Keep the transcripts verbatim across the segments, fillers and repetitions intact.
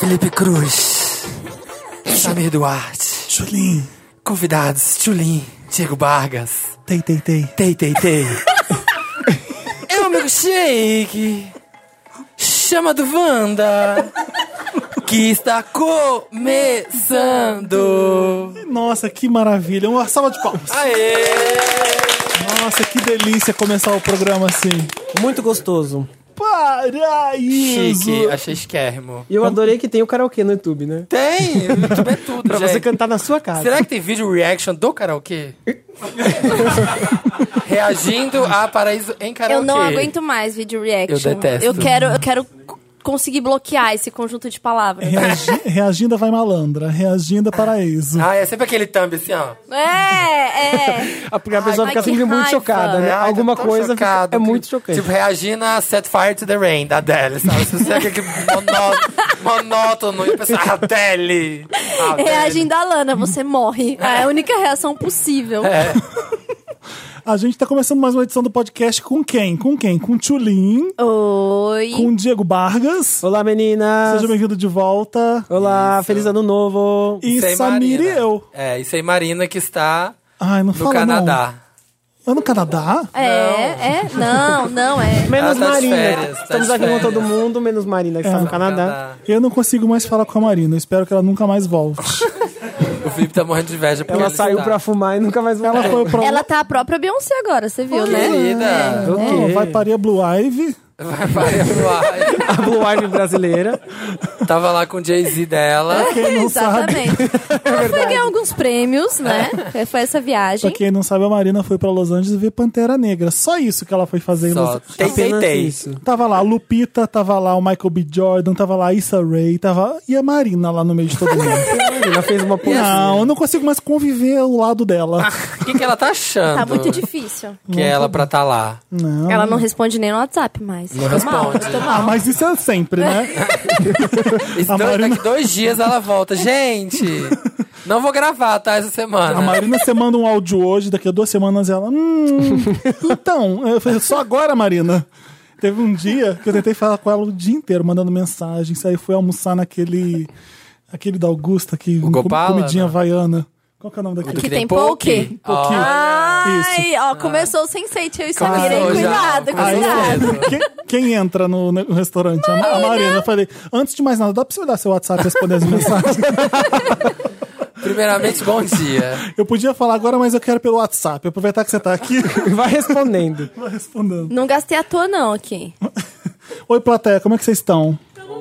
Felipe Cruz, Samir Duarte, Tchulin, convidados, Tchulin, Diego Vargas, Tei, Tei, Tei, Tei, Tei, Tei. É o milkshake, chama do Wanda, que está começando. Nossa, que maravilha. Uma salva de palmas. Aê! Nossa, que delícia começar o programa assim. Muito gostoso. Paraíso. Chique, achei esquérrimo. E eu adorei que tem o karaokê no YouTube, né? Tem, o YouTube é tudo, Pra gente. você cantar na sua casa. Será que tem vídeo reaction do karaokê? Reagindo a Paraíso em karaokê. Eu não aguento mais vídeo reaction. Eu detesto. Eu quero, eu quero conseguir bloquear esse conjunto de palavras. Reagi, reagindo a Vai Malandra, reagindo a Paraíso. Ah, é sempre aquele thumb assim, ó. É, é. Porque a pessoa Ai, fica que sempre muito raiva. chocada, né? Ai, Alguma tô tão coisa fica- chocado. é muito chocante. Tipo, reagindo a Set Fire to the Rain, da Adele, sabe? Se você é aquele monó- monótono e pensa, ah, Adele. Ah, Adele. Reagindo à Lana, você morre. É a única reação possível. É. A gente tá começando mais uma edição do podcast com quem? Com quem? Com Tchulin, Oi. com Diego Vargas. Olá, meninas! Seja bem-vindo de volta. Olá, Isso. feliz ano novo! E Isso aí, Samir e Marina. eu. É, isso aí, Marina, que está Ai, não no fala Canadá. não. É no Canadá? É, é. Não, não é. Menos Ela tá de Marina. férias, tá Estamos de aqui com férias. todo mundo, menos Marina, que está no Canadá. Eu não consigo mais falar com a Marina. Eu espero que ela nunca mais volte. O Felipe tá morrendo de inveja porque Ela ele saiu está. pra fumar e nunca mais voltou. Ela foi pra... Ela tá a própria Beyoncé agora, você viu, né? Querida. O Não, quê? vai parir a Blue Ivy. Vai, vai, vai. A Blue Ivy brasileira. Tava lá com o Jay-Z dela. Quem não sabe... Exatamente. Ela foi ganhar alguns prêmios, né? Foi essa Pra viagem. quem não sabe, a Marina foi pra Los Angeles ver Pantera Negra. Só isso que ela foi fazer em Los Só. Angeles. Tem, tem, Apenas tem. isso. Tava lá a Lupita, tava lá o Michael B. Jordan, tava lá a Issa Rae, tava... e a Marina lá no meio de todo mundo. A Marina fez uma poesia. Não, eu não consigo mais conviver ao lado dela. O que, que ela tá achando? Tá muito difícil. Que é ela pra tá lá. Não. Ela não responde nem no WhatsApp mais. Não Tô mal, responde. tô Ah, mal. mas isso é sempre, né? Esse A dois- Marina- Daqui dois dias ela volta. Gente, não vou gravar, tá? Essa semana. A Marina, você manda um áudio hoje, daqui a duas semanas ela... Hum, então, eu falei, só agora, Marina. Teve um dia que eu tentei falar com ela o dia inteiro, mandando mensagens. Aí fui almoçar naquele... Aquele da Augusta, que O Gopala, comidinha né? havaiana. Qual que é o nome daquele? Que Que tem tem poke? poke? Ai, ó, começou o Sense eight, eu e Samir, hein? Começou já. Cuidado, Aí, cuidado. Quem, quem entra no, no restaurante? A, a Marina. Eu falei, antes de mais nada, dá pra você olhar seu WhatsApp e responder as mensagens? Primeiramente, bom dia. Eu podia falar agora, mas eu quero pelo WhatsApp. Aproveitar que você tá aqui, Vai respondendo. vai respondendo. Não gastei à toa, não, aqui. Oi, plateia, como é que vocês estão?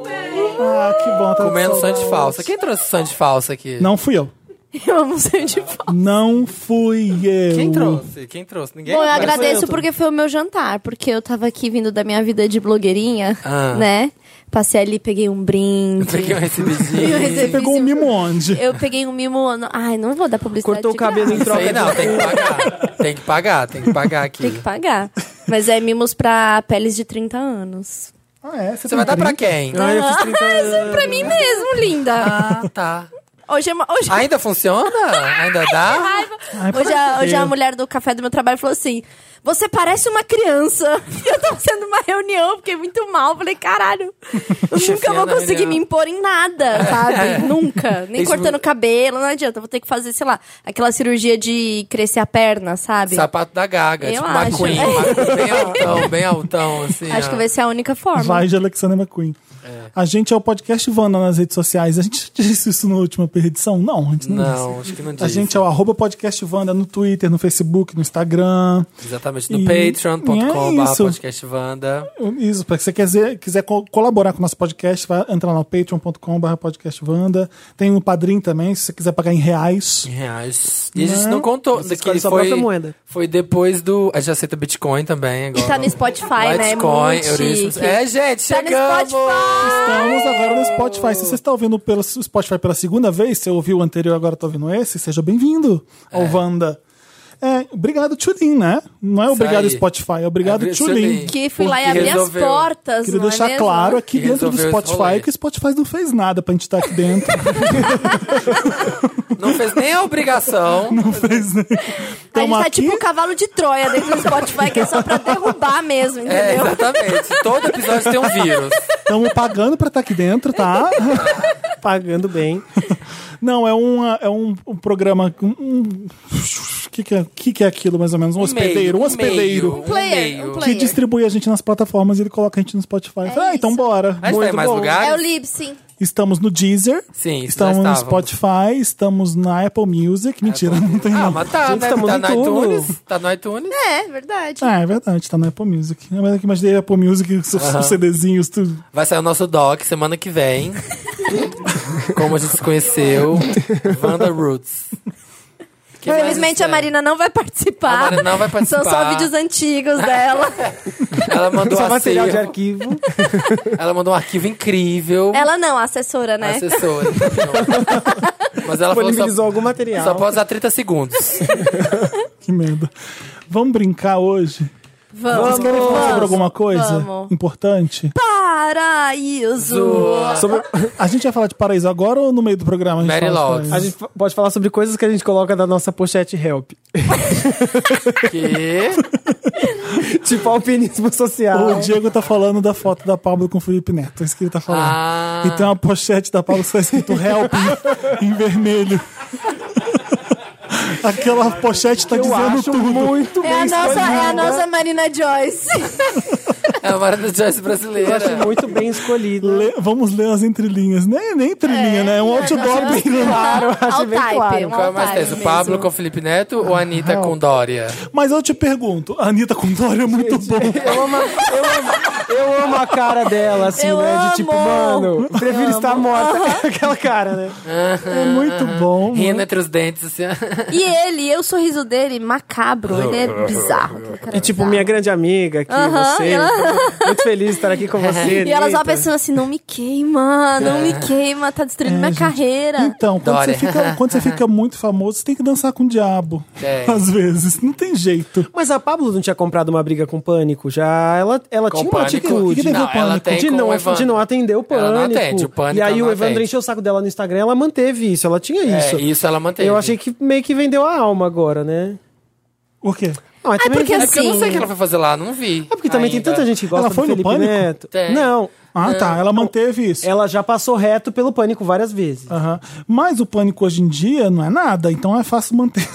Ah, que bom. Tá Comendo com sangue saudade. falsa. Quem trouxe sangue falsa aqui? Não fui eu. Eu não sei onde falar. Não fui eu. Quem trouxe? Quem trouxe? Ninguém? Bom, eu Agora sou agradeço eu, tô- porque foi o meu jantar, porque eu tava aqui vindo da minha vida de blogueirinha, Ah. né? Passei ali, peguei um brinde. Eu peguei um recebidinho. Eu recebi- Você pegou um mimo onde? Eu peguei um mimo. no- Ai, não vou dar publicidade. Cortou o de cabelo em graça. Isso aí troca não, de... tem que pagar. Tem que pagar, tem que pagar aqui. Tem que pagar. Mas é mimos pra peles de trinta anos. Ah, é? Você vai dar pra quem? Ah, eu fiz trinta Ah, pra mim mesmo, linda. Ah, tá. Hoje, é uma- hoje, Ainda funciona? Ainda dá? raiva. Ai, pra Hoje, a, quê? hoje a mulher do café do meu trabalho falou assim: você parece uma criança. E eu tava fazendo uma reunião, fiquei muito mal. Falei, caralho, eu nunca Chefiando vou a conseguir reunião. me impor em nada, sabe? Nunca. Nem Isso- cortando cabelo, não adianta. Eu vou ter que fazer, sei lá, aquela cirurgia de crescer a perna, sabe? Sapato da Gaga, Eu tipo acho. McQueen. McQueen bem altão, bem altão, assim. Acho ó. que vai ser a única forma. Vai de Alexander McQueen. A gente é o podcast Wanda nas redes sociais. A gente disse isso na última edição? Não, a gente não, Não, acho que não disse. A disse. gente é o arroba podcast Wanda no Twitter, no Facebook, no Instagram. Exatamente, no E- patreon ponto com e é barra isso. podcast Wanda. Isso, para que você quiser, quiser co- colaborar com o nosso podcast, vai entrar no patreon ponto com barra podcast Wanda. Tem no Padrim também, se você quiser pagar em reais. Em reais. E a gente Não. não contou. Você Que escolhe sua foi, própria moeda. foi depois do. A gente aceita Bitcoin também agora. E tá no Spotify, né? Bitcoin, Muito Eurísticos. chique. É, gente, Tá no chegamos! Spotify! Estamos agora no Spotify. Se você está ouvindo pelo Spotify pela segunda vez, você ouviu o anterior e agora está ouvindo esse, seja bem-vindo ao Wanda. É, obrigado, Tchulin, né? Não é obrigado aí. Obrigado, é obrigado, É, Tchulin. Tchulin. Que fui lá e Porque abri resolveu. as portas, Queria não deixar é mesmo? claro aqui Que dentro do resolveu esse Spotify rolê. que o Spotify não fez nada pra gente estar aqui dentro. Não fez nem a obrigação. Não fez nem. A gente Tamo tá aqui, tipo o cavalo de Troia dentro do Spotify, que é só pra derrubar mesmo, É, entendeu? exatamente. Todo episódio tem um vírus. estamos pagando pra estar aqui dentro, tá? pagando bem. Não, é, uma, é um, um programa. O um, que, que, é, que, que é aquilo, mais ou menos? Um hospedeiro. Um hospedeiro. Um player, um Que player. distribui a gente nas plataformas e ele coloca a gente no Spotify. É ah, então isso. bora. Mas tá Muito em mais bom. lugares? É o Libsyn. Estamos no Deezer. Sim, isso Estamos já no estávamos. Spotify. Estamos na Apple Music. Mentira, não tem Ah, não. mas tá, Gente, né? estamos Tá em no tudo. iTunes. Tá no iTunes. É, verdade. Ah, é verdade, tá na Apple Music. Mas aqui imaginei Apple Music, os os CDzinhos, tudo. Vai sair o nosso doc semana que vem. Como a gente se conheceu. Wanda Roots. Que mais Infelizmente a isso é? Marina não vai participar. A Marina não vai participar. São só vídeos antigos dela. Ela mandou Só um material de acervo. arquivo. Ela mandou um arquivo incrível. Ela não, a assessora, né? Assessora. Não. Mas ela falou Disponibilizou só, algum material. só pode usar trinta segundos. Que medo. Vamos brincar hoje? Vamos. Vocês querem falar sobre alguma coisa Vamos. importante? Paraíso. Sobre- A gente vai falar de paraíso agora ou no meio do programa? A gente Mary fala de Loves. paraíso? A gente f- pode falar sobre coisas que a gente coloca na nossa pochete help. Que... Tipo alpinismo social. O Diego tá falando da foto da Pablo com o Felipe Neto. É isso que ele tá falando. Ah. E tem uma pochete da Pablo que está escrito help em, em vermelho. Aquela pochete tá Eu dizendo acho tudo. muito É a, bem nossa, escolhida. é a nossa Marina Joyce. É a Marina Joyce Eu acho brasileira. muito bem escolhida. Le- vamos ler as entrelinhas. Nem, nem entrelinha, né? É um outdoor bem Claro, eu achei All bem type, claro. um Qual é all mais type tenso? O mesmo. Pablo com o Felipe Neto ou a Anitta com Dória? Mas eu te pergunto, a Anitta com Dória é muito bom. Eu amo, eu, amo, eu amo a cara dela, assim, Eu né? amo. De tipo, mano, prefiro estar morta. Aquela cara, né? É muito bom. Rindo mano. entre os dentes, assim. E ele, e o sorriso dele, macabro. Ele é bizarro. aquele cara E é tipo, bizarro. minha grande amiga aqui, Aham, você. e ela- tô muito feliz de estar aqui com você. E ela só Anitta. pensando assim, não me queima, não me queima, tá destruindo É, minha gente. carreira. Então, quando você, Dória. fica, quando você fica muito famoso, você tem que dançar com o diabo. É. Às vezes. Não tem jeito. Mas a Pablo não tinha comprado uma briga com o Pânico já? Ela, ela Com tinha o uma Pânico? atitude. O que que teve Não, o Pânico? ela tem de com não, o Evandro. de não atender o Pânico. Ela não atende, o Pânico E aí ela o não Evandro atende. encheu o saco dela no Instagram, ela manteve isso, ela tinha isso. É, isso ela manteve. Eu achei que meio que vendeu a alma agora, né? O quê? Ah, mas É também porque é É porque eu não sei o assim- que ela foi fazer lá, não vi. porque também tem ainda. tanta gente que gosta Ela foi do no Felipe Pânico? Neto. Tem. Não, Ah, tá. Ela manteve isso. ela já passou reto pelo Pânico várias vezes. Aham. Mas o pânico hoje em dia não é nada, então é fácil manter.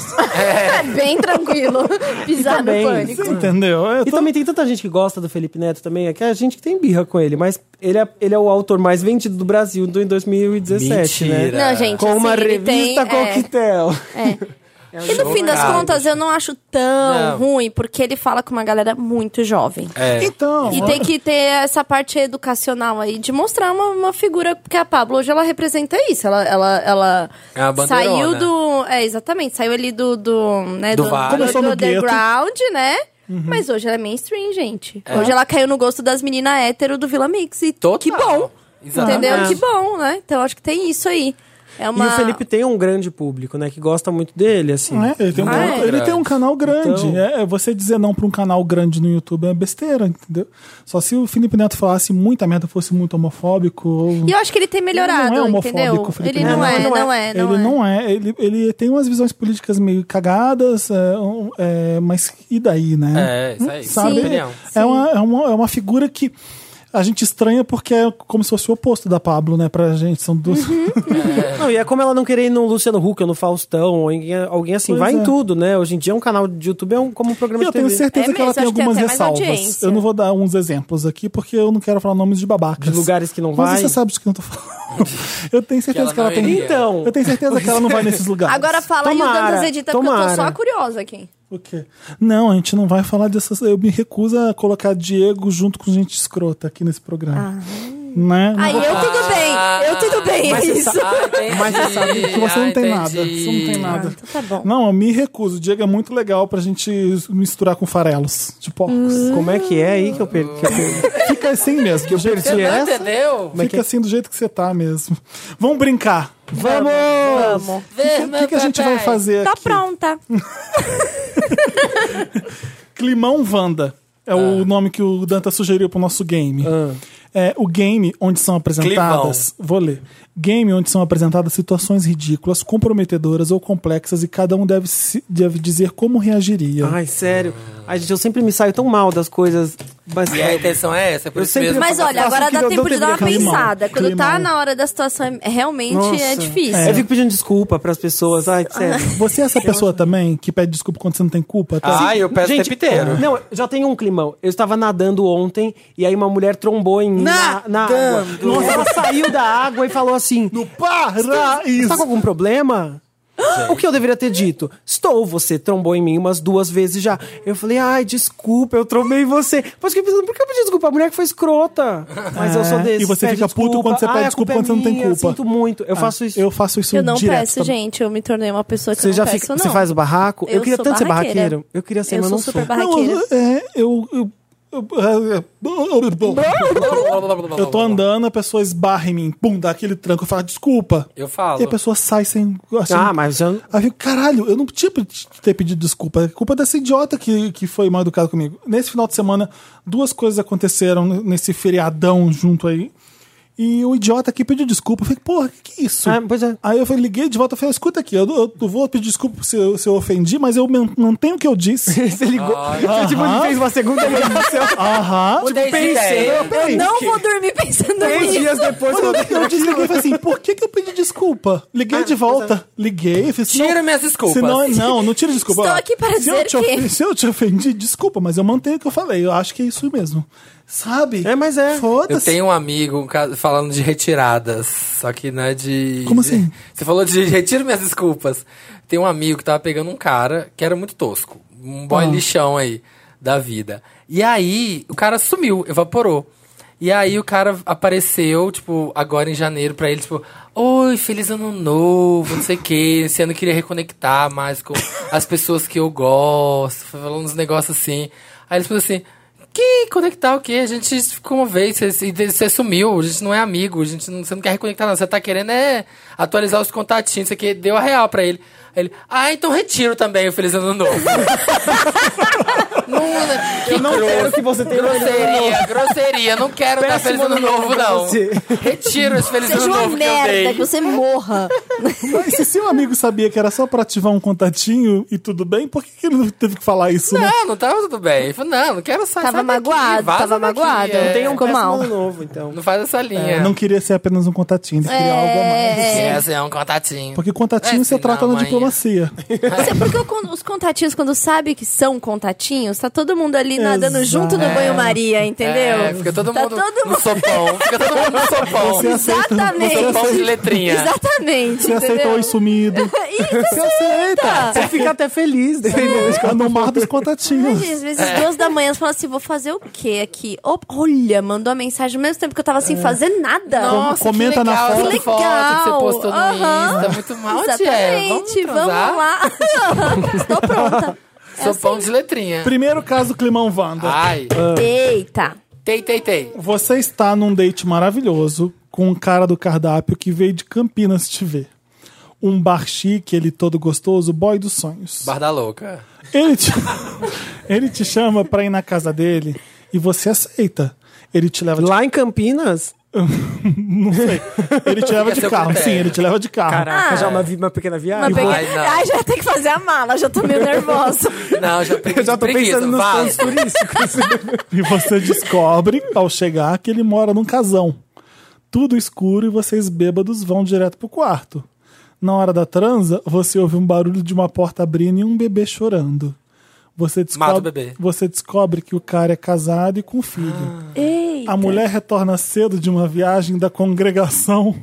É bem tranquilo pisar no também, pânico. Você entendeu? Eu E tô- também tem tanta gente que gosta do Felipe Neto também, é que a gente que tem birra com ele, mas ele é, ele é o autor mais vendido do Brasil do, em dois mil e dezessete, Mentira. né? Não, gente, Com uma assim, ele revista tem, é, coquetel. É. E no fim das Chocado. contas, eu não acho tão Não. ruim, porque ele fala com uma galera muito jovem. É. Então. E tem que ter essa parte educacional aí, de mostrar uma, uma figura, porque a Pablo hoje ela representa isso. Ela, ela, ela É uma bandeirona. saiu do. É, exatamente, saiu ali do. Do, né, Do do, vale. do, Começou do no gueto. underground, né? Mas hoje ela é mainstream, gente. Hoje ela caiu no gosto das meninas hétero do Vila Mix. E Total. que bom. Exatamente. Entendeu? Que bom, né? Então acho que tem isso aí. É uma... E o Felipe tem um grande público, né? Que gosta muito dele, assim. É, ele tem um, Ah, canal, é? ele tem um canal grande. Então- É, você dizer não pra um canal grande no YouTube é besteira, entendeu? Só se o Felipe Neto falasse muita merda, fosse muito homofóbico. Ou... E eu acho que ele tem melhorado, Ele não é homofóbico, entendeu? Felipe Ele Neto. não, é, Não, não não é, não ele é. não é. Ele, ele tem umas visões políticas meio cagadas, é, um, é, mas e daí, né? É, isso aí. Sabe? Sim. Opinião. É, uma, é, uma, é uma figura que a gente estranha porque é como se fosse o oposto da Pablo, né? Pra gente. São duas. Não, e é como ela não querer ir no Luciano Huck ou no Faustão, ou alguém, alguém assim, Pois vai é. em tudo, né? Hoje em dia um canal de YouTube é um, como um programa E eu de T V. tenho certeza É que ela mesmo, tem acho que tem algumas até mais ressalvas. audiência. Eu não vou dar uns exemplos aqui porque eu não quero falar nomes de babacas. De lugares que não Mas vai. você sabe de que eu tô falando. Eu tenho certeza Que que ela ela, não tem. iria. Então, Eu tenho certeza que ela não vai nesses lugares. Agora fala aí o Tomara, Dantas Edita, porque eu tô tomara. só curiosa aqui. O quê? Não, a gente não vai falar dessas. Eu me recuso a colocar Diego junto com gente escrota aqui nesse programa. Né? Não Aí vou- eu tudo bem, eu tudo bem, Mas é você isso. sabe- Ah, entendi. Mas você sabe que você não Ah, tem entendi. nada. Você não tem nada. Então tá bom. Não, eu me recuso. O Diego é muito legal pra gente misturar com farelos de porcos. Como é que é aí que eu perdi? Que eu perdi? Fica assim mesmo. do jeito que Você você não é. entendeu? Fica assim do jeito que você tá mesmo. Vamos brincar. Vamos! Vamos. O que, que a gente vai fazer Tá aqui? pronta. Climão Wanda. É o nome que o Danta sugeriu pro nosso game. Ah. É o game onde são apresentadas. Vou ler. Game onde são apresentadas situações ridículas, comprometedoras ou complexas e cada um deve, se- deve dizer como reagiria. Ai, sério. Ai, gente, eu sempre me saio tão mal das coisas. Mas... E a intenção é essa, é por Eu isso sempre- mesmo. Mas Eu olha, faço agora que dá eu tempo não de dar uma deveria- Climão, pensada. Quando tá climão. na hora da situação, é- realmente Nossa. é difícil. É. Eu fico pedindo desculpa pras pessoas. Ai, sério. Você é essa pessoa também que pede desculpa quando você não tem culpa? Tá? Ah, eu peço o tempo inteiro. Não, já tem um climão. Eu estava nadando ontem e aí uma mulher trombou em mim na, na água. Nadando. Nossa, ela saiu da água e falou assim: No paraíso! Está com algum problema? O que eu deveria ter dito? Estou, você trombou em mim umas duas vezes já. Eu falei, ai, desculpa, eu trombei em você. Mas fiquei pensando, por que eu pedi desculpa? A mulher que foi escrota. Mas eu sou É, desse. e você pede fica puto desculpa. quando você pede Ai, a desculpa culpa quando você não tem minha, culpa. Eu sinto muito. Eu faço isso. Eu faço isso Eu não direto. peço, também. gente. Eu me tornei uma pessoa que Você não já peço, fica, não. você faz o barraco? Eu, Eu queria sou tanto ser barraqueira. barraqueiro. Eu queria ser, Eu mas sou não super sou. barraqueira. Não, é, eu, eu, eu, eu tô andando, a pessoa esbarra em mim, pum, dá aquele tranco, eu falo, desculpa. Eu falo. E a pessoa sai sem. Assim, Ah, mas eu... Aí eu fico, caralho, eu não tinha pra te- ter pedido desculpa. É culpa dessa idiota que, que foi mal educado comigo. Nesse final de semana, duas coisas aconteceram nesse feriadão junto aí. E o idiota aqui pediu desculpa. Eu falei, porra, que que é isso? Ah, pois é. Aí eu falei, liguei de volta e falei, escuta aqui, eu, eu, eu vou pedir desculpa se eu, se eu ofendi, mas eu man- mantenho o que eu disse. Você ligou. Ai. Você, tipo, ele fez uma segunda ligação. Aham. Mudei de pensei, ideia. eu Peraí. Não vou dormir pensando Três nisso. dias depois Quando eu eu, eu desliguei e falei assim, por que, que eu pedi desculpa? Liguei de volta, liguei e falei, Tira senão- minhas desculpas. senão- não, não tira desculpa. Estou Ó, aqui para se eu dizer te que- ofen- Se eu te ofendi, desculpa, mas eu mantenho o que eu falei. Eu acho que é isso mesmo. Sabe? É, mas é. Eu Foda-se. tenho um amigo um ca- falando de retiradas, só que não é de... Como de- assim? Você falou de retiro minhas desculpas. Tem um amigo que tava pegando um cara que era muito tosco. Um boy Ah. lixão aí, da vida. E aí, o cara sumiu, evaporou. E aí o cara apareceu, tipo, agora em janeiro pra ele, tipo... Oi, feliz ano novo, não sei o quê. Esse ano eu queria reconectar mais com as pessoas que eu gosto. Falando uns negócios assim. Aí ele falou assim... Que conectar o quê? A gente ficou uma vez, você, você sumiu, a gente não é amigo, a gente não, você não quer reconectar não, você tá querendo é atualizar os contatinhos, você que deu a real pra ele. Aí ele, ah, então retiro também o Feliz Ano Novo. não, que Eu não grosso, quero que você tenha um Ano grosseria, grosseria, não quero dar Péssimo Feliz Ano Ano Novo Novo pra não. você. Retiro esse Feliz Seja Ano uma Novo que eu merda, dei. que você morra. Mas se seu amigo sabia que era só pra ativar um contatinho e tudo bem, por que, que ele não teve que falar isso, né? Não, não tava tudo bem. Ele falou, não, não quero sair. Tava sai daqui, magoado, vaza tava daqui, magoado. é. Não tem um Ficou Ficou mal. mal. Novo, então. Não faz essa linha. Não queria ser apenas um contatinho, ele queria algo a mais. É. Essa é um contatinho. Porque contatinho É, você sim, trata não, na mãe. diplomacia. Você- Porque o con- os contatinhos, quando sabe que são contatinhos, tá todo mundo ali nadando Exato. junto no banho-maria, entendeu? É, fica todo Tá mundo todo no mundo- sopão. Fica todo mundo no sopão. Você aceita, Exatamente. você Sopão de aceita, letrinha. Exatamente, você aceita entendeu? oi sumido. Isso, Você aceita. Você fica até feliz, dependendo de Tá no mar dos contatinhos. Às vezes, duas da manhã, você fala assim, vou fazer o quê aqui? Op- Olha, mandou a mensagem ao mesmo tempo que eu tava sem fazer nada. Nossa, comenta que na legal foto. essa Que foto que você legal. postou no Aham. Insta. Muito mal, onde é? Vamos, Exatamente, vamos, transar? lá. Estou pronta. É Sopão assim. de letrinha. Primeiro caso, Climão Wanda. Ai. Eita. Tei, tei, tei. Você está num date maravilhoso com um cara do cardápio que veio de Campinas te ver. Um bar chique, ele todo gostoso, boy dos sonhos. Bar da louca. Ele te, ele te chama pra ir na casa dele e você aceita. Ele te leva de Lá em Campinas, Não sei. Ele te leva Fica de seu carro. critério. Sim, ele te leva de carro. caraca, Ah. já uma, vi- uma pequena Uma viagem. pequena- Ai, não. Ai, já tem que fazer a mala, já tô meio nervosa. Não, já, Eu já tô preguiça, pensando nos vai. pontos turísticos. E você descobre, ao chegar, que ele mora num casão. Tudo escuro e vocês bêbados vão direto pro quarto. Na hora da transa, você ouve um barulho de uma porta abrindo e um bebê chorando. Você Mata o descobre, bebê. você descobre que o cara é casado e com filho. Eita. A mulher retorna cedo de uma viagem da congregação.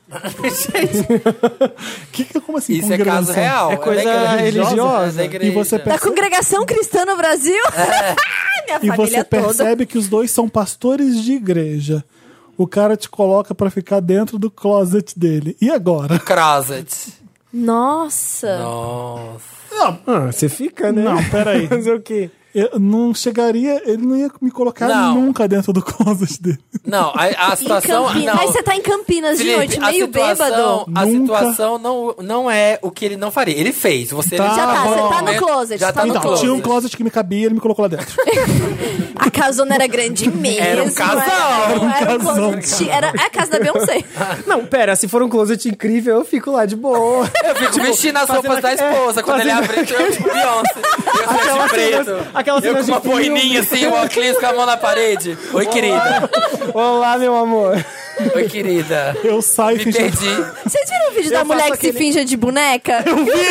que, que, como assim, Isso é congregação? caso real. É coisa da igreja. religiosa. É da igreja. E você Da percebe- congregação cristã no Brasil? Minha E você família toda. percebe que os dois são pastores de igreja. O cara te coloca pra ficar dentro do closet dele. E agora? Closet. Nossa. Nossa. Não, Ah, você fica, né? não, peraí. Fazer o quê? Eu não chegaria, ele não ia me colocar Não. nunca dentro do closet dele. Não, a, a Em situação... Campinas. Não. Mas você tá em Campinas de Felipe, noite, a meio situação, bêbado. a Nunca. situação não, não é o que ele não faria. Ele fez. Você Tá ele Já tá, bom. você tá no closet. Já tá no Então, closet. tinha um closet que me cabia, ele me colocou lá dentro. A casona era grande mesmo. Era um casal. Era, Era um era, um casal. closet, era a casa da Beyoncé. Não, pera, se for um closet incrível, eu fico lá de boa. Eu fico vestindo as fazendo roupas da a- esposa. é, Quando ele fazendo- abre, eu tipo Beyoncé. Eu sou Aquelas de preto. cenas- aquelas eu cenas com uma de filme. boininha assim, um óculos com a mão na parede. Oi, querida. Olá, meu amor. Oi, querida. Eu saio Me fingindo. perdi. Vocês viram o vídeo da Eu mulher faço que se aquele- finge de boneca?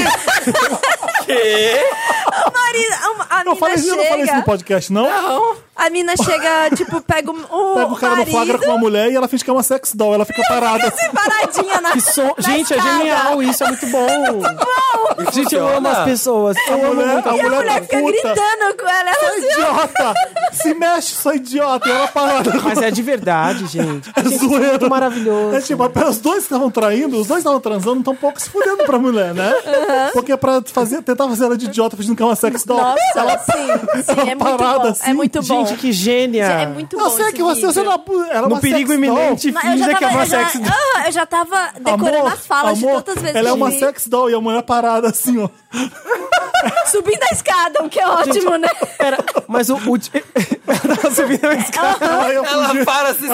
Quê? A, Marina, a, a Eu, mina falei, eu não falei isso no chega... podcast, não? Não. A mina chega, tipo, pega o, o Pega o cara no marido, flagra com uma mulher e ela finge que é uma sex doll. Ela fica parada. assim, paradinha na, Que som... na Gente, é escada. genial, isso é muito bom. Gente, eu funciona? amo as pessoas. Eu A amo mulher, muito a as E a mulher mulher tá fica puta. gritando com ela. Ela Sou assim, idiota! Se mexe, sou idiota! E ela parada. Mas é de verdade, gente. É Gente, isso é zoeira. muito maravilhoso. É tipo, os dois estavam traindo, os dois estavam transando, tão pouco se fudendo pra mulher, né? Porque é pra fazer, tentar fazer ela de idiota fingindo que é uma sex doll. nossa, ela sim, sim, é muito parada bom. assim. É muito bom. Gente, que gênia. É muito bom Eu sei esse que você, você vídeo. não era No uma perigo sex doll. iminente, Não, eu já finja que é tava, uma eu já, sex doll. ah, eu já tava decorando Amor, as falas amor, de tantas vezes. ela é que uma vi. sex doll e a mulher parada assim, ó. Subindo a escada, o que é ótimo, né? Pera, mas o... o... Ela tava subindo a escada. Aí eu Ela fugi. para se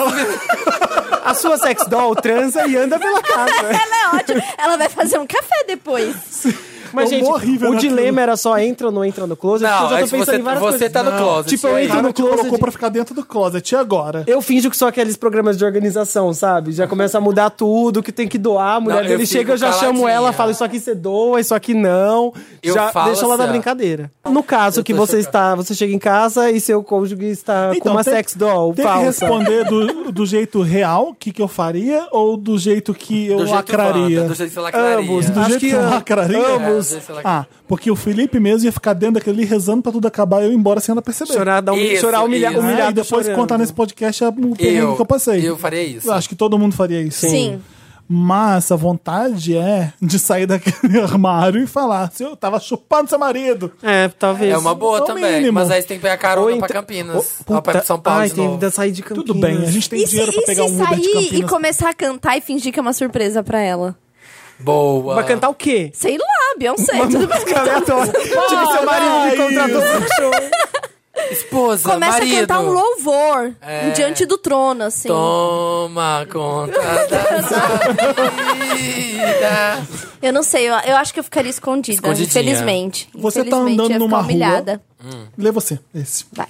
A sua sex doll transa e anda pela casa. Ela é ótima. Ela vai fazer um café depois. Mas, Eu gente, morri vendo o aquilo. dilema era só entra ou não entra no closet? Não, porque eu é já tô tipo, pensando você, em várias você coisas. tá no Não. closet. Tipo, eu aí. O entro cara no te closet. colocou pra ficar dentro do closet. E agora? Eu finjo que são aqueles programas de organização, sabe? Já começa a mudar tudo, que tem que doar. A mulher Não, eu dele fico chega, eu já chamo caladinha. ela, falo isso aqui você doa, isso aqui não. Eu já falo deixa ela assim, na ó. brincadeira. No caso Eu que tô você chocado. está, você chega em casa e seu cônjuge está com uma tem- sex doll tem que falsa. responder do, do jeito real, o que, que eu faria, ou do jeito que eu Do jeito lacraria? Wanda, do jeito que você lacraria. Ambos, Do Acho jeito que que eu am- lacraria? É, do ambos. jeito que você lacraria. Ah, porque o Felipe mesmo ia ficar dentro daquele ali rezando pra tudo acabar e eu ir embora sem ela perceber. Chorar, dar um, Isso, chorar humilha, isso. Ah, humilhado e depois chorando. contar nesse podcast o perrengue que eu passei. Eu faria isso. Eu acho que todo mundo faria isso. Sim. Mas a vontade é de sair daquele armário e falar: se eu tava chupando seu marido. É, talvez. É uma boa É o também. mínimo. Mas aí você tem que pegar carona Ou pra então- Campinas. Oh, Ou pra São Paulo Ai, de tem novo. que sair de Campinas. Tudo bem, a gente tem E se, dinheiro pra e pegar se um Uber de sair e Campinas. começar a cantar e fingir que é uma surpresa pra ela? Boa. Vai cantar o quê? Sei lá, Beyoncé. Uma Tudo bem. música aleatória. Tipo, seu marido me contratou pro show. Esposa, Começa marido. a cantar um louvor É. em diante do trono, assim. Toma conta da sua vida. Eu não sei, eu, eu acho que eu ficaria escondida, Escondidinha. infelizmente. Você tá Infelizmente, andando eu ia numa ficar humilhada. Lê você, esse. Vai.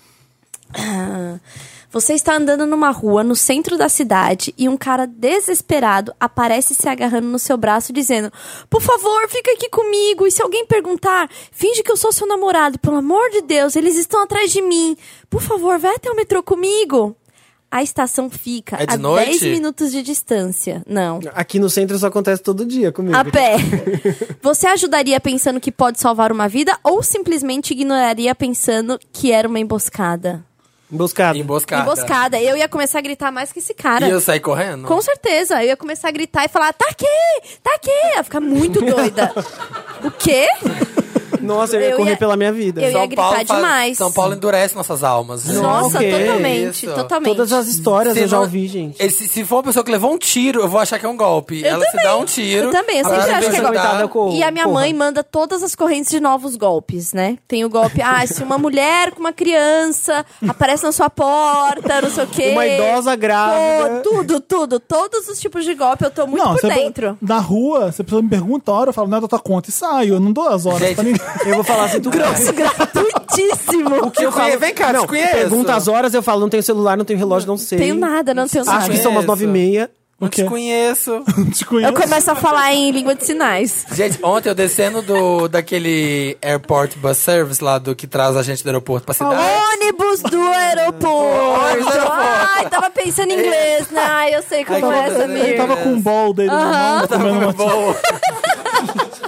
Ah, Você está andando numa rua no centro da cidade e um cara desesperado aparece se agarrando no seu braço dizendo: por favor, fica aqui comigo. E se alguém perguntar, finge que eu sou seu namorado. Pelo amor de Deus, eles estão atrás de mim. Por favor, vai até o metrô comigo. A estação fica É de a noite? dez minutos de distância. Não. Aqui no centro isso acontece todo dia comigo. A pé. Você ajudaria pensando que pode salvar uma vida ou simplesmente ignoraria pensando que era uma emboscada? Emboscada. Emboscada. Emboscada. Eu ia começar a gritar mais que esse cara. E eu saí correndo? Com certeza. Eu ia começar a gritar e falar, tá aqui, tá aqui. Eu ia ficar muito doida. O quê? Nossa, eu ia Eu correr ia- pela minha vida. eu ia- gritar demais. São Paulo endurece nossas almas. gente. Nossa, ok. totalmente, Isso. totalmente. Todas as histórias Se eu já não- ouvi, gente. Ele- Se, se for uma pessoa que levou um tiro, eu vou achar que é um golpe. Eu Ela se também. dá um tiro. Eu também, eu pra sempre me acho que é ajudar. golpe. Eu corro, E a minha corra. mãe manda todas as correntes de novos golpes, né? Tem o golpe, ah, se uma mulher com uma criança aparece na sua porta, não sei o quê. Uma idosa grávida. Pô, tudo, tudo. Todos os tipos de golpe eu tô muito por você dentro. Na rua, se a pessoa me pergunta a hora, eu falo, não é da tua conta e saio. Eu não dou as horas Gente, pra ninguém. Eu vou falar assim, tu Gratuitíssimo. O que eu conhe- falo? Vem cá, não, te conheço. pergunta as horas, eu falo, não tenho celular, não tenho relógio, não sei. Tenho nada, não tenho nada. Acho que são umas nove e meia. Não O quê? te conheço. Te conheço. Eu começo a falar em língua de sinais. Gente, ontem eu descendo do, daquele Airport Bus Service lá do que traz a gente do aeroporto pra cidade. Ônibus do aeroporto. Ai, tava pensando em inglês, né? Ai, eu sei como Ai, é, que Samir. Ele tava com um bol dele na mão, comendo uma Boa.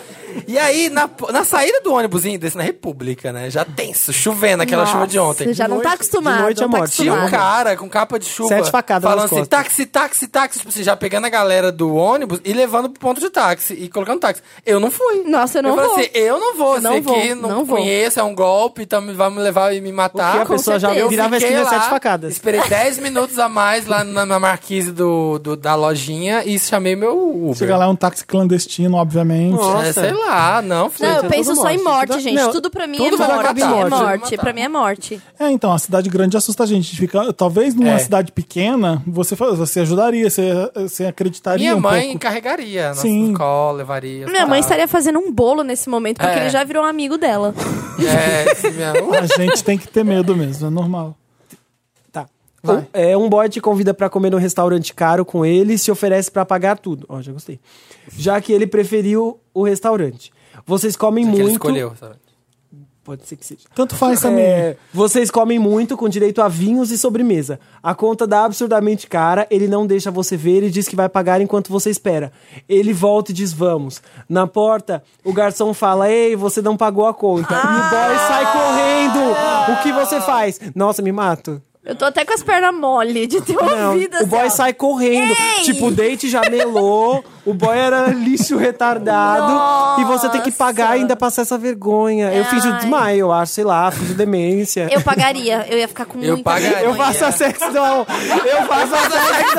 E aí, na, na saída do ônibus, desse na República, né? Já tenso, chovendo, aquela Nossa, chuva de ontem. Você já não tá acostumado. de noite é não tá morte. Tinha um acostumado. cara com capa de chuva Sete facadas falando nas assim, costas. táxi, táxi, táxi, tipo assim, já pegando a galera do ônibus e levando pro ponto de táxi e colocando táxi. Eu não fui. Nossa, eu não eu vou. falei assim, eu não vou, Eu não esse vou, aqui não, não vou. conheço, é um golpe, então me- vai me levar e me matar. Porque a com pessoa já certeza. virava a Fiquei esquina lá, sete facadas. Esperei dez minutos a mais lá na, na marquise do, do- da lojinha e chamei meu Uber. Chega lá, é um táxi clandestino, obviamente. Nossa. É, sei lá, não, Não, filho. eu é penso tudo só em morte. morte, Tudo- gente. não, tudo pra mim tudo é vai morte. acabar em É morte. morte. Pra mim é morte. É, então, a cidade grande assusta a gente. Fica, talvez numa É. cidade pequena, você, fa- você ajudaria, você, você acreditaria Minha um mãe pouco. carregaria, nossa Sim. escola, levaria. Minha mãe tá. estaria fazendo um bolo nesse momento, porque É. ele já virou um amigo dela. É, esse minha... A gente tem que ter medo mesmo, é normal. Tá. Vai. É, um boy te convida pra comer num restaurante caro com ele e se oferece pra pagar tudo. Ó, já gostei. Já que ele preferiu o restaurante. Vocês comem que muito. ele escolheu, sabe? Pode ser que seja. Tanto faz também. É, vocês comem muito com direito a vinhos e sobremesa. A conta dá absurdamente cara, ele não deixa você ver e diz que vai pagar enquanto você espera. Ele volta e diz vamos. Na porta, o garçom fala, ei, você não pagou a conta. E o boy sai correndo. O que você faz? Nossa, me mato. Eu tô até com as pernas mole de ter Não, ouvido o boy assim, ó. sai correndo. Ei! Tipo, o date já melou, o boy era lixo retardado. Nossa! E você tem que pagar e ainda passar essa vergonha. Eu fiz o Ai. desmaio, eu acho, sei lá, fiz o demência. Eu pagaria. Eu ia ficar com Eu muita pagaria. Eu vergonha. faço a sex doll! Eu faço a sex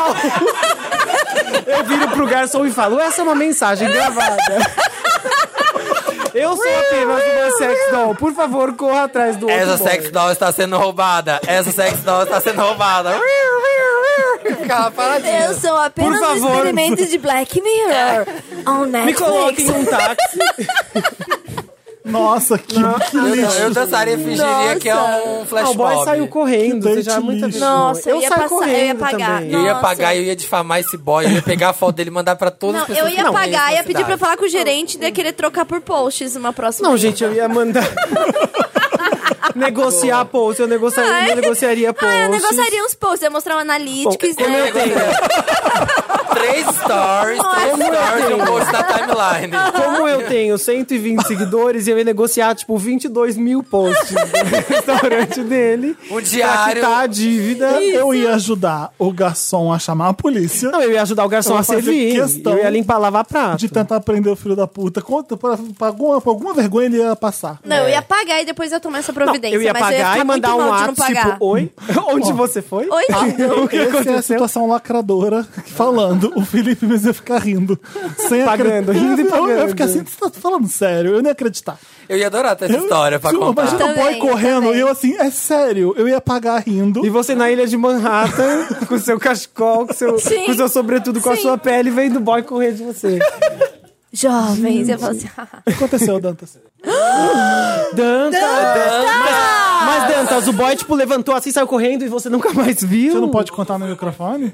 doll! Eu viro pro garçom e falo, essa é uma mensagem gravada. Eu sou apenas uma sex doll. Por favor, corra atrás do outro Essa boy. sex doll está sendo roubada. Essa sex doll está sendo roubada. Ficava paradinha. Eu sou apenas Por um favor. experimento de Black Mirror. On Me Netflix. coloque em um táxi. Nossa, que, que Eu, lixo. eu dançaria e fingiria Nossa. que é um flash Ah, o boy mob. saiu correndo. Que Você já é date muita lixo. vergonha. Nossa, eu ia saio passar- eu ia correndo pagar. também. Eu ia Nossa. pagar e eu ia difamar esse boy. Eu ia pegar a foto dele e mandar pra todas Não, as pessoas eu ia que pagar, conhecem ia na pedir pra cidade. falar com o gerente e ia querer trocar por posts uma próxima Não, vez. gente, eu ia mandar... negociar post. Eu negociaria, Ai. eu negociaria post. Ah, eu negociaria uns posts, ia mostrar um analytics, Como né? eu tenho... Três stories, três Como eu stories e um tenho. post na timeline. Como eu tenho cento e vinte seguidores, eu ia negociar, tipo, vinte e dois mil posts do restaurante dele. Um diário. Pra quitar a dívida. Eu ia ajudar o garçom a chamar a polícia Não, eu ia ajudar o garçom Eu a ia fazer servir. questão Eu ia limpar, lavar prato. de tentar prender o filho da puta. Conta, pra, pra, alguma, pra alguma vergonha ele ia passar. Não, eu ia pagar e depois ia tomar essa Não, providência. eu ia mas eu ia pagar ficar e mandar muito um mal de não ato, tipo, pagar. oi? Onde você foi? Oi? O que Essa é a aconteceu? situação lacradora falando. O Felipe mesmo ia ficar rindo. Sem Pagando, acre- rindo e Eu- Eu ia pagando. ficar assim, você tá falando sério? Eu não ia acreditar. Eu ia adorar ter essa Eu- história pra se- contar. Imagina o boy Também, correndo também. e eu assim, é sério, eu ia pagar rindo. E você na ilha de Manhattan, com seu cachecol, com seu, Sim. com seu sobretudo, com a Sim. sua pele, vendo o boy correr de você. Jovens, eu falo assim... O que aconteceu, Dantas? Dantas! Mas, mas, Dantas, o boy, tipo, levantou assim, saiu correndo e você nunca mais viu? Você não pode contar no microfone?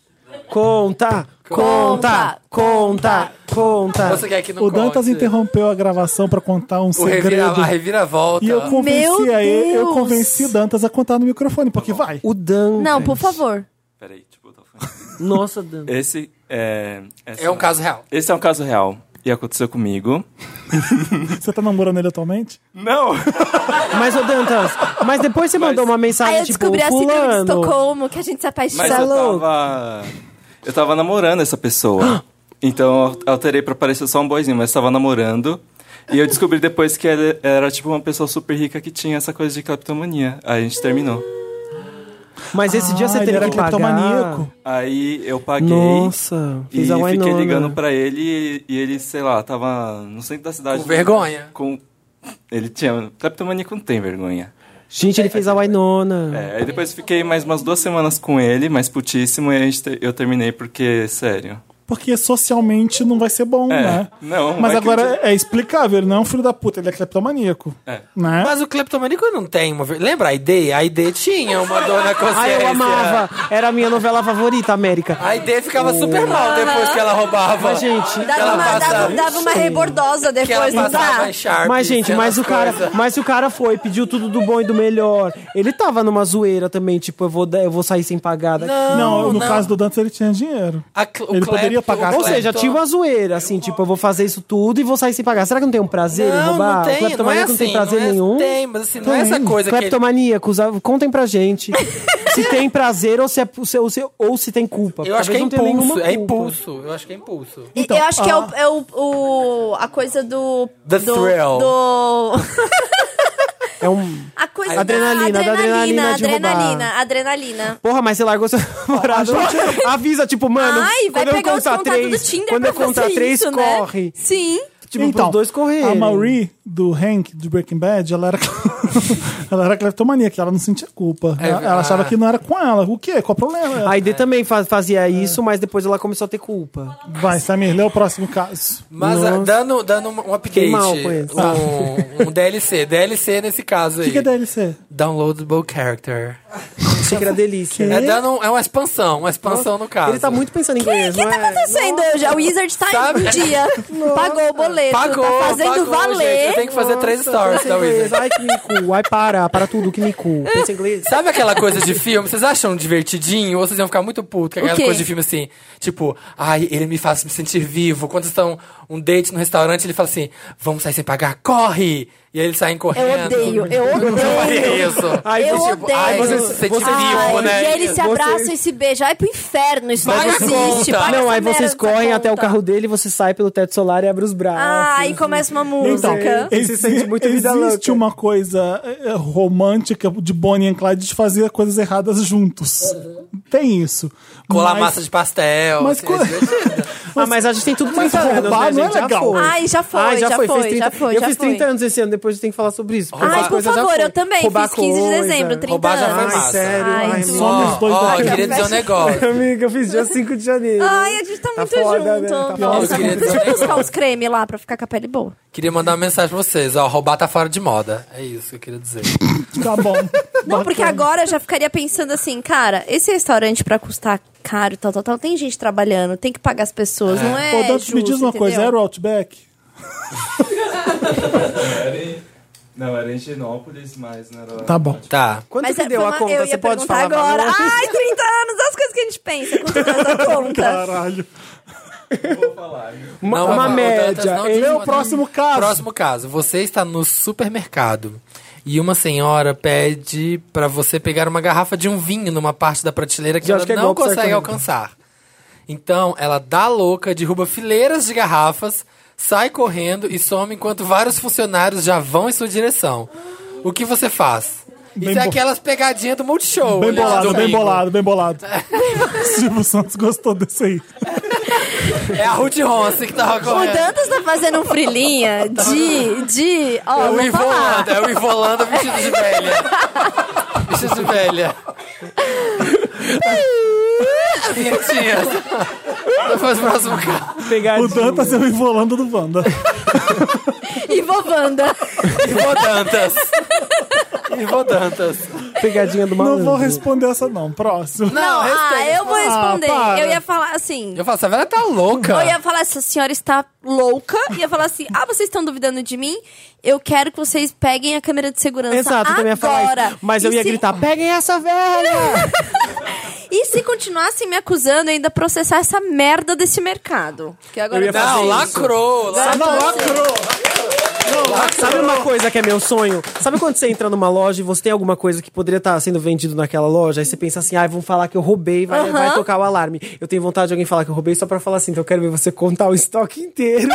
Conta, conta, conta, conta. Você quer que não O Dantas conte? interrompeu a gravação pra contar um O revira, segredo. a reviravolta. E eu convenci Meu a ele, eu Deus! convenci o Dantas a contar no microfone, porque vai. O Dantas. Não, por favor. Peraí, tipo, eu tô falando. Nossa, Dantas. Esse é. essa- É um caso real. Esse é um caso real. E aconteceu comigo. Você tá namorando ele atualmente? Não! Mas, ô Dantas, mas depois você mandou uma mensagem, Aí eu tipo, descobri a síndrome de fulano... Estocolmo, que a gente se apaixona. Mas eu louco. tava. Eu tava namorando essa pessoa. Então eu alterei pra parecer só um boyzinho, mas tava namorando. E eu descobri depois que ela era tipo uma pessoa super rica que tinha essa coisa de cleptomania. Aí a gente terminou. Mas esse dia Ah, você ele teve era que pagar... cleptomaníaco. Aí eu paguei. Nossa, E fez a fiquei Wynonna. ligando pra ele e, e ele, sei lá, tava no centro da cidade. Com vergonha. Com... Ele tinha. Cleptomaníaco não tem vergonha. Gente, ele fez a Wynonna. É, aí depois fiquei mais umas duas semanas com ele, mais putíssimo, e a gente te- eu terminei porque, sério. Porque socialmente não vai ser bom, É, né? não, Mas é que agora o dia- é explicável, ele não é um filho da puta, ele é cleptomaníaco. É. Né? Mas o cleptomaníaco não tem uma... ver- Lembra a I D? A I D tinha uma dor na consciência. Ai, eu amava. Era a minha novela favorita, América. A I D ficava super mal depois que ela roubava. Mas, gente... Dava Ela uma, passa- dava, dava uma rebordosa Que ela depois, não passava dá? em Sharp. Mas, gente, sendo mas o, as cara, coisas. mas o cara foi, pediu tudo do bom e do melhor. Ele tava numa zoeira também, tipo, eu vou, dar- eu vou sair sem pagar daqui. Não, Não, no não. caso do Dantas ele tinha dinheiro. A cl- o Ele poderia ia pagar. Ou Clapton. seja, tinha uma zoeira, assim, tipo, eu vou fazer isso tudo e vou sair sem pagar. Será que não tem um prazer em Não, roubar? não tem, não é Cleptomaníaco assim. não tem prazer não é, nenhum? Tem, mas assim, não é essa coisa que... ele- Cleptomaníacos, ah, contem pra gente. Se tem prazer ou se, é, se, ou, se, ou se tem culpa. Eu acho que é Talvez não tenha impulso, nenhuma é culpa. impulso. Eu acho que é impulso. E Então, eu acho que é, o, ah. é o, o- a coisa do... The do, thrill. Do... É um... a coisa Adrenalina, da da adrenalina de adrenalina, roubar. adrenalina. Porra, mas você largou seu namorado. Avisa, tipo, mano, Ai, vai quando eu pegar os contar contatos do três, Tinder quando pra eu contar fazer três, isso, né? corre. Sim. Tipo, Então, pros dois correrem. a Marie, do Hank, do Breaking Bad, ela era, ela era cleptomaníaca, ela não sentia culpa. É, ela, ela ah. achava que não era com ela. O quê? Qual o problema? A Aide também fa- fazia isso, mas depois ela começou a ter culpa. Vai, Samir, lê o próximo caso. Mas Nossa. ah, dando, dando um update, Fiquei mal com isso. um, um D L C. D L C nesse caso O aí. que, que é D L C? Downloadable Character. Achei que era delícia. É, dando um- é uma expansão, uma expansão no caso. Ele tá muito pensando em inglês, O que não tá é? acontecendo hoje? A Wizard tá Sabe? em um dia. Pagou o boleto. Pagou, tá fazendo pagou, valer. gente. Eu tenho que fazer três stories Pensa da em inglês. Wizard. Ai, que mico. Ai, para. Para tudo, que mico. Pensa em inglês. Sabe aquela coisa de filme? Vocês acham divertidinho? Ou vocês iam ficar muito putos? com Aquela quê? coisa de filme assim, tipo, ai, ele me faz me sentir vivo. Quando estão um date no restaurante, ele fala assim, vamos sair sem pagar, corre! E aí eles saem correndo. Eu odeio, eu Eu faria odeio. isso. Ai, Eu você- odeio. Ai, você se sente vivo, Ai, né? E eles se Você- abraçam e se beijam. Vai pro inferno, isso Paga não a existe. conta. Paga Não, essa aí vocês merda correm dessa até o conta. carro dele, você sai pelo teto solar e abre os braços. Ah, e começa uma Então, música. Você se sente muito vida existe louca. uma coisa eh, romântica de Bonnie e Clyde de fazer coisas erradas juntos. Tem isso. Colar Mas- massa de pastel. Mas assim, co- é divertido. Ah, mas a gente tem tudo Mas trinta anos, né, roubar não é gente? Já legal. foi. Ai, já foi, Ai, já foi, fez trinta já foi, Eu já fiz foi. trinta anos esse ano, depois a gente tem que falar sobre isso. Ai, As por coisas já favor, foi. eu também Roubar fiz quinze de coisa. dezembro, trinta Roubar já foi anos. massa. sério? Ai, Ai, tudo. Somos dois Ó, daqui. eu queria dizer um negócio. Amiga, eu fiz dia cinco de janeiro. Ai, a gente tá muito foda, junto. né? Tá Nossa, foda. Eu queria deixa dizer eu um buscar os cremes lá pra ficar com a pele boa. Queria mandar uma mensagem pra vocês, ó. Roubar tá fora de moda. É isso que eu queria dizer. Tá bom. Não, porque agora eu já ficaria pensando assim, cara, esse restaurante pra custar caro, tal, tal, tal, tem gente trabalhando, tem que pagar as pessoas, não é Ô, Dantas, justo, me diz uma coisa, entendeu? era o Outback? Era em- Não, era em Higienópolis, mas não era... Tá bom. Tá. Quanto Mas que é, deu foi a uma- conta? eu ia Você pode perguntar falar agora. valor? Ai, trinta anos, as coisas que a gente pensa. Quanto deu essa conta? Caralho. Não vou falar. né? Uma, Não, uma mas- média. Dantas, não hein? diz Lê o uma- próximo caso. Próximo caso. Você está no supermercado e uma senhora pede pra você pegar uma garrafa de um vinho numa parte da prateleira que Eu ela acho que é não golpe, sai consegue correndo. alcançar. Então, ela dá louca, derruba fileiras de garrafas, sai correndo e some enquanto vários funcionários já vão em sua direção. O que você faz? Bem Isso é bo- aquelas pegadinhas do Multishow. Bem né, bolado, de bem domingo. bolado, bem bolado. Silvio Santos gostou desse aí. É a Ruth Ronce que tava O correndo. Dantas tá fazendo um frilinha de... de ó, É o vou Ivo falar. Holanda, é o Ivo Holanda vestido de velha. Vestido de velha. Vinhetinhas. Depois o próximo carro. Pegadinha. O Dantas é o Ivolando do Wanda. Ivo Wanda. Ivo Dantas. Ivo Dantas. Pegadinha do malandro. Não vou responder essa não. Próximo. Não, ah, respeita. eu vou responder. para. eu ia falar assim... Eu falo, essa velha tá louca. Eu ia falar, essa senhora está louca. E ia falar assim, ah, vocês estão duvidando de mim? Eu quero que vocês peguem a câmera de segurança Exato, eu também ia falar agora. isso. Mas E eu ia se- gritar, peguem essa velha! E se continuassem me acusando, eu ainda processar essa merda desse mercado? Que agora Eu ia tá- fazer Não, isso. lacrou. lacrou. Não, lacrou. Sabe uma coisa que é meu sonho? Sabe quando você entra numa loja e você tem alguma coisa que poderia estar sendo vendido naquela loja? Aí você pensa assim, ah, vão falar que eu roubei, vai, Aham. vai tocar o alarme. Eu tenho vontade de alguém falar que eu roubei só pra falar assim, então eu quero ver você contar o estoque inteiro.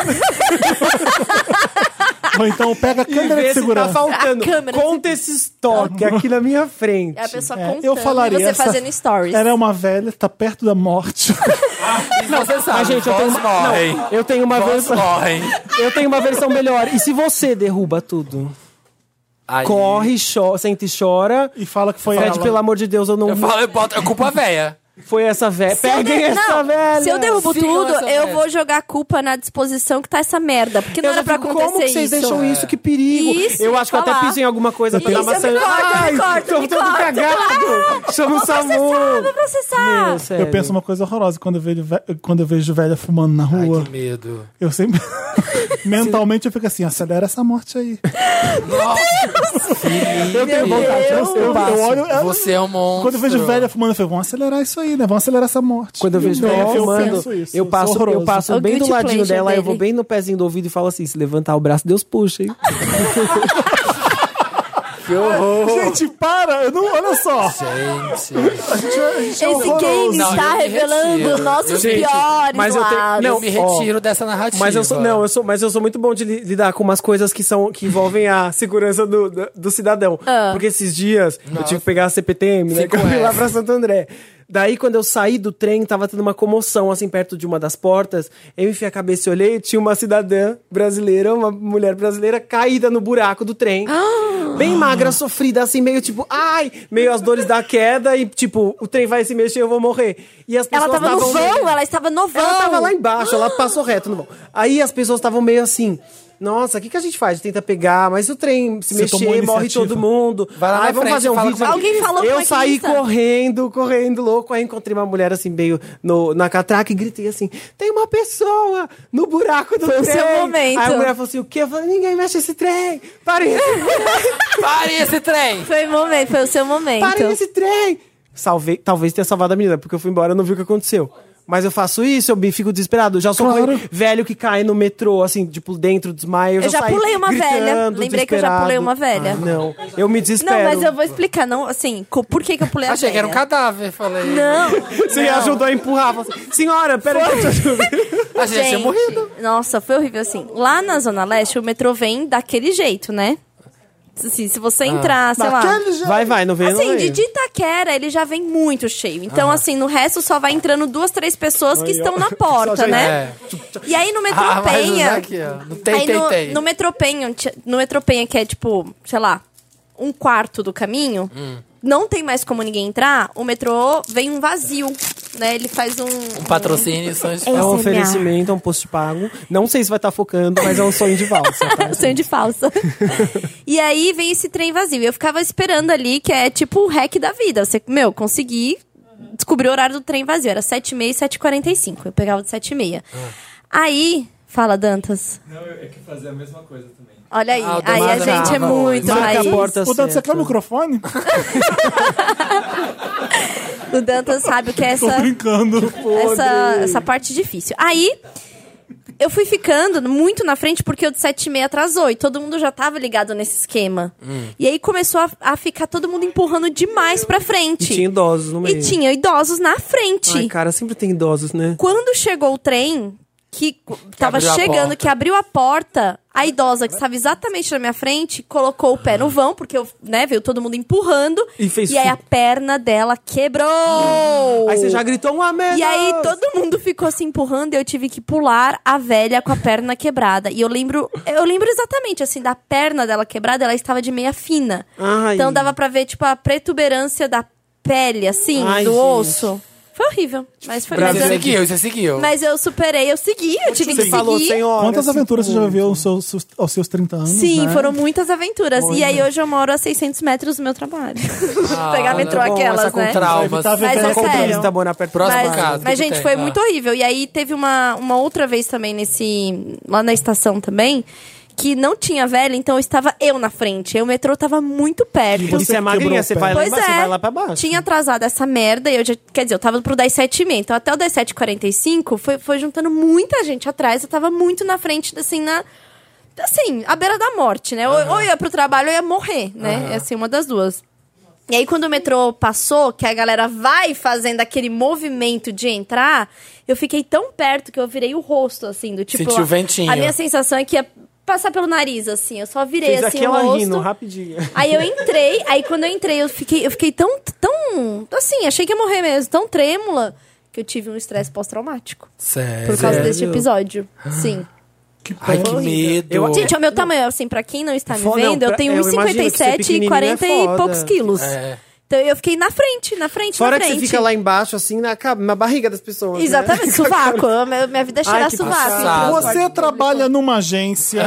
Ou então pega a E câmera de ver se tá segurança. faltando. A câmera de Conta esse estoque aqui na minha frente. É a pessoa É, contando eu falaria, e você essa- fazendo stories. Ela é uma velha, tá perto da morte. Não, você sabe. Ah, gente, eu tenho vós uma, morrem. não, eu tenho uma Vós versão. morrem. Eu tenho uma versão melhor. E se você derruba tudo? Aí, Corre, cho- sente e chora. E fala que foi Pede, ela. pelo amor de Deus, eu não Eu falo, eu boto, eu culpo a véia. Foi essa velha. Se eu Peguem de- essa não, velha. Se eu derrubo Sigam tudo, essa eu velha. vou jogar a culpa na disposição que tá essa merda. Porque não Eu era já pra fico, acontecer como que vocês isso. deixam isso? Que perigo. Isso, eu acho que eu até falar. piso em alguma coisa pra Isso, dar uma me corta, me corta, tô me todo corta. cagado. Chama o Vou processar, SAMU. vou processar. Meu, sério. Eu penso uma coisa horrorosa quando eu vejo, ve- quando eu vejo velha fumando na Ai, rua. que medo. Eu sempre. Mentalmente eu fico assim, acelera essa morte aí. Eu tenho vontade. Eu, Eu, eu, eu olho. eu- Você é um monstro. Quando eu vejo velha fumando, eu falo, vamos acelerar isso aí, né? Vamos acelerar essa morte. Quando eu vejo Nossa, ela eu filmando, penso isso, eu passo, sou eu horroroso. passo O bem do guilty ladinho pleasure dela, eu vou dele. bem no pezinho do ouvido e falo assim, se levantar o braço, Deus puxa, hein? Que horror! Gente, para! Eu não, olha só! Gente. A gente, a gente é Esse horroroso. game Não, está eu me revelando retiro. nossos Eu me retiro. piores Mas eu tenho- lados. Eu Não, me ó, retiro dessa narrativa. Mas eu sou, não, eu sou, mas eu sou muito bom de li- lidar com umas coisas que são que envolvem a segurança do, do, do cidadão. Ah. Porque esses dias eu Nossa. tive que pegar a C P T M, né? Cinco Que eu fui lá F. pra Santo André. Daí, quando eu saí do trem, tava tendo uma comoção, assim, perto de uma das portas. Eu enfiei a cabeça e olhei, tinha uma cidadã brasileira, uma mulher brasileira, caída no buraco do trem. Bem magra, sofrida, assim, meio tipo, ai, meio as dores da queda e, tipo, o trem vai se mexer, eu vou morrer. E as pessoas Ela tava no davam vão, meio- ela estava no vão. ela tava lá embaixo, ela passou reto no vão. Aí as pessoas estavam meio assim, nossa, o que, que a gente faz? Tenta pegar, mas o trem se Você tomou mexer, morre iniciativa. todo mundo. Vai lá na Ai, vamos frente, fazer um fala vídeo. com a Alguém falou com Eu a saí maquinista. correndo, correndo, louco. Aí encontrei uma mulher assim, meio no, na catraca e gritei assim, tem uma pessoa no buraco do Foi o trem. seu momento. Aí a mulher falou assim, o quê? Eu falei, ninguém mexe esse trem. Parem, Pare esse trem! Foi o momento, foi o seu momento. parem esse trem. Salvei, talvez tenha salvado a menina, porque eu fui embora e não vi o que aconteceu. Mas eu faço isso, eu me fico desesperado. Eu já sou Claro. aquele velho que cai no metrô, assim, tipo, dentro, desmaia. Eu, Eu já saí pulei uma gritando, velha. Lembrei que eu já desesperado. pulei uma velha. Ah, não, eu me desespero. Não, mas eu vou explicar, não, assim, co- por que que eu pulei a Achei que era um velha? cadáver, falei. Não, Você ajudou a empurrar. Falou assim, senhora, peraí que eu te ajudo. A gente tinha morrido. Nossa, foi horrível assim. Lá na Zona Leste, o metrô vem daquele jeito, né? Assim, se você entrar, sei lá... Daquele jeito. Vai, vai, não vem, não Assim, vem. de Itaquera, ele já vem muito cheio. Então, assim, no resto só vai entrando duas, três pessoas que Aí, ó. estão na porta, Só já- né? E aí no metrô Ah, mas Penha... aqui, ó. No tem, aí tem, no, tem. no metrô Penha, no metrô Penha, que é tipo, sei lá, um quarto do caminho, Hum. não tem mais como ninguém entrar, o metrô vem um vazio, né? Ele faz um... Um patrocínio, são É um S M R. oferecimento, é um post pago. Não sei se vai estar focando, mas é um sonho de valsa. Tá? Sonho de falsa. E aí vem esse trem vazio. E eu ficava esperando ali, que é tipo o hack da vida. Você, meu, consegui descobrir o horário do trem vazio. Era sete e meia e sete e quarenta e cinco. Eu pegava de sete e meia. Aí, fala, Dantas. Não, é que fazer a mesma coisa também. Olha aí, Ah, o aí a Dantas gente é amava muito Marca raiz. a porta O Dantas, você quer o certa. microfone? O Dantas sabe o que é Tô essa, brincando. essa, essa parte difícil. Aí, eu fui ficando muito na frente porque o de sete e meia atrasou. E todo mundo já tava ligado nesse esquema. E aí começou a, a ficar todo mundo empurrando demais pra E frente. tinha idosos no meio. E tinha idosos na frente. Ai, cara, sempre tem idosos, né? Quando chegou o trem, que, tava abriu a chegando, porta. que abriu a porta, a idosa que estava exatamente na minha frente colocou o pé no vão, porque eu, né, veio todo mundo empurrando. E fez E aí fu- a perna dela quebrou. Aí você já gritou uma merda. E aí todo mundo ficou se empurrando e eu tive que pular a velha com a perna quebrada. E eu lembro, eu lembro exatamente, assim, da perna dela quebrada, ela estava de meia fina. Ai. Então dava pra ver, tipo, a protuberância da pele, assim, Ai, do gente. osso. Foi horrível, mas foi... Pra Mas Você eu, seguiu, você seguiu. mas eu superei, eu segui, eu tive Você que falou, seguir. senhora. Quantas cinco aventuras você já minutos. viveu aos seus, aos seus trinta anos? Sim, né? foram muitas aventuras. E aí hoje eu moro a seiscentos metros do meu trabalho. Ah, Pegar metrô tá bom, aquelas, essa com né? traumas. Vai evitar Mas é ver sério. Eles tá bom na perto Próximo Mas, caso, mas que gente, tem? foi Ah. muito horrível. E aí teve uma, uma outra vez também nesse... Lá na estação também, que não tinha velha, então estava eu na frente. E o metrô tava muito perto. E você é magrinha, quebrou você o pé. vai lá, Pois embaixo, é, você vai lá pra baixo. tinha atrasado essa merda e eu já, quer dizer, eu tava pro das sete e meia, então até o das sete e quarenta e cinco foi, foi juntando muita gente atrás, eu tava muito na frente, assim, na... Assim, à beira da morte, né? Ou, ou eu ia pro trabalho ou eu ia morrer, né? É assim, uma das duas. E aí, quando o metrô passou, que a galera vai fazendo aquele movimento de entrar, eu fiquei tão perto que eu virei o rosto, assim, do tipo... Sentiu o a- ventinho. A minha sensação é que ia passar pelo nariz, assim, eu só virei, Fez assim, o aquela rosto. rindo, rapidinho. Aí eu entrei, aí quando eu entrei, eu fiquei, eu fiquei tão, tão, assim, achei que ia morrer mesmo, tão trêmula, que eu tive um estresse pós-traumático. Sério. Por causa Sério? deste episódio. Sim. Ai, que Horrível. medo. Eu- Gente, é o meu tamanho, assim, pra quem não está me Fo- não, vendo, eu pra- tenho eu um e cinquenta imagino e que ser sete e pequenininho quarenta é e foda. poucos quilos. É. Então eu fiquei na frente, na frente, Fora na que frente. você fica lá embaixo, assim, na, ca- na barriga das pessoas. né? Exatamente, sovaco. Eu- minha minha vida é cheirar Ai, que sovaco. passado. Você trabalha numa agência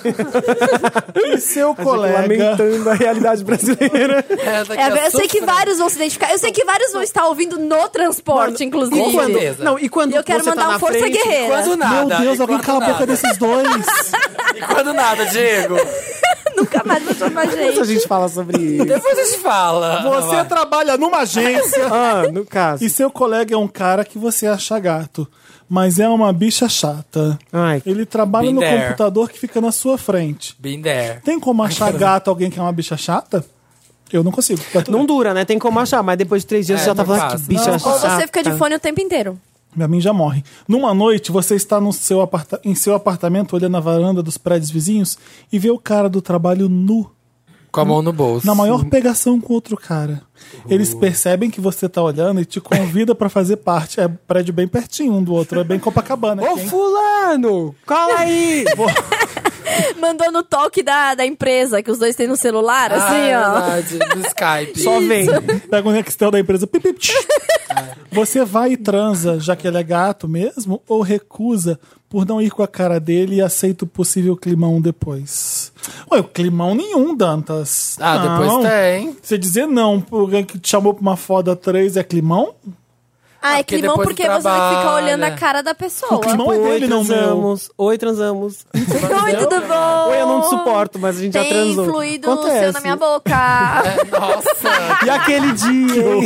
e seu colega... Lamentando a realidade brasileira. É, daqui É, a eu sei que sofrer. vários vão se identificar. Eu sei que vários vão estar ouvindo no transporte, inclusive. Com quando, certeza. não, e quando E eu quero você mandar tá um na Força frente, Guerreira. Quando nada. Meu Deus, e alguém quando cala a boca nada. desses dois. E quando nada, Diego. Nunca Nunca mais vou chamar Depois a gente. gente fala sobre isso. Depois a gente fala. Você Vai. trabalha numa agência Ah, no caso. e seu colega é um cara que você acha gato, mas é uma bicha chata. Ai, Ele trabalha Been no there. computador que fica na sua frente. Been there. Tem como achar gato alguém que é uma bicha chata? Eu não consigo. Tá tudo não bem. dura, né? Tem como achar, mas depois de três dias É, você já tá não falando passa. que bicha Não. chata. Ou você fica de fone o tempo inteiro. Pra mim já morre. Numa noite, você está no seu aparta- em seu apartamento olhando a varanda dos prédios vizinhos e vê o cara do trabalho nu, Com a mão no bolso. na maior pegação com outro cara. Eles percebem que você tá olhando e te convida pra fazer parte. É prédio bem pertinho um do outro, é bem Copacabana. Ô, aqui, hein? fulano! Cola aí! Mandou no toque da, da empresa, que os dois têm no celular, Ah, assim, é ó. verdade, do Skype. Só vem. Pega o Nextel da empresa. Pip, pip, tch. Você vai e transa, já que ele é gato mesmo, ou recusa por não ir com a cara dele e aceita o possível climão depois? Ué, climão nenhum, Dantas. Ah, Não. depois tem. Você dizer não por alguém que te chamou pra uma foda três é climão? Ah, é porque climão depois do porque você vai ficar trabalho, olhando a né? cara da pessoa. O climão é Oi, dele, não meu. transamos. Oi, transamos. Oi, tudo bom? Oi, eu não te suporto, mas a gente já Tem transou. fluido Acontece. seu na minha boca. Nossa, E aquele dia, hein?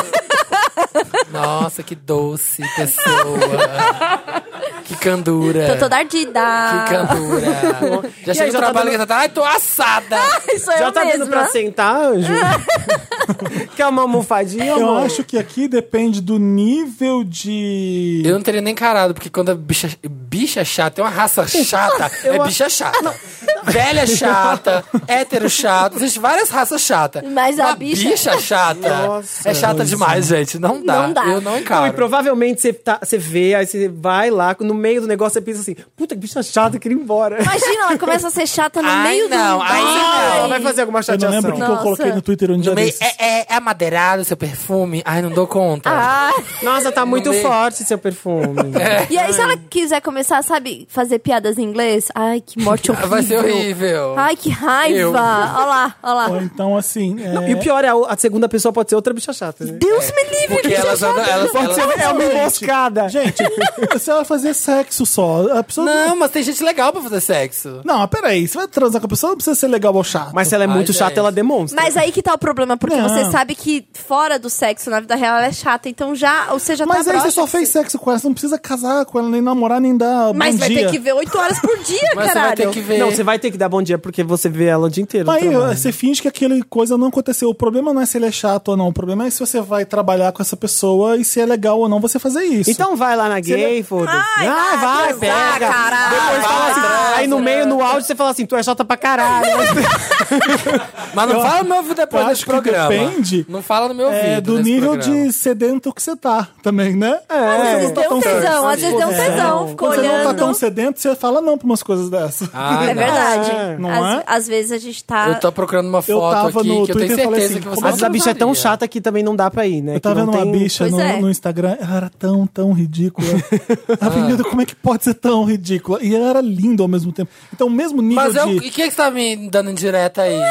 nossa, que doce pessoa. Que candura. Tô toda ardida. Que candura. Já E chega aí, no já tá trabalho dando- e tá, ai, tô assada. Isso Já eu tá mesma. dando pra sentar, Anjo? Quer uma almofadinha, Eu amor? acho que aqui depende do nível de. Eu não teria nem carado, porque quando a bicha, bicha chata é uma raça chata, é eu- bicha chata. Velha chata, hétero chato, existem várias raças chatas. Mas a Uma bicha- chata Nossa, é chata demais, gente. Não dá. Não dá. Eu não Não, encaro. e provavelmente você, tá, você vê, aí você vai lá, no meio do negócio você pensa assim, puta que bicha chata, eu queria ir embora. Imagina, ela começa a ser chata no Ai, meio não, do... ai, Ah, não. ela vai fazer alguma Eu não chateação. lembro o que, que eu Nossa. coloquei no Twitter um dia No meio, desses. é, é, é amadeirado o seu perfume? Ai, não dou conta. Ah, Nossa, tá muito meio- forte seu perfume. e aí, se ela quiser começar, sabe, fazer piadas em inglês? Ai, que morte horrível. Vai ser horrível. Ai, que raiva. Eu. Olha lá, olha lá. Ou então, assim. é- E o pior é a, a segunda pessoa pode ser outra bicha chata, né? Deus me livre, Porque bicha elas chata. andam. Elas, Pode elas- ser é uma emboscada. Gente, você vai fazer sexo só. A pessoa. Não, mas tem gente legal pra fazer sexo. Não, mas peraí. Você vai transar com a pessoa, não precisa ser legal ou chato. Mas se ela é Ai, muito chata, gente. ela demonstra. Mas aí que tá o problema, porque Não. você sabe que fora do sexo, na vida real, ela é chata. Então já, ou seja, Mas tá aí você broxa só que fez você- sexo com ela, você não precisa casar com ela, nem namorar, nem dar Mas bom vai dia. ter que ver oito horas por dia, Mas você caralho. vai ter que ver. Não, você vai ter que dar bom dia porque você vê ela o dia inteiro. no Aí trabalho. você finge que aquela coisa não aconteceu. O problema não é se ele é chato ou não. O problema é se você vai trabalhar com essa pessoa e se é legal ou não você fazer isso. Então vai lá na gay, foda-se. Ai, Ah, vai vai, transar, pega. caralho. Depois fala assim, Vai, aí no transa. meio, no áudio, você fala assim, tu é chata pra caralho. Mas não Eu- fala no meu ouvido depois eu desse acho que programa. depende, Não fala no meu ouvido. É do nesse nível programa. de sedento que você tá também, né? Às Você vezes não tá deu um tão tesão, às vezes deu um sedento. tesão. Ficou Quando você não tá olhando. tão sedento, você fala não pra umas coisas dessas. Ah, É não. verdade. É, não às, é? às vezes a gente tá... Eu tô procurando uma Eu foto tava aqui no que eu tenho Twitter e falei certeza assim, que você como Às vezes a bicha é tão transaria. chata que também não dá pra ir, né? Eu Que tava não vendo uma tem- bicha Pois no, é. no Instagram, ela era tão, tão ridícula. A menina, como é que pode ser tão ridícula? E ela era linda ao mesmo tempo. Então, o mesmo nível Mas eu, de... e o que, que você tá me dando indireta aí?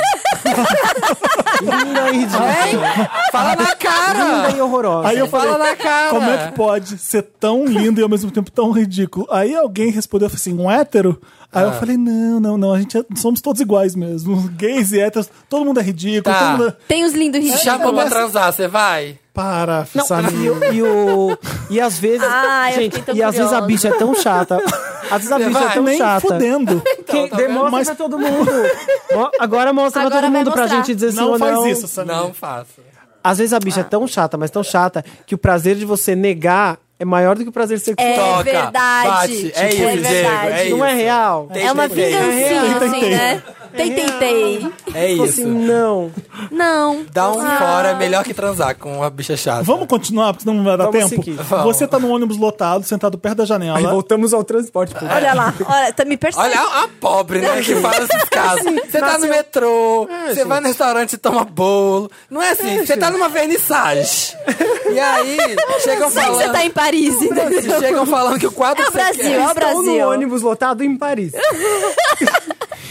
Linda e ridícula. Hein? Fala na cara! Linda e horrorosa. Aí eu falei, Fala na cara. como é que pode ser tão lindo e ao mesmo tempo tão ridículo? Aí alguém respondeu assim, um hétero? Aí eu falei, não, não, não, a gente é- somos todos iguais mesmo. Gays e héteros, todo mundo é ridículo. Tá. Todo mundo é... Tem os lindos Se ridículos. chamou pra transar, você vai? Para, Não, Samir. e, o- e, o, e às vezes. Ah, eu gente, fiquei tão e às vezes a curiosa. bicha é tão chata. Às vezes a Você bicha é vai? tão Nem chata. fudendo. Que tá demonstra Mas- pra todo mundo. Mo- Agora mostra Agora pra todo vai mundo pra mostrar. gente dizer sim Não ou faz não. isso, Samir. Não faço. Às vezes a bicha é tão chata, mas tão chata, que o prazer de você negar é maior do que o prazer sexual. É Toca, verdade. bate. É Tipo, isso, é Diego, verdade. é isso. Não é real? É uma Tentei. vingancinha, É, assim, tentei. né? Tem, tentei. É Tipo isso. assim, não. Não. Dá um Ah. fora é melhor que transar com uma bicha chata. Vamos continuar, porque senão não vai dar Vamos tempo. seguir. Vamos. Você tá num ônibus lotado, sentado perto da janela. Aí voltamos ao transporte público. Olha lá, olha, tá- me percebe. Olha a, a pobre, né, que fala esses casos. Você tá no nasceu- metrô, você vai no restaurante e toma bolo. Não é assim, você tá numa vernissage. E aí, chegam Você falando... tá em Paris, entendeu? Chegam falando que o quadro É o que você Brasil, quer- é o Estou Brasil. no ônibus lotado em Paris.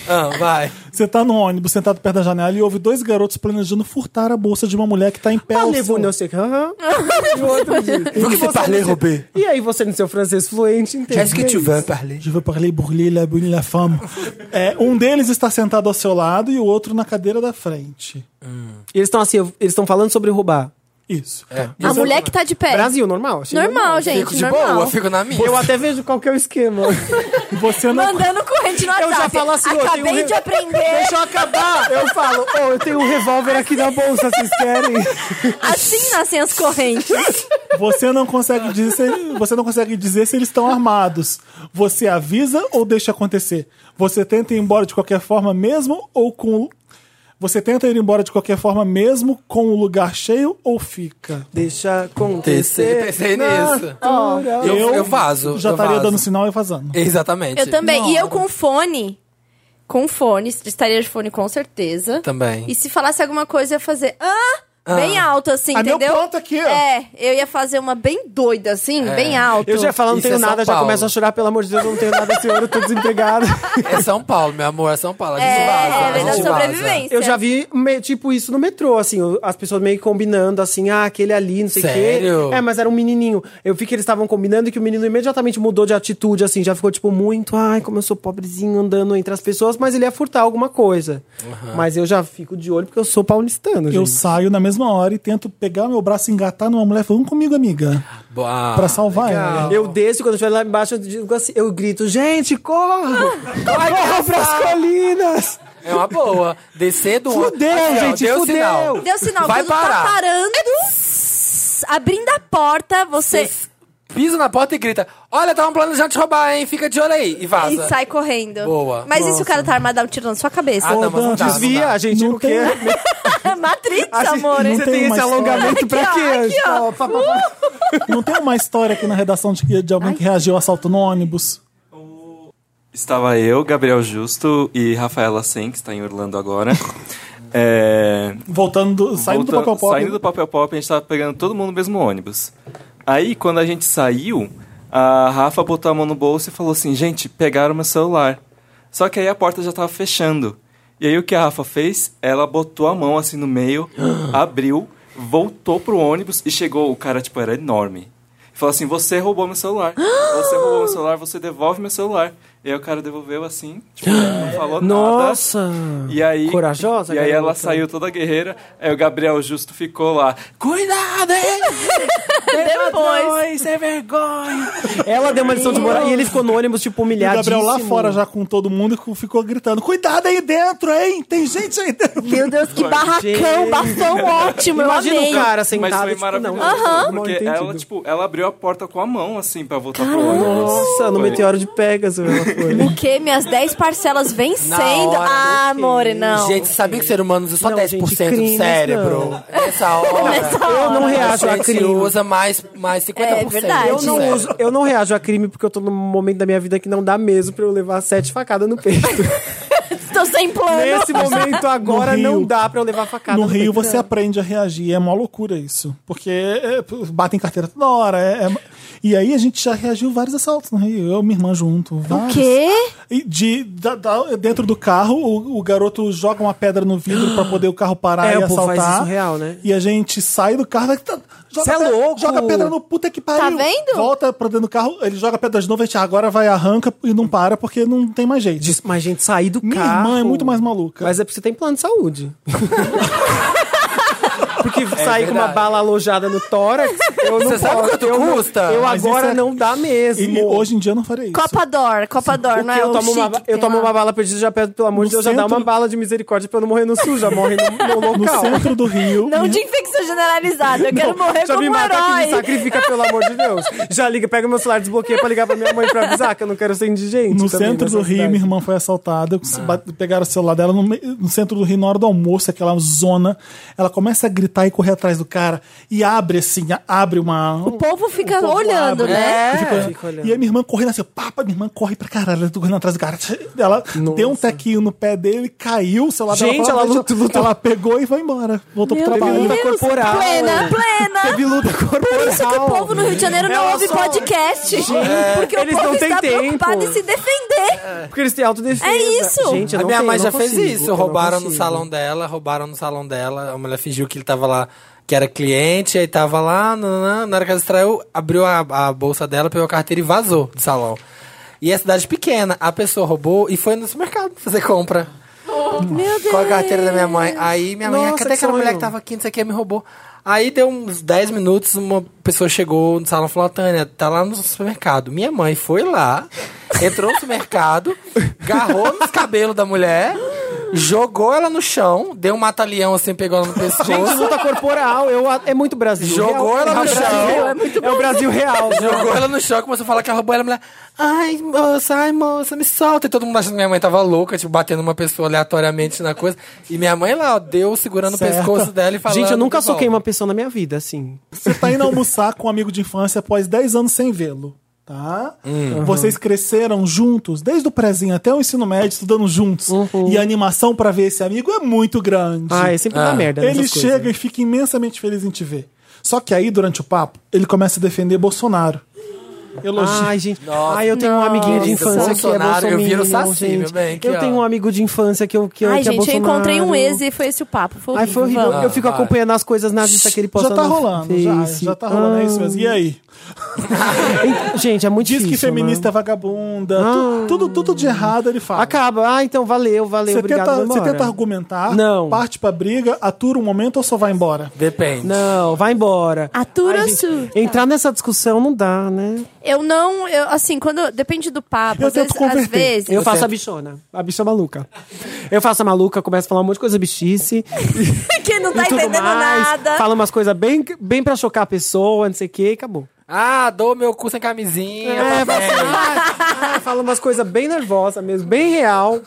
Ah, vai. Você tá no ônibus, sentado perto da janela e ouve dois garotos planejando furtar a bolsa de uma mulher que tá em pé ao Parlez-vous, som. não sei o que. aham. E o outro diz. Vous E que parlez, no seu- Robert? E aí você no seu francês fluente entende. Est-ce que tu veux parler? Je veux parler brûler la bonne la femme. É, um deles está sentado ao seu lado e o outro na cadeira da frente. E eles estão assim, eles estão falando sobre roubar. Isso. É. A mulher que tá de pé. Brasil, normal? Achei Normal, gente, Fico de normal. boa, fico na minha. Eu até vejo qual que é o esquema. Você não... Mandando corrente no WhatsApp. Eu já falo assim, ó, Acabei tem um re- de aprender. Deixa eu acabar. Eu falo, ô, eu tenho um revólver aqui na bolsa, vocês querem? Assim nascem as correntes. Você não consegue dizer se, você não consegue dizer se eles estão armados. Você avisa ou deixa acontecer? Você tenta ir embora de qualquer forma mesmo ou com Você tenta ir embora de qualquer forma mesmo com o lugar cheio ou fica? Deixa acontecer. Pensei na nisso. hora. Eu, eu vazo. Já eu estaria vazo. dando sinal e vazando. Exatamente. Eu também. E eu com fone. Com fone. Estaria de fone com certeza. Também. E se falasse alguma coisa, eu ia fazer... Ah! Bem alto, assim, Ah, meu entendeu? ponto aqui, ó. É, eu ia fazer uma bem doida, assim, É. bem alto. Eu já falo, não Isso tenho é São nada, já Paulo. começo a chorar, pelo amor de Deus, eu não tenho nada, senhor, eu tô desempregado. É São Paulo, meu amor, é São Paulo. A gente É, vaza. é a lei da gente vaza. sobrevivência. Eu já vi, me- tipo, isso no metrô, assim, o- as pessoas meio que combinando, assim, ah, aquele ali, não sei o quê. Sério? É, mas era um menininho. Eu vi que eles estavam combinando e que o menino imediatamente mudou de atitude, assim, já ficou, tipo, muito, ai, como eu sou pobrezinho andando entre as pessoas, mas ele ia furtar alguma coisa. Mas eu já fico de olho porque eu sou paulistano, Eu gente. saio na mesma hora e tento pegar meu braço e engatar numa mulher e falar, vamos comigo, amiga. Boa. Pra salvar ela. Eu desço e quando eu estiver lá embaixo, eu, digo assim, eu grito, gente, corra! Corra pras colinas! É uma boa. Descer do Fudeu, Aqui, ó, gente, deu fudeu. sinal. Deu sinal. Vai Quando parar. tá parando, abrindo a porta, você... Você pisa na porta e grita: olha, tava planejando te roubar, hein? Fica de olho aí. E vaza. E sai correndo. Boa. Mas e se o cara tá armado, dá um tiro na sua cabeça? Ah, não, mas não dá, não Desvia, dá. a gente Não não quer. Matrix, Assim, amor. não Você tem tem esse uma alongamento pra Aqui, quê? ó, aqui, ó. Ó, pá, pá, pá. Não tem uma história aqui na redação de, que- de alguém que reagiu ao assalto no ônibus? Estava eu, Gabriel Justo e Rafaela Sen, que está em Orlando agora. É, Voltando, do- saindo do voltando- papel pop. Saindo do papel pop, a gente tava pegando todo mundo no mesmo ônibus. Aí, quando a gente saiu, a Rafa botou a mão no bolso e falou assim, gente, pegaram meu celular. Só que aí a porta já tava fechando. E aí o que a Rafa fez? Ela botou a mão assim no meio, abriu, voltou pro ônibus e chegou, o cara, tipo, era enorme. Falou assim, você roubou meu celular. Você roubou meu celular, você devolve meu celular. E aí o cara devolveu assim, tipo, não falou Nossa! nada. E aí, Corajosa, E aí ela garota. saiu toda guerreira. Aí o Gabriel Justo ficou lá. Cuidado, hein? Depois. Sem vergonha. Ela deu uma lição de moral e ele ficou no ônibus, tipo, E o humilhadíssimo. Gabriel lá fora já com todo mundo e ficou gritando, cuidado aí dentro, hein? Tem gente aí dentro. Meu Deus, que barracão, Gente. bastão ótimo, eu Imagina amei. o cara Mas sentado, foi tipo, maravilhoso. não. Aham. mal Porque entendido. ela, tipo, ela abriu a porta com a mão, assim, pra voltar pro ônibus. Nossa, no Foi. meteoro de Pegasus ela foi. O quê? Minhas dez parcelas vencendo? Na hora, Ah, amore, não. Gente, sabia que o ser humano usa só Não, dez por gente, cento do crimes, cérebro? não. Nessa hora. Nessa Eu não hora. reajo a a gente crime. usa mais, mais cinquenta por cento. É verdade. Eu não, Sério. uso, eu não reajo a crime porque eu tô num momento da minha vida que não dá mesmo pra eu levar sete facadas no peito. Estou sem plano. Nesse momento agora No Rio- não dá pra eu levar facada No no, Rio peito. você aprende a reagir. É uma loucura isso. Porque é, batem carteira toda hora. é- é- E aí a gente já reagiu vários assaltos no Rio. Eu e minha irmã junto. O vários. quê? E de, da- da- dentro do carro, o, o garoto joga uma pedra no vidro pra poder o carro parar É, e o povo faz assaltar. isso real, né? E a gente sai do carro. tá- Joga, Cê é pedra, louco! joga pedra no puta que pariu. Tá vendo? Volta pra dentro do carro, ele joga pedra de novo, a gente agora vai, arranca e não para porque não tem mais jeito. Diz- Mas, gente, sair do Minha carro... irmã é muito mais maluca. Mas é porque você tem plano de saúde. Porque sair com uma verdade. bala alojada no tórax, eu não Você sabe posso, quanto eu não- custa? Eu Mas agora isso é- não dá mesmo. E hoje em dia eu não farei isso. Copa Dor, Copa Dor, não Porque é eu o tomo, uma, chique que eu tem tomo lá. uma bala perdida, já peço, pelo amor de No Deus, já dá centro- uma bala de misericórdia pra eu não morrer no sul, já morre no, no No local. centro do Rio. Não de infecção generalizada, eu quero morrer Já como me um mata aqui, me herói. sacrifica, pelo amor de Deus. Já liga, pega meu celular, desbloqueia pra ligar pra minha mãe pra avisar que eu não quero ser indigente. No também centro nessa do Rio, cidade. minha irmã foi assaltada. Bate- Pegaram o celular dela no, me- no centro do Rio, na hora do almoço, aquela zona. Ela começa a gritar Aí correr atrás do cara e abre assim, abre uma... O povo fica o povo olhando, abre, né? e fica olhando. Fica olhando. E a minha irmã correndo assim, papa, minha irmã corre pra caralho, ela tá correndo atrás do cara. Ela Nossa. deu um tequinho no pé dele, caiu, o celular Gente, dela ela foi lá, lutou, lutou. ela pegou e foi embora. Voltou Meu pro trabalho. luta Deus, corporal. plena, plena. Teve luta corporal. Por isso que o povo no Rio de Janeiro não Ela ouve só- podcast. Porque Eles o povo não têm está tempo. preocupado em se defender. Porque eles têm autodefesa. É isso. Gente, eu A não minha tenho, mãe eu já não fez consigo, isso. eu não Roubaram no consigo. salão dela, roubaram no salão dela. A mulher fingiu que ele tava lá, que era cliente, aí tava lá, nananã. Na hora que ela extraiu, abriu a, a bolsa dela, pegou a carteira e vazou do salão. E é cidade pequena, a pessoa roubou e foi no supermercado fazer compra. Meu Deus. Com a carteira da minha mãe. Aí minha mãe, Nossa, cadê que aquela sonho. mulher que tava aqui, não sei o que, me roubou. Aí deu uns dez minutos, uma pessoa chegou no salão e falou, Tânia, tá lá no supermercado. Minha mãe foi lá, entrou no supermercado, agarrou nos cabelos da mulher, jogou ela no chão, deu um mata-leão assim, pegou ela no Gente, pescoço. luta corporal, eu, é muito Brasil. Jogou Real, ela no é o chão. Brasil, É muito É o Brasil real. Jogou ela no chão, começou a falar que ela roubou ela. A mulher, ai, moça, ai, moça, me solta. E todo mundo achando que minha mãe tava louca, tipo, batendo uma pessoa aleatoriamente na coisa. E minha mãe lá, ó, deu segurando Certo. o pescoço dela e falando. Gente, eu nunca de soquei volta. uma pessoa na minha vida, assim. Você tá indo almoçar com um amigo de infância após dez anos sem vê-lo, tá? Vocês cresceram juntos, desde o prézinho até o ensino médio, estudando juntos. E a animação pra ver esse amigo é muito grande. Ah, é sempre Ah. uma merda. Ele nessas coisas. chega e fica imensamente feliz em te ver. Só que aí, durante o papo, ele começa a defender Bolsonaro. Elogia. Ai, gente. Nossa. Ai, eu tenho um amiguinho de Nossa, infância que é Bolsonaro, eu viro bolsominion, saci, gente. meu bem, aqui, eu ó. tenho um amigo de infância que, eu, que, eu- Ai, que é gente, eu Bolsonaro. encontrei um ex e foi esse o papo. Foi Ai, horrível. foi horrível. Vamos. Eu fico vai. acompanhando as coisas nazistas que ele posta já tá no rolando, já, Face. já tá rolando, é isso mesmo. E aí? Ah, gente, é muito Diz difícil. que feminista é né? vagabunda, tu- tudo, tudo de errado ele fala. Acaba. Ah, então valeu, valeu, Você obrigado, tenta, vai você embora. tenta argumentar, Não. parte pra briga, atura um momento ou só vai embora? Depende. Não, vai embora. Atura Ai, gente, su- Entrar nessa discussão não dá, né? Eu não, eu, assim, quando. Depende do papo. Eu às, tento vezes, às converter. vezes. Eu Você- faço a bichona. A bicha maluca. Eu faço a maluca, começo a falar um monte de coisa bichice. que não tá e tudo entendendo mais. nada. Fala umas coisas bem, bem pra chocar a pessoa, não sei o que, e acabou. Ah, dou meu cu sem camisinha. É, pra fala, frente. ah, ah, fala umas coisas bem nervosas mesmo, bem real.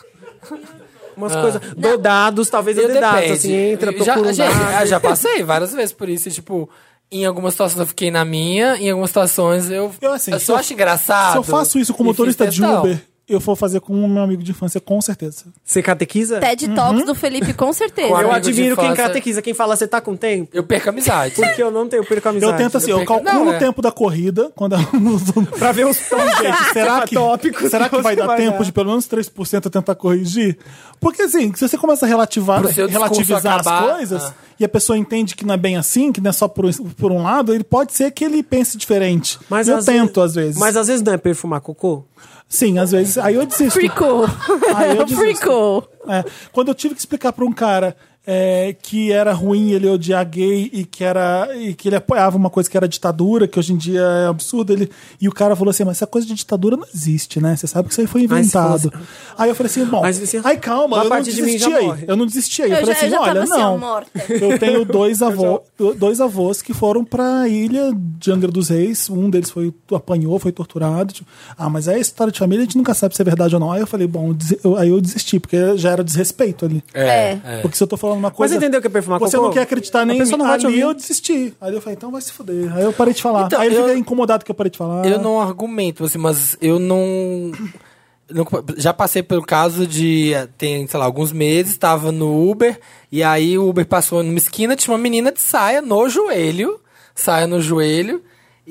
Umas coisas. Dou dados, talvez eu Eu dê dados, depende. assim, entra, já, procura um gente, dado. ah, já passei várias vezes por isso. e, Tipo, em algumas situações eu fiquei na minha, em algumas situações eu, Eu, assim, se só eu- acho engraçado. Se eu faço isso com e motorista fiz de questão. Uber, eu vou fazer com o meu amigo de infância, com certeza. Você catequiza? TED Talks do Felipe, com certeza. Com a- Eu amigo de admiro quem infância. catequiza, quem fala, você tá com tempo? Eu perco a amizade. Porque eu não tenho, eu perco a amizade. Eu tento assim, eu, eu calculo perco- não, o é. tempo da corrida, quando ela Pra ver os tons, gente, será que, tópicos será que vai você dar tempo de pelo menos três por cento eu tentar corrigir? Porque assim, se você começa a relativar, Pro seu discurso relativizar acabar, as coisas ah. e a pessoa entende que não é bem assim, que não é só por, por um lado, ele pode ser que ele pense diferente. Mas eu às tento, vezes- às vezes. Mas às vezes não é perfumar cocô? Sim, às vezes. Aí eu desisto. Fricou. Aí eu desisto. Fricou. É, quando eu tive que explicar pra um cara é, que era ruim ele odiar gay e que, era, e que ele apoiava uma coisa que era ditadura, que hoje em dia é absurdo, ele, e o cara falou assim, mas essa coisa de ditadura não existe, né? Você sabe que isso aí foi Mas se inventado. fosse- Aí eu falei assim, bom, Mas você- ai calma, uma eu não parte de mim desisti já aí. morre. Eu não desisti aí. Eu, Eu falei já- assim, eu já olha, tava assim, ó, não. morta. Eu tenho dois, avô, dois avós que foram pra ilha de Angra dos Reis. Um deles foi apanhou, foi torturado. Tipo, ah, mas é história de família, a gente nunca sabe se é verdade ou não. Aí eu falei, bom, des- eu- aí eu desisti, porque já era desrespeito ali. É, É. é. Porque se eu tô falando uma coisa. Mas entendeu o que é perfumar Você cocô? não quer acreditar nem A pessoa não vai te ali, ouvir. eu desisti. Aí eu falei, então vai se fuder. Aí eu parei de falar. Então, aí ele eu- fica incomodado que eu parei de falar. Eu não argumento, assim, mas eu não. não- Já passei pelo caso de. eh, Tem, sei lá, alguns meses, tava no Uber, e aí o Uber passou numa esquina, tinha uma menina de saia no joelho, saia no joelho,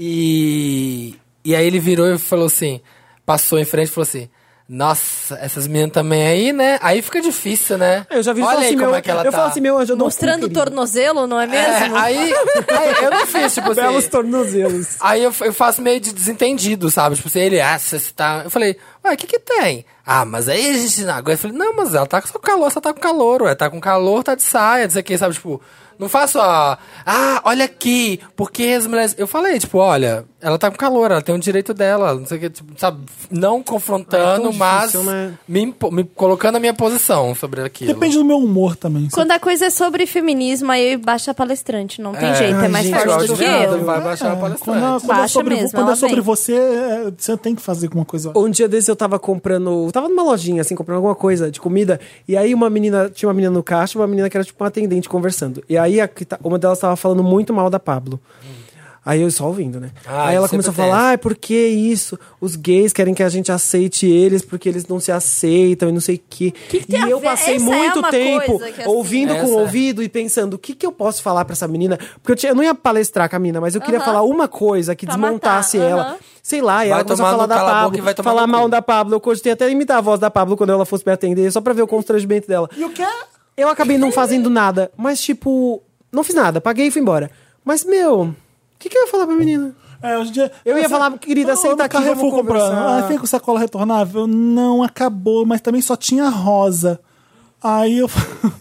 e. E aí ele virou e falou assim: passou em frente e falou assim. Nossa, essas meninas também aí, né? Aí fica difícil, né? Eu já vi Olha falar aí assim, como meu, é que ela eu tá. falo assim, meu anjo, eu dou um Mostrando o cu, querido. tornozelo, não é É, mesmo? aí, aí eu não fiz, tipo assim. Belos tornozelos. Aí eu, eu faço meio de desentendido, sabe? Tipo assim, ele, ah, você tá. Eu falei, ué, o que que tem? Ah, mas aí a gente não aguenta. Eu falei, não, mas ela tá com calor, você tá com calor, ué. Tá com calor, tá de saia, não sei o que, sabe? Tipo, não faço, ó. Ah, olha aqui, porque as mulheres. Eu falei, tipo, olha, ela tá com calor, ela tem o direito dela, não sei o que, tipo, sabe? Não confrontando, É tão mas difícil, né? me, impo- me colocando a minha posição sobre aquilo. Depende do meu humor também. sabe? Quando a coisa é sobre feminismo, aí baixa palestrante. Não tem É. jeito, é Ai, mais gente, forte igual do de que nada, eu. vai baixar a É, quando, palestrante. quando é Baixa sobre, mesmo, quando ela é sobre vem. você, é, você tem que fazer alguma coisa. Um dia desse eu tava comprando... Eu tava numa lojinha, assim, comprando alguma coisa de comida. E aí uma menina... Tinha uma menina no caixa, uma menina que era tipo uma atendente conversando. E aí a, uma delas tava falando muito mal da Pablo. Aí eu só ouvindo, né? Ah, aí ela sempre começou a tem. falar, ai, por que isso? Os gays querem que a gente aceite eles porque eles não se aceitam e não sei o quê. Que que tem e a eu ver? passei Essa é muito uma tempo coisa que, assim, ouvindo com Essa o é. ouvido e pensando, o que que eu posso falar pra essa menina? Porque eu, tinha, eu não ia palestrar com a menina, mas eu queria Aham. falar uma coisa que Pra desmontasse matar, ela. aham. Sei lá, e Vai ela começou a tomar falar no da cala a boca Pablo, e vai tomar falar no mal cu. da Pablo. Eu cogitei até imitar a voz da Pablo quando ela fosse me atender, só pra ver o constrangimento dela. E o que é? Eu acabei não fazendo nada, mas tipo, não fiz nada, paguei e fui embora. Mas, meu, o que, que eu ia falar pra menina? É, hoje em dia, Eu ia falar, querida, Não, senta no aqui, Carrefour vamos comprando. conversar. Ah, vem com sacola retornável? Não, acabou, mas também só tinha rosa. Aí eu,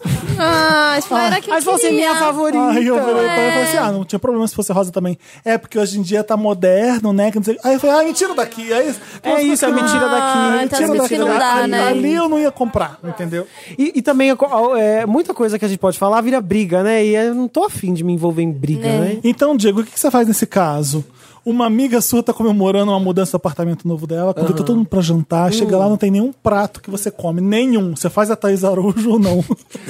Ah, isso era que eu Mas você é queria. minha favorita. aí eu falei pra ela e falei assim: ah, não tinha problema se fosse rosa também. É porque hoje em dia tá moderno, né? que não sei- Aí eu falei: ah, mentira daqui. Aí, É isso, é mentira Ah, daqui. então mentira por isso daqui. que não dá, ali, né? ali eu não ia comprar, entendeu? E, e também é, muita coisa que a gente pode falar vira briga, né? E eu não tô afim de me envolver em briga, É. né? Então, Diego, o que que você faz nesse caso? Uma amiga sua tá comemorando uma mudança do apartamento novo dela, convida todo mundo pra jantar, chega lá, não tem nenhum prato que você come, nenhum. Você faz a Thaís Araújo ou não?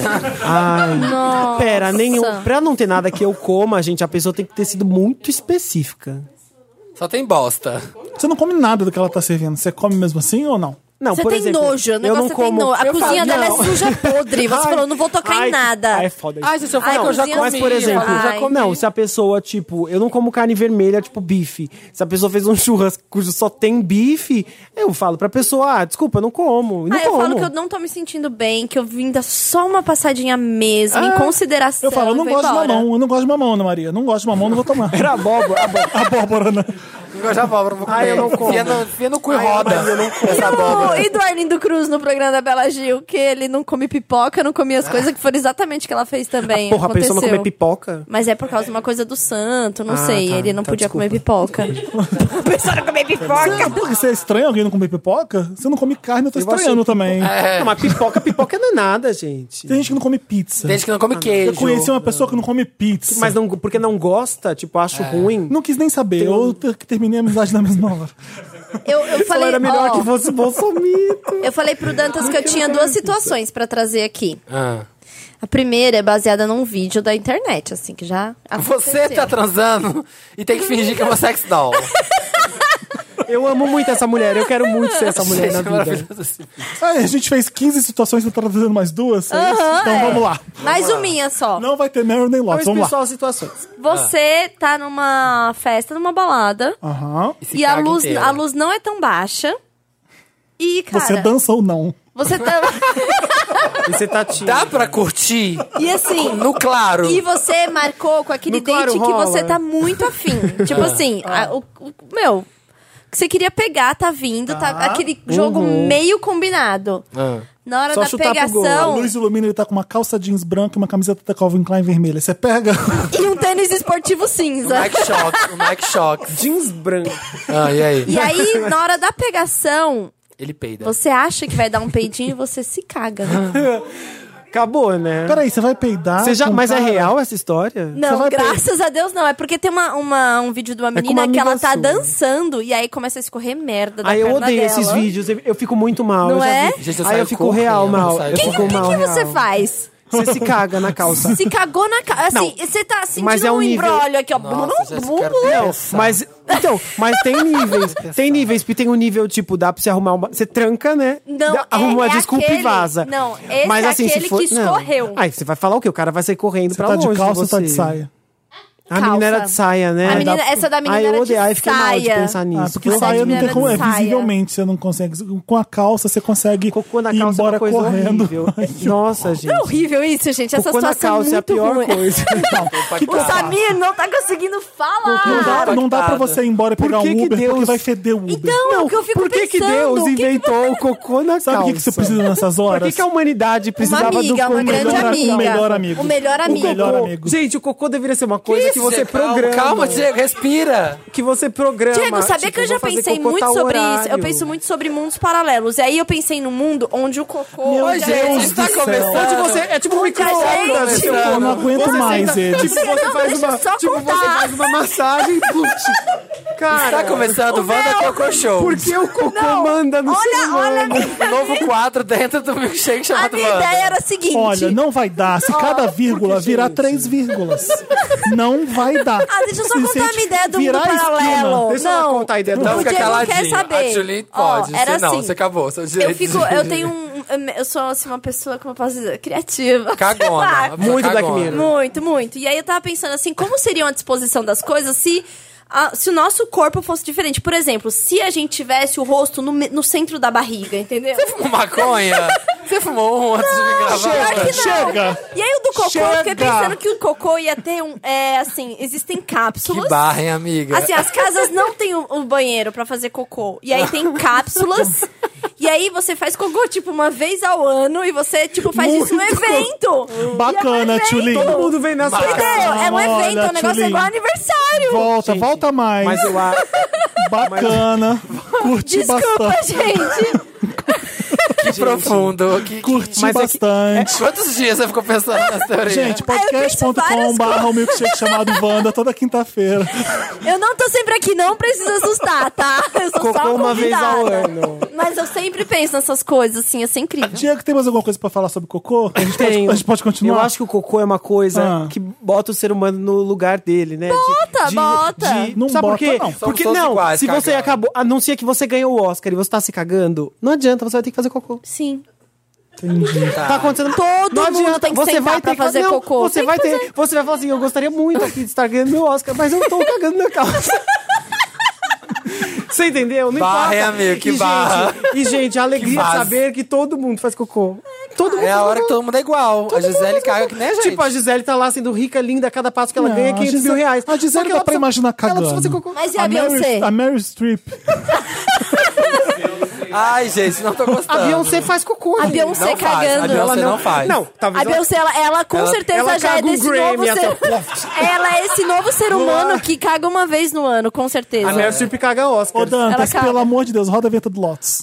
Ai, Nossa. pera, nenhum. Pra não ter nada que eu coma, gente, a pessoa tem que ter sido muito específica. Só tem bosta. Você não come nada do que ela tá servindo. Você come mesmo assim ou não? Não, Você por tem exemplo, nojo, o eu negócio não você tem como. nojo. A Eu cozinha falo, dela não. é suja podre. Você Ai, falou, não vou tocar ai, em nada. ai, é foda isso. Ai, gente, eu Ai, falo que eu já cozinha comi. Mas, por exemplo, eu já Ai. comi. não, se a pessoa, tipo, eu não como carne vermelha, tipo bife. Se a pessoa fez um churrasco cujo só tem bife, eu falo pra pessoa, ah, desculpa, eu não como. E não Ah, eu como. falo que eu não tô me sentindo bem, que eu vim dar só uma passadinha mesmo, em consideração. Eu falo, eu não e vou gosto de embora. mamão, eu não gosto de mamão, Ana Maria. Não gosto de mamão, não vou tomar. Era abóbora, abóbora. Abóbora, né? Não gosto de abóbora, vou comer. Ai, eu não como. Enfia no, enfia no cu e Ai, roda. mas eu não como. Essa abóbora. E do Arlindo Cruz no programa da Bela Gil, que ele não come pipoca, não comia as coisas que foram exatamente o que ela fez também. Porra, a pessoa não Aconteceu. comer pipoca? Mas é por causa de uma coisa do santo, não Ah, sei. tá. Ele não Tá, podia desculpa. comer pipoca. A pessoa não comer pipoca. Porque você é estranho alguém não comer pipoca? Você não come carne, eu tô Eu acho estranhando que- também. Não, mas pipoca, pipoca não é nada, gente. Tem gente que não come pizza. Tem gente que não come queijo. Eu conheci uma pessoa que não come pizza. Mas não, porque não gosta, tipo, acho ruim. Não quis nem saber. Tem um- Eu ter- que terminei a amizade na mesma hora. Eu, eu Falei, falei, era melhor ó, que fosse bolsomito. eu falei pro Dantas que eu tinha duas situações pra trazer aqui. Ah. A primeira é baseada num vídeo da internet, assim, que já Você aconteceu. tá transando e tem que fingir que é uma sex doll. Eu amo muito essa mulher, eu quero muito ser essa mulher na Gente, é vida. maravilhoso esse vídeo. Ah, a gente fez quinze situações, eu tô trazendo mais duas. é isso? Aham, Então é. vamos lá. Mais uma minha só. Não vai ter Meryl nem Lotus, Mas vamos lá. pessoal, situações. Você tá numa festa, numa balada, Aham. E se e a caga luz, inteira. a luz não é tão baixa. E, cara, Você dança ou não? você tá... E você tá tímido. Dá pra curtir E assim... no claro. E você marcou com aquele No claro date que rola. você tá muito afim. Tipo assim, a- o, o- meu, que você queria pegar, tá vindo, tá aquele jogo meio combinado. Ah. Na hora Só da chutar pro gol. A pegação, luz ilumina, ele tá com uma calça jeans branca e uma camiseta da Calvin Klein vermelha. Você pega. e um tênis esportivo O cinza. Mike Shock, o Mike Shock. Jeans branco. Ah, e aí? E aí, na hora da pegação, Ele peida. você acha que vai dar um peidinho e você se caga. Acabou, né? Peraí, você vai peidar? Você já, com mas é cara? real essa história? Você Não, vai graças a Deus não. É porque tem uma, uma- um vídeo de uma com uma menina que ela amiga tá sua. dançando e aí começa a escorrer merda da Aí eu perna odeio dela. esses vídeos, eu, eu fico muito mal. Não eu já é? vi. Gente, eu Aí saio eu fico correndo, real eu mal. saio Eu O que, fico que, mal que real. você faz? Você se caga na calça. Se cagou na cara. Assim, Não. você tá sentindo Mas é um um nível- embrólio aqui, ó. Nossa, Jéssica, Bum, quero bum, bum. pensar. Mas, então, mas tem níveis. Tem níveis, porque tem um nível, tipo, dá pra você arrumar uma. Você tranca, né? Não, Dá- arruma é- uma é desculpa aquele- e vaza. não, esse mas, é assim, se aquele for, que escorreu. Não. Aí você vai falar o quê? O cara vai sair correndo Você pra tá longe. de calça ou você. tá de saia? A menina era Calça. de saia, né? A menina- Dá- essa da menina Ai, eu era de odeio. Ai, fiquei mal de saia. pensar nisso. Ah, porque Mas saia é não tem de como. É, saia. visivelmente você não consegue. Com a calça você consegue Cocô na ir calça é embora uma coisa correndo. horrível. Nossa, gente. É horrível isso, gente. Essa Cocô na situação calça é a muito pior ruim. coisa. O Samir não tá conseguindo falar. Não dá, não dá pra Impactada. você ir embora e Por pegar que um que Uber Deus- porque vai feder o Uber. Então, é o que eu fico Por que, que pensando. Deus O que que inventou o cocô na Sabe o calça? que, que você precisa nessas Por horas? que, que a humanidade Uma precisava amiga, do uma cocô? grande melhor- amiga. o melhor amigo. O melhor O amigo. melhor amigo. Gente, o cocô deveria ser uma coisa Que que, que você Diego, calma, programa. Calma, Diego, respira. Que você programa. Diego, sabia tipo, que eu já vou fazer pensei cocô muito tal sobre horário. isso? Eu penso muito sobre mundos paralelos. E aí eu pensei num mundo onde o cocô... Meu onde a Deus gente- do está céu. começando. Onde você é tipo um Onde a micro-ondas. gente- Tipo, Eu não aguento você mais senta- eles. Tipo, você Não, faz deixa uma, eu só tipo, você contar. faz uma massagem. Putz. Cara, Está começando o Wanda Coco Show. por que o cocô manda no Olha, ser olha, humano? Um novo quadro dentro do milkshake a chamado minha Wanda. ideia era a seguinte... Olha, não vai dar. Se cada vírgula porque, virar gente? três vírgulas, não vai dar. Ah, deixa eu só Se contar a gente minha ideia do mundo virar a esquina, paralelo. Deixa eu não, contar a ideia do Não, o fica Diego caladinho. quer saber. A Julie Ó, pode. era Se não, assim, você acabou. Seu Eu direito fico, de- eu tenho um... Eu sou, assim, uma pessoa, como eu posso dizer, criativa. Cagona. Muito Black Cagona. Mirror. Muito, muito. E aí eu tava pensando assim, como seria a disposição das coisas se, a- se o nosso corpo fosse diferente? Por exemplo, se a gente tivesse o rosto no, me- no centro da barriga, entendeu? Você fumou maconha? Você fumou um antes de vir gravar? Claro que não. Chega. E aí o do cocô, eu fiquei Chega. pensando que o cocô ia ter um... É, assim, existem cápsulas. Que barra, hein, amiga? Assim, as casas não tem o, o banheiro pra fazer cocô. E aí tem cápsulas. E aí você faz cocô, tipo, uma vez ao ano. E você, tipo, faz isso no evento. Bacana, E é um Tchulin. evento. Todo mundo vem nessa Entendeu? É um Olha, evento, é um negócio Tchulin. igual aniversário. Volta, Gente, volta mais. Mas eu acho... Bacana. Curti Desculpa, bastante. gente. Que profundo. Que... Curti Mas é que- bastante. Quantos dias você ficou pensando nessa teoria? Gente, Ah, eu penso podcast ponto com várias barra o milkshake chamado Wanda toda quinta-feira. Eu não tô sempre aqui, não precisa assustar, tá? Eu sou só Cocô uma vez convidada. ao ano. Mas eu sempre penso nessas coisas, assim, isso é incrível. Diego, tem mais alguma coisa pra falar sobre cocô? A gente, pode, Tenho. a gente pode continuar? Eu acho que o cocô é uma coisa Ah. que bota o ser humano no lugar dele, né? Bota, bota. Não Sabe bota, por quê? não. Porque Somos todos não, iguais, se você cagando. acabou, anuncia que você ganhou o Oscar e você tá se cagando, não adianta, você vai ter que fazer cocô. Sim. Tá acontecendo. Todo não mundo adianta, tem que você sentar vai pra ter que fazer não, cocô. Você Tem vai que ter, fazer. você vai falar assim, eu gostaria muito aqui de estar ganhando meu Oscar, mas eu tô cagando na calça. Você entendeu? Não Barra, importa. hein, amigo? Que e, barra. Gente, e, gente, a alegria de vaso. saber que todo mundo faz cocô. Todo mundo É a faz hora que cocô. todo mundo é igual. A Gisele caga que nem a gente. Tipo, a Gisele tá lá sendo rica, linda, cada passo que ela Não, ganha é a quinhentos mil Gisele- reais. a Gisele Só que dá ela pra precisa- imaginar Ela precisa cagando. fazer cocô. Mas e a, A Beyoncé? Meryl, a Meryl Streep. Ai, gente, não tô A gostando. Beyoncé faz cocô. A gente. Beyoncé Não faz, cagando. a Beyoncé Ela não faz. Não, talvez A Beyoncé, ela, ela com Ela- certeza ela já é caga um desse Grammy, novo essa ser... ploft. Ela é esse novo ser humano que caga uma vez no ano, com certeza. A Meryl Streep caga Oscar. Ô, Dantas, caga. pelo amor de Deus, roda a vinheta do Lotus.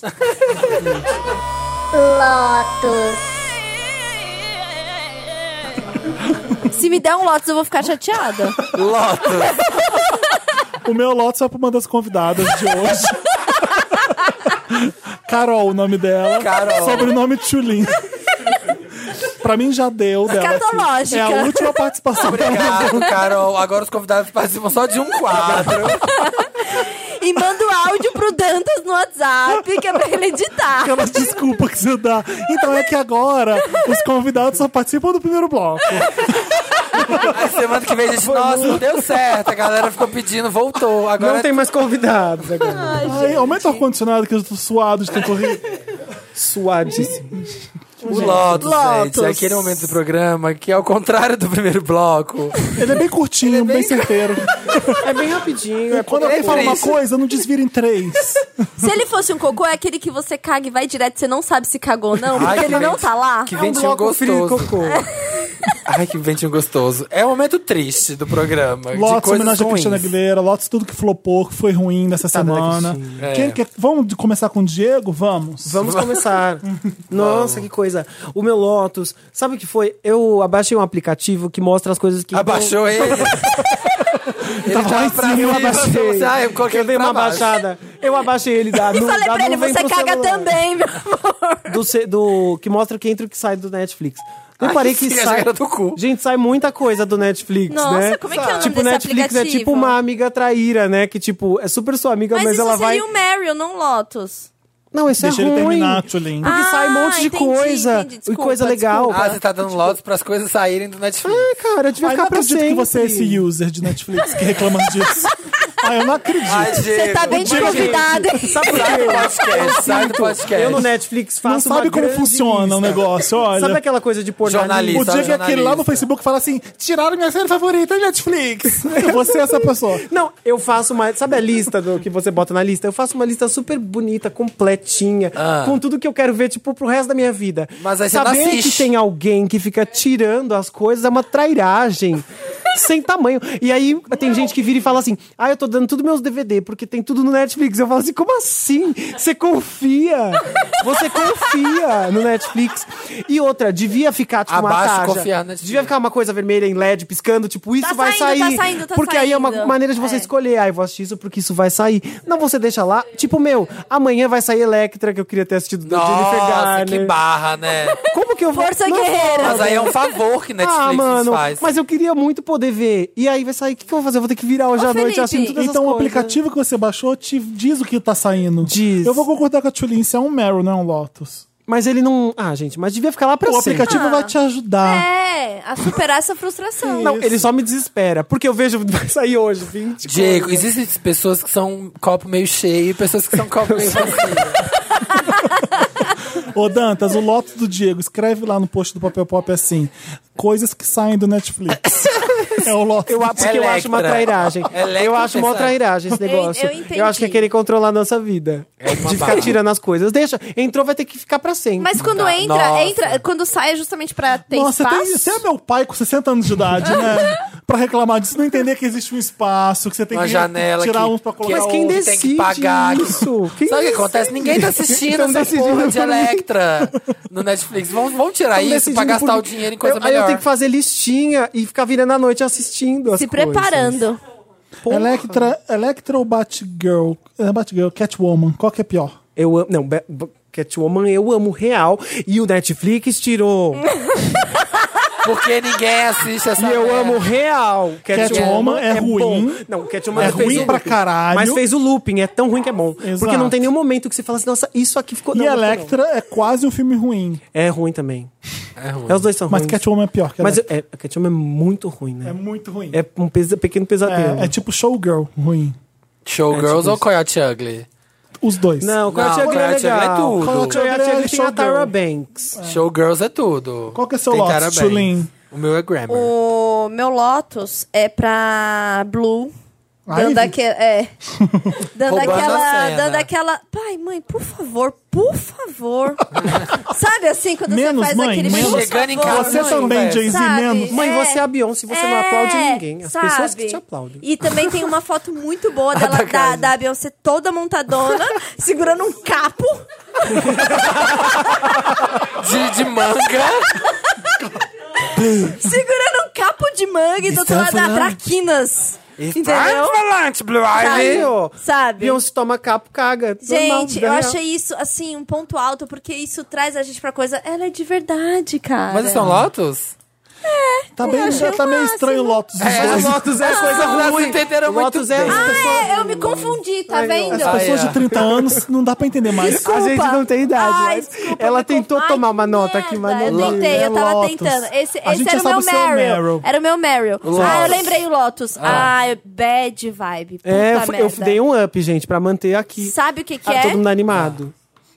Se me der um Lotus, eu vou ficar chateada. Lotus. O meu Lotus é pra uma das convidadas de hoje. Carol, o nome dela. Carol. Sobrenome Tchulin. Pra mim já deu dela. assim. Escatológica. É a última participação dela. Obrigado, Carol. Agora os convidados participam só de um quadro. E manda o áudio pro Dantas no WhatsApp, que é pra ele editar. Aquelas desculpas que você dá. Então é que agora os convidados só participam do primeiro bloco. Aí semana que vem a gente, nossa, não deu certo. A galera ficou pedindo, voltou. Agora Não tem mais convidados agora. Ai, aumenta o ar-condicionado que eu tô suado de tanto rir. Suadíssimo. o Lotus, Lotus. gente. É aquele momento do programa que é ao contrário do primeiro bloco. Ele é bem curtinho, bem... certeiro. É bem rapidinho. É Quando Ele é alguém fala uma triste. coisa, não desvira em três. Se ele fosse um cocô, é aquele que você caga e vai direto, você não sabe se cagou ou não, porque Ai, que ele não vento- tá lá. Que um ventinho bloco frio de gostoso. cocô. Ai, que ventinho gostoso. É o momento triste do programa. de Lotus, coisas homenagem a ruins. Cristina Aguilera. Lotus, tudo que flopou, que foi ruim nessa Coitada da semana. Cristina. É. Quem quer- vamos começar com o Diego? Vamos. Vamos começar. Nossa, que coisa. O meu Lotus, sabe o que foi? Eu abaixei um aplicativo que mostra as coisas que... Abaixou ele. ele Tava lá em pra cima, eu cima, abaixei. você- Ah, eu coloquei Eu ele dei pra uma baixo. baixada. Eu abaixei ele da, E nu, falei da pra ele, nuvem você pro caga celular. também, meu amor. Do, ce- do que mostra que entra e que sai do Netflix. Eu Ai, parei que sim, achei sai. que era do cu. Gente, sai muita coisa do Netflix, Nossa, né? como é que é o nome Tipo, desse Netflix aplicativo? é tipo uma amiga traíra, né? Que tipo, é super sua amiga, Mas, mas, isso ela vai. seria o Meryl, não Lotus. Não, isso Deixa é ele ruim. terminar, Tchulin. Porque Ah, sai um monte de entendi, coisa. entendi. E Desculpa, coisa legal. Ah, você tá dando Lotus pras coisas saírem do Netflix. Ah, cara, eu devia Ai, ficar não pra acredito sempre. que você é esse user de Netflix que reclama disso. Ai, eu não acredito. Ai, Você Diego, tá bem Diego, desconvidado. hein? Sabe por Sai do quê? podcast, sai do podcast. Eu no Netflix faço Não sabe uma como grande funciona lista. o negócio, olha. Sabe aquela coisa de pôr na Jornalista. O lista? Diego é aquele lá no jornalista. Facebook fala assim: tiraram minha série favorita Netflix. Você é essa pessoa. Não, eu faço uma... Sabe a lista do que você bota na lista? Eu faço uma lista super bonita, completinha, Ah. com tudo que eu quero ver, tipo, pro resto da minha vida. Mas aí você não Saber assiste. que tem alguém que fica tirando as coisas é uma trairagem. sem tamanho. E aí tem gente que vira e fala assim, ah, eu tô dando tudo meus D V D, porque tem tudo no Netflix. Eu falo assim, como assim? Você confia? Você confia no Netflix? E outra, devia ficar tipo uma Abaixo tarja. confiar no Netflix. Devia ficar uma coisa vermelha em L E D piscando, tipo, isso Tá vai saindo, sair. tá saindo, tá porque aí é uma saindo. maneira de você É. escolher. Ah, eu vou assistir isso porque isso vai sair. Não, você deixa lá. Tipo, meu, amanhã vai sair Electra, que eu queria ter assistido da Jennifer Nossa, Garner. que barra, né? Como que eu vou... Força Não, guerreira. Mas aí é um favor que Netflix ah, mano, nos faz. mas eu queria muito poder ver. E aí vai sair, o que, que eu vou fazer? Eu vou ter que virar hoje Ô, à noite Felipe, assistindo todas Então essas o coisas. aplicativo que você baixou te diz o que tá saindo. Diz. Eu vou concordar com a Tulin, isso é um Meryl, não é um Lotus. Mas ele não... Ah, gente, mas devia ficar lá pra O sempre. aplicativo vai te ajudar. É, a superar essa frustração. Não, ele só me desespera. Porque eu vejo, vai sair hoje, vinte Diego, coisas. existem pessoas que são copo meio cheio e pessoas que são copo meio vazio. Ô Dantas, o Lotus do Diego, escreve lá no post do Papel Pop assim, coisas que saem do Netflix. É o Lotus. Eu, porque eu acho uma Electra. trairagem. Electra eu acho uma pensa- trairagem esse Eu- negócio. eu entendi. acho que é querer controlar a nossa vida. É uma de ficar barra. tirando as coisas. Deixa, entrou, vai ter que ficar pra sempre. Mas quando Tá, entra, nossa. entra, quando sai é justamente pra ter Nossa, espaço. tem, você é meu pai com sessenta anos de idade, né? Pra reclamar disso, não entender que existe um espaço, que você tem Uma que janela tirar que- uns pra colocar Mas quem outros. tem que decide pagar. isso? Quem Sabe o que decide? acontece? Ninguém tá assistindo Tão essa decidindo porra de por mim. Electra no Netflix. Vamos, vamos tirar Tão isso pra decidindo gastar por- o dinheiro em coisa eu, Aí melhor. eu tenho que fazer listinha e ficar virando a noite assistindo as Se coisas. preparando. Porra. Electra, Electra ou Batgirl? É, Batgirl, Catwoman, qual que é pior? Eu amo. Não, Be- Be- Catwoman eu amo real. E o Netflix tirou. Porque ninguém assiste essa E eu merda. amo real. Catwoman é ruim. bom. Não, Catwoman É fez ruim o pra looping. caralho. Mas fez o looping, é tão ruim que é bom. Exato. Porque não tem nenhum momento que você fala assim, nossa, isso aqui ficou... E não, não ficou, Electra é quase um filme ruim. não. É ruim também. É ruim. É, os dois são Mas ruins. Catwoman é pior que Mas Electra. é, a Catwoman é muito ruim, né? É muito ruim. É, um pesa- pequeno pesadelo. É, é tipo Showgirl, ruim. Showgirls É tipo ou isso. Coyote Ugly? Os dois. Não, o Coyote Não, Ugly é Coyote Ugly é legal. tudo. Coyote Ugly É tem a showgirl. Tara Banks. Showgirls é tudo. Qual que é seu Tem Lotus, Tara Banks. Tulin? O meu é Grammar. O meu Lotus é pra Blue. Ai, Dando vi- aquele. É. Dando Roubando a aquela. cena. Dando aquela. Pai, mãe, por favor, por favor. Sabe assim, quando Menos, você faz mãe, aquele. menos. por Chegando em favor, casa, Você Não, também, conversa. Jay-Z, sabe? menos. Mãe, É. você é a Beyoncé, você não É, aplaude ninguém. As pessoas que sabe? te aplaudem. E também tem uma foto muito boa dela, da, da Beyoncé toda montadona, segurando um capo. De, de manga. Segurando um capo de manga e do outro lado da Traquinas. Entendeu? Falante, Blue Sabe? Ivy. Ó, Sabe? Beyoncé toma capo, caga. Normal, Gente, vida eu real. achei isso, assim, um ponto alto, porque isso traz a gente pra coisa. Ela é de verdade, cara. Mas isso é um Lotus? Tá, bem, achei já tá o meio máximo. estranho o Lotus dos É, dois. Lotus é coisa Vocês ruim. entenderam muito Lotus é bem. as pessoas... É, eu me confundi, tá vendo? As pessoas Ah, é. de trinta anos não dá pra entender mais. Desculpa. A gente não tem idade, Ai, mas desculpa, ela me tentou confundi. tomar uma Ai, nota que aqui, mas merda. não Eu tentei, eu tava Lotus. tentando. Esse, A esse gente era já o meu sabe o seu Meryl. Meryl. Era o meu Meryl. Lotus. Ah, eu lembrei o Lotus. Ah, bad vibe. Puta É, eu, fui- eu merda. dei um up, gente, pra manter aqui. Sabe o que que Tá é? todo mundo animado.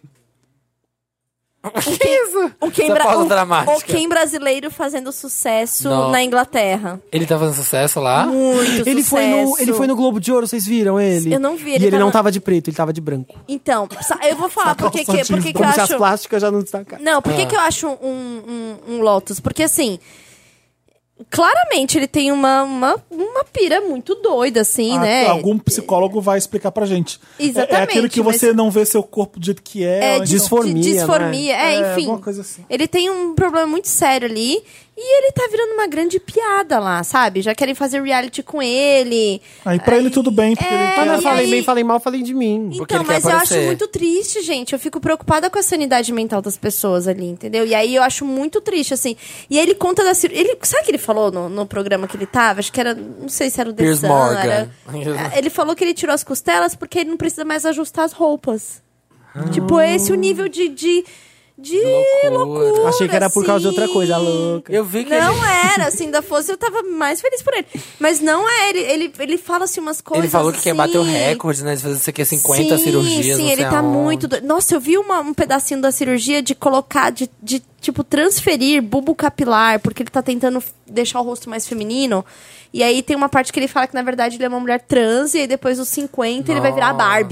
Que isso? O Ken, Essa bra- pausa o- dramática. o Ken brasileiro fazendo sucesso Não. na Inglaterra. Ele tá fazendo sucesso lá? Muito Ele foi, no, sucesso. ele foi no Globo de Ouro, vocês viram ele? Eu não vi, E ele ele tava- não tava de preto, ele tava de branco. Então, sa- eu vou falar por que que, calça por que que eu Como se as acho... plásticas já não destacaram. Não, por que Ah. que eu acho um, um, um Lotus? Porque assim... Claramente ele tem uma, uma, uma pira muito doida, assim, Ah, né? Algum psicólogo vai explicar pra gente. É- É, Exatamente, aquele que mas- você não vê seu corpo do jeito que é. É, ou de, então- disformia, de disformia. né? É, É, enfim. alguma coisa assim. Ele tem um problema muito sério ali. E ele tá virando uma grande piada lá, sabe? Já querem fazer reality com ele. Aí pra ele tudo bem, porque É, ele Mas não e falei aí- bem, falei mal, falei de mim. Porque Então, ele quer mas eu acho aparecer. muito triste, gente. Eu fico preocupada com a sanidade mental das pessoas ali, entendeu? E aí eu acho muito triste, assim. E aí ele conta da cirurgia. Ele, sabe o que ele falou no, no programa que ele tava? Acho que era. Não sei se era o The Piers Sun, Morgan. era- Ele falou que ele tirou as costelas porque ele não precisa mais ajustar as roupas. Tipo, esse é o nível de. de de Loucura. loucura. Achei que era por causa de outra assim. coisa, louca. Eu vi que Não ele, era, se ainda fosse, eu tava mais feliz por ele. Mas não é, ele, ele, ele fala assim umas coisas. ele falou que quer bater o assim. recorde, né? De fazer isso aqui cinquenta sim, cirurgias. Sim, não ele sei tá aonde. muito. do- Nossa, eu vi uma- um pedacinho da cirurgia de colocar, de, de tipo, transferir bulbo capilar, porque ele tá tentando f- deixar o rosto mais feminino. E aí tem uma parte que ele fala que, na verdade, ele é uma mulher trans, e aí depois dos cinquenta ele vai virar a Barbie.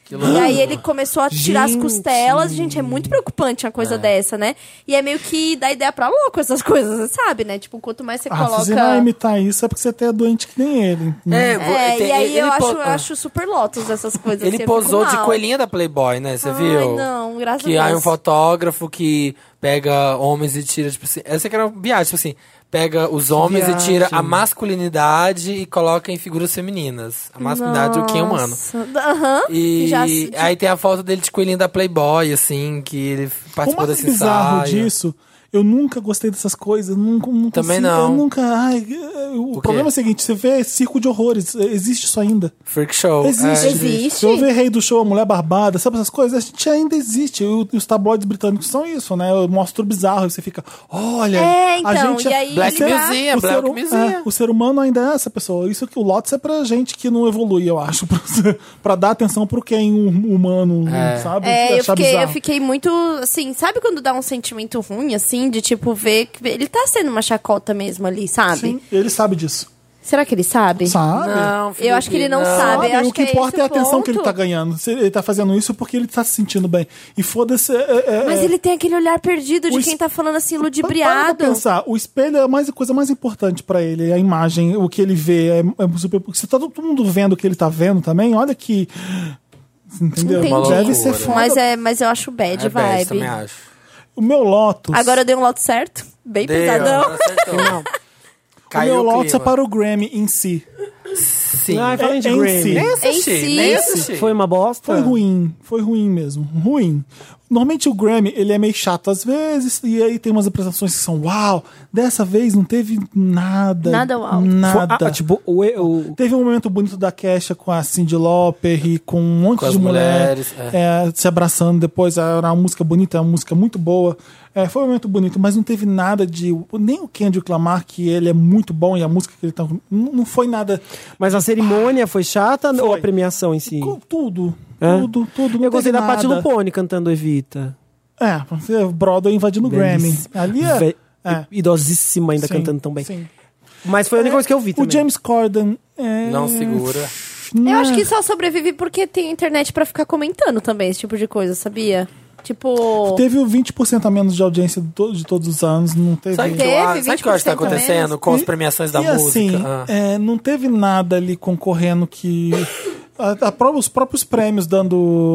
E aí ele começou a tirar Gente. as costelas. Gente, é muito preocupante uma coisa dessa, né? E é meio que dá ideia pra louco essas coisas, você sabe, né? Tipo, quanto mais você Ah, coloca... se você vai imitar isso é porque você é doente que nem ele. É, É, tem- e aí ele eu po- acho, eu acho super lotus essas coisas. Ele assim, eu fico posou de mal. coelhinha da Playboy, né? Você Ai, viu? não, graças Que a aí Deus. um fotógrafo que pega homens e tira, tipo assim... Essa que era uma viagem, tipo assim... Pega os homens viagem. e tira a masculinidade e coloca em figuras femininas. A masculinidade do que é humano. Nossa. Aham. E Já se- aí tem a foto dele de coelhinho da Playboy, assim, que ele O participou mais desse bizarro ensaio. disso, eu nunca gostei dessas coisas. Nunca, não Também consigo, não. Eu nunca. Ai, o quê? problema é o seguinte: você vê circo de horrores, existe isso ainda. Freak show. Existe. É. Existe. Se eu ver Rei do Show, a Mulher Barbada, sabe essas coisas? A gente ainda existe. E os tabloides britânicos são isso, né? Eu mostro bizarro e você fica, olha. É, então, a gente e aí Black ele tá- Museum, o, Black ser, Museum. é, o ser humano ainda é essa pessoa. Isso que o Lotus é pra gente que não evolui, eu acho. Pra, pra dar atenção pro quem um humano, É. sabe? É, eu Achar fiquei, eu bizarro. fiquei muito, assim, sabe quando dá um sentimento ruim, assim, de tipo, ver que ele tá sendo uma chacota mesmo ali, sabe? Sim, ele sabe disso. Será que ele sabe? Sabe? Não, Eu acho que ele não Felipe, sabe. eu acho o que, que é importa esse é a o atenção que ele ponto. tá ganhando. Se ele tá fazendo isso porque ele tá se sentindo bem. E foda-se. É, é, Mas é, ele tem aquele olhar perdido de O quem es- tá falando assim, Para ludibriado. pra pensar, o espelho é a mais, a coisa mais importante pra ele, é a imagem, o que ele vê. É, é super, se tá todo mundo vendo o que ele tá vendo também, olha que. Entendeu? Entendi. Deve ser Loucura. foda. Mas, é, mas eu acho bad É bad, vibe. também acho. O meu Lotus. Agora eu dei um lote certo, bem Deu, pesadão. agora acertou. o Caiu meu o Lotus é clima. para o Grammy em si. Sim. Ai, falando de É, em Grammy. si. Nem assisti, Em si. nem assisti. Foi uma bosta? Foi ruim, foi ruim mesmo, ruim. Normalmente o Grammy, ele é meio chato às vezes, e aí tem umas apresentações que são uau, dessa vez não teve nada. Nada uau. Nada. Ah, tipo, o, o, Teve um momento bonito da Kesha com a Cyndi Lauper e com um monte Com as de mulher mulheres, é, se abraçando depois. Era uma música bonita, é uma música muito boa. É, foi um momento bonito, mas não teve nada de... Nem o Kendrick Lamar, que ele é muito bom e a música que ele tá... Não, não foi nada... mas a cerimônia foi chata ou a Foi. premiação em si? co- Tudo, É? tudo, tudo. Não Eu gostei teve da Patti nada. Lupone cantando Evita. É, você- Broadway invadindo o Grammy. Belíssima. Ali é... Ve- é. Idosíssima ainda Sim, cantando tão bem. sim. Mas foi a única coisa que eu vi também. O James Corden... É... Não segura. Eu acho que só sobrevive porque tem internet pra ficar comentando também esse tipo de coisa, sabia? Tipo... Teve vinte por cento a menos de audiência de, to- de todos os anos. Não teve... Sabe o que, Teve eu acho- sabe o que eu acho que tá vinte por cento a acontecendo menos? com as E- premiações da e música? assim, Ah. é, não teve nada ali concorrendo que. A, a pró- os próprios prêmios dando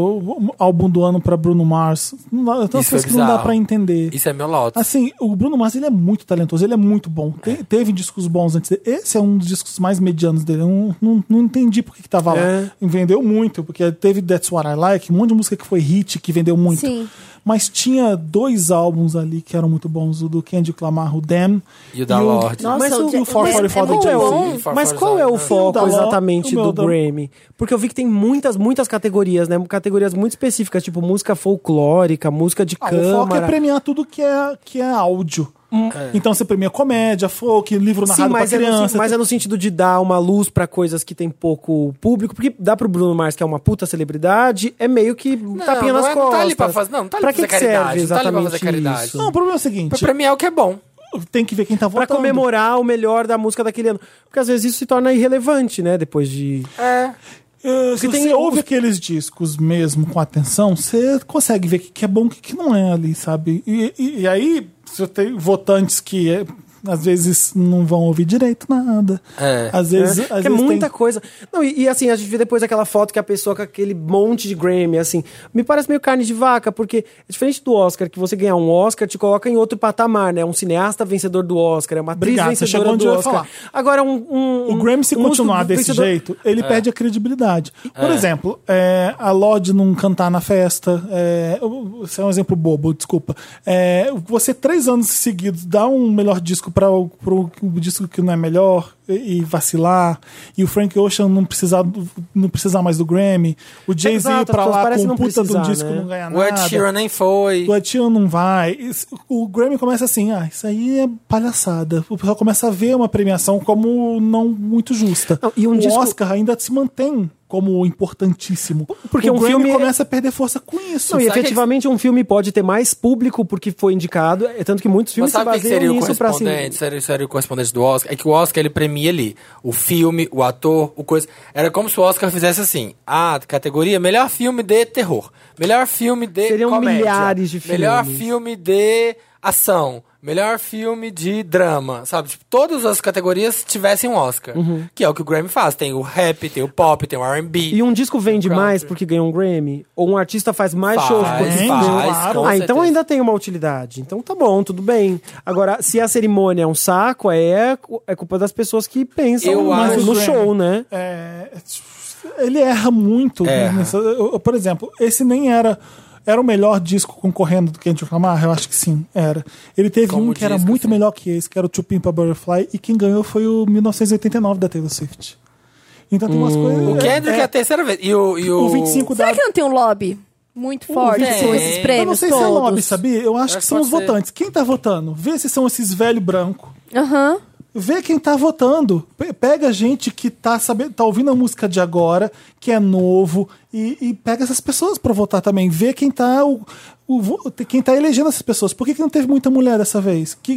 o álbum do ano pra Bruno Mars. Não dá- Então, Isso coisas foi que não dá bizarro. pra entender. Isso é meu lote. Assim, o Bruno Mars ele é muito talentoso, ele é muito bom. Te- teve discos bons antes dele. Esse é um dos discos mais medianos dele. Eu não, não, não entendi por que, que tava É. lá. E vendeu muito, porque teve That's What I Like, um monte de música que foi hit, que vendeu muito. Sim. Mas tinha dois álbuns ali que eram muito bons: o do Kendrick Lamar, o Damn. E o da Lorde. Nossa, Mas o, o- Jay- o quatro quatro quatro é do muito Jay-Z. bom. Sim. Mas qual é o O foco da Lo- exatamente o meu do da- Grammy? Porque eu vi que tem muitas, muitas categorias, né? Categorias muito específicas, tipo música folclórica, música de Ah, o foco é câmara. premiar tudo que é, que é áudio. Então você premia comédia, folk, livro Sim, narrado mas, pra é no, criança. sen- mas é no sentido de dar uma luz pra coisas que tem pouco público, porque dá pro Bruno Mars, que é uma puta celebridade, é meio que tapinha não nas é- costas. não tá ali pra fazer- não, não tá ali pra pra que fazer que serve caridade, não tá ali pra exatamente fazer caridade. isso? Não, o problema é o Pra seguinte: premiar o que é bom. tem que ver quem tá Pra votando. comemorar o melhor da música daquele ano. Porque às vezes isso se torna irrelevante, né? Depois de... É. É, se tem você os- ouve aqueles discos mesmo com atenção, você consegue ver o que, que é bom e o que, que não é ali, sabe? E, e- e aí, se eu tenho votantes que é, às vezes não vão ouvir direito nada. É. Às vezes, É, às porque é vezes muita tem... coisa. Não, e, e assim, a gente vê depois aquela foto que a pessoa com aquele monte de Grammy, assim, me parece meio carne de vaca, porque é diferente do Oscar, que você ganhar um Oscar te coloca em outro patamar, né? Um cineasta vencedor do Oscar, é uma atriz Obrigado, você vencedora chegou onde do eu ia Oscar. falar. Agora, um, um, O Grammy, se um músico continuar desse vencedor- jeito, ele perde a credibilidade. Por exemplo, é, a Lorde não cantar na festa. É, isso é um exemplo bobo, desculpa. É, você, três anos seguidos, dá um melhor disco para o pro disco que não é melhor e, e vacilar. E o Frank Ocean não precisar, não precisar mais do Grammy. O Jay-Z ir Exato, pra as pessoas lá parecem com um não puta de um precisar, disco né? não ganha O Ed nada. Sheeran nem foi. O Ed Sheeran não vai. Isso- O Grammy começa assim, ah, isso aí é palhaçada. O pessoal começa a ver uma premiação como não muito justa. Não, e um o disco- Oscar ainda se mantém como importantíssimo. Porque o um Grammy filme- começa a perder força com isso. Não, e Sabe efetivamente um filme pode ter mais público porque foi indicado, é tanto que muitos Mas filmes se sabe o que que baseiam seria o nisso pra assim... correspondente? Seria, seria o correspondente do Oscar? É que o Oscar, ele premia ali o filme, o ator, o coisa... Era como se o Oscar fizesse assim, a categoria melhor filme de terror, melhor filme de Seriam comédia, milhares de melhor filmes. filme de ação, melhor filme de drama, sabe? Tipo, todas as categorias tivessem um Oscar, que é o que o Grammy faz. Tem o rap, tem o pop, tem o R and B. E um disco vende Country. mais porque ganhou um Grammy? Ou um artista faz mais Faz, shows porque Vende, ganhou? claro. com Ah, então certeza. ainda tem uma utilidade. Então tá bom, tudo bem. Agora, se a cerimônia é um saco, é, é culpa das pessoas que pensam Eu mais acho- no Grammy. show, né? É, ele erra muito. Erra. nessa- eu- eu- por exemplo, esse nem era. Era o melhor disco concorrendo do Kendrick Lamar? Eu acho que sim, era. Ele teve Como um que era disco, muito sim. melhor que esse, que era o To Pimp a Butterfly, e quem ganhou foi o mil novecentos e oitenta e nove da Taylor Swift. Então tem umas coisas. O Kendrick é, a terceira vez. E o, e o... o vinte e cinco da. Será que não tem um lobby muito forte tem. com esses Eu prêmios Eu não sei todos? se é lobby, sabia? Eu acho Acho que são que os pode ser. votantes. Quem tá votando? Vê se são esses velho branco. Aham. Vê quem tá votando. Pe- Pega gente que tá sabendo, tá ouvindo a música de agora, que é novo, e, e pega essas pessoas pra votar também. Vê quem tá o, o vo- quem tá elegendo essas pessoas. Por que, que não teve muita mulher dessa vez? Que,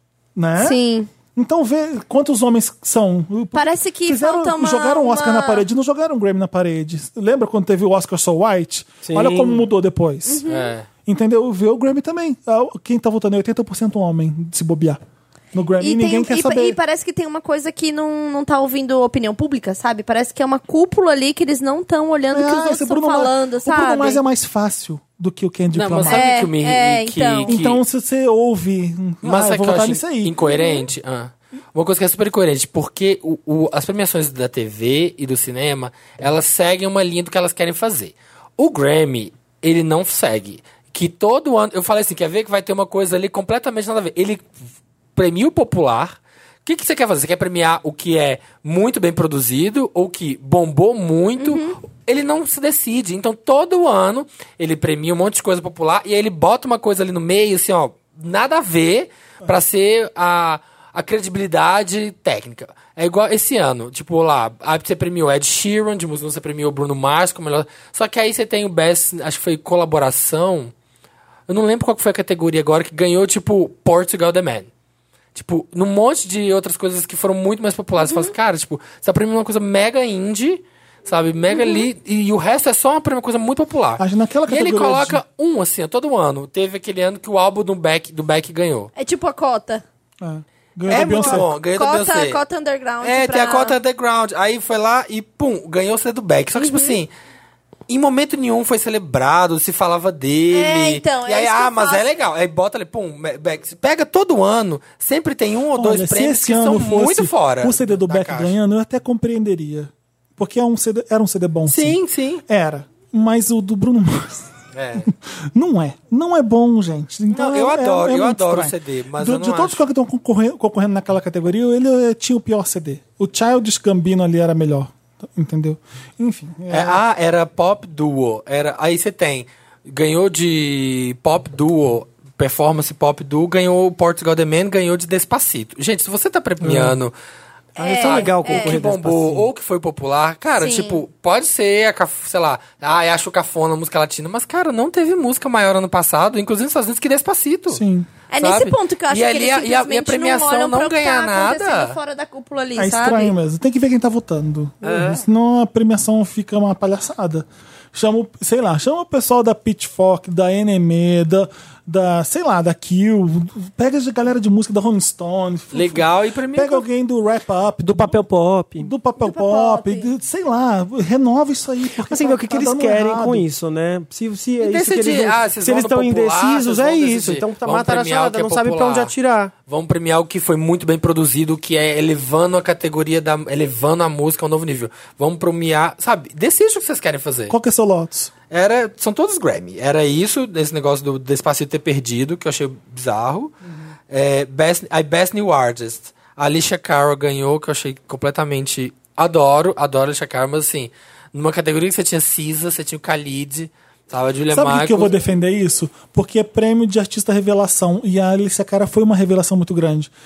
né? Sim. Então vê quantos homens são. Parece que Fizeram, falta uma- jogaram o Oscar uma- na parede, não jogaram o Grammy na parede. Lembra quando teve o Oscar So White? Sim. Olha como mudou depois. É. Entendeu? Vê o Grammy também. Ah, Quem tá votando é oitenta por cento homem, se bobear. No Grammy, e, E, ninguém tem, quer e, saber. e parece que tem uma coisa que não, não tá ouvindo opinião pública, sabe? Parece que é uma cúpula ali que eles não estão olhando o que os Ah, outros esse estão Bruno Mars- falando, O sabe? Bruno Mars é mais fácil do que o Kendrick Não, mas Lamar. sabe É, que me... é, que, então. que- Então, se você ouve, Mas ah, sabe eu vou que eu votar acho nisso aí. incoerente? Ah. Uma coisa que é super incoerente, porque o, o- as premiações da T V e do cinema, elas seguem uma linha do que elas querem fazer. O Grammy, ele não segue. Que todo ano... Eu falei assim, quer ver que vai ter uma coisa ali completamente nada a ver. Ele premia o popular. O que, que você quer fazer? Você quer premiar o que é muito bem produzido ou que bombou muito? Ele não se decide. Então, todo ano, ele premia um monte de coisa popular e aí ele bota uma coisa ali no meio, assim, ó, nada a ver pra ser a, a credibilidade técnica. É igual esse ano, tipo, lá, aí você premiou Ed Sheeran, de música você premiou Bruno Mars, como melhor. Só que aí você tem o Best, acho que foi colaboração. Eu não lembro qual que foi a categoria agora, que ganhou, tipo, Portugal The Man. Tipo, num monte de outras coisas que foram muito mais populares. Você fala assim, cara, tipo, você tá premiando uma coisa mega indie, sabe? Mega ali, e, o resto é só uma, uma coisa muito popular. Acho que naquela E ele categoria coloca um, assim, ó, todo ano. Teve aquele ano que o álbum do Beck, do Beck ganhou. É tipo a cota. É. Ganhou É da muito Beyoncé. bom, ganhou da Cota, Beyoncé. cota underground. É, pra... tem a cota underground. Aí foi lá e, pum, ganhou o C D do Beck. Só que, tipo assim, em momento nenhum foi celebrado, se falava dele. É, então, E é aí, isso que ah, eu mas faço. é legal. Aí bota ali, pum, Beck. Pega todo ano, sempre tem um ou dois Olha, se prêmios esse que são ano fosse muito fora. o C D do da Beck caixa. ganhando, eu até compreenderia. Porque é um C D, era um C D bom, sim. Sim, sim. Era. Mas o do Bruno Mars... É. Não é. Não é bom, gente. Então, Não, eu é- adoro, é eu muito adoro estranho. o C D, mas Do- eu não de todos acho. que estão concorrendo, concorrendo naquela categoria, ele eh, tinha o pior C D. O Childish Gambino ali era melhor. Entendeu? Enfim. É, ah, era Pop Duo. Era, aí você tem. Ganhou de Pop Duo, Performance Pop Duo, ganhou Portugal The Man, ganhou de Despacito. Gente, se você tá premiando. Ah, é tão legal que concorrer bombou Despacito. ou que foi popular, cara, Sim. tipo, pode ser, a, caf- sei lá, ah, eu acho cafona a música latina, mas, cara, não teve música maior ano passado, inclusive nos Estados Unidos, que Despacito. Sim. É sabe? nesse ponto que eu acho E que ali eles a- e a- e a simplesmente premiação não olham não pra o que ganha tá nada. acontecendo fora da cúpula ali, É sabe? estranho mesmo. Tem que ver quem tá votando. É. Senão a premiação fica uma palhaçada. Chama, o- sei lá, chama o pessoal da Pitchfork, da N M E, da, da sei lá, da Kill. Pega a galera de música da Rolling Stone. Legal e premia. Pega alguém do Wrap Up, Do papel pop. do Papel Do Pop, Pop. de- sei lá, renova isso aí. Porque Assim, tá- ver o que, que tá eles dando querem errado. com isso, né? Se, se é E isso que decidir, eles, ah, vocês se vão eles no estão popular, indecisos, vocês é vão isso. decidir. Então tá Vamos mata na premiar o salada, que é não sabe pra onde popular. atirar. Vamos premiar o que foi muito bem produzido, o que é elevando a categoria, da, elevando a música a um novo nível. Vamos premiar, sabe? Decide o que vocês querem fazer. Qual que é seu Lotus? Era, são todos Grammy. Era isso, esse negócio do Despacito ter perdido, que eu achei bizarro. É, Best, a Best New Artist. A Alicia Cara ganhou, que eu achei completamente... Adoro, adoro a Alicia Cara, mas assim, numa categoria que você tinha Cisa, você tinha o Khalid, sabe? A Julia Sabe por Michaels. que eu vou defender isso? Porque é prêmio de artista revelação. E a Alicia Cara foi uma revelação muito grande.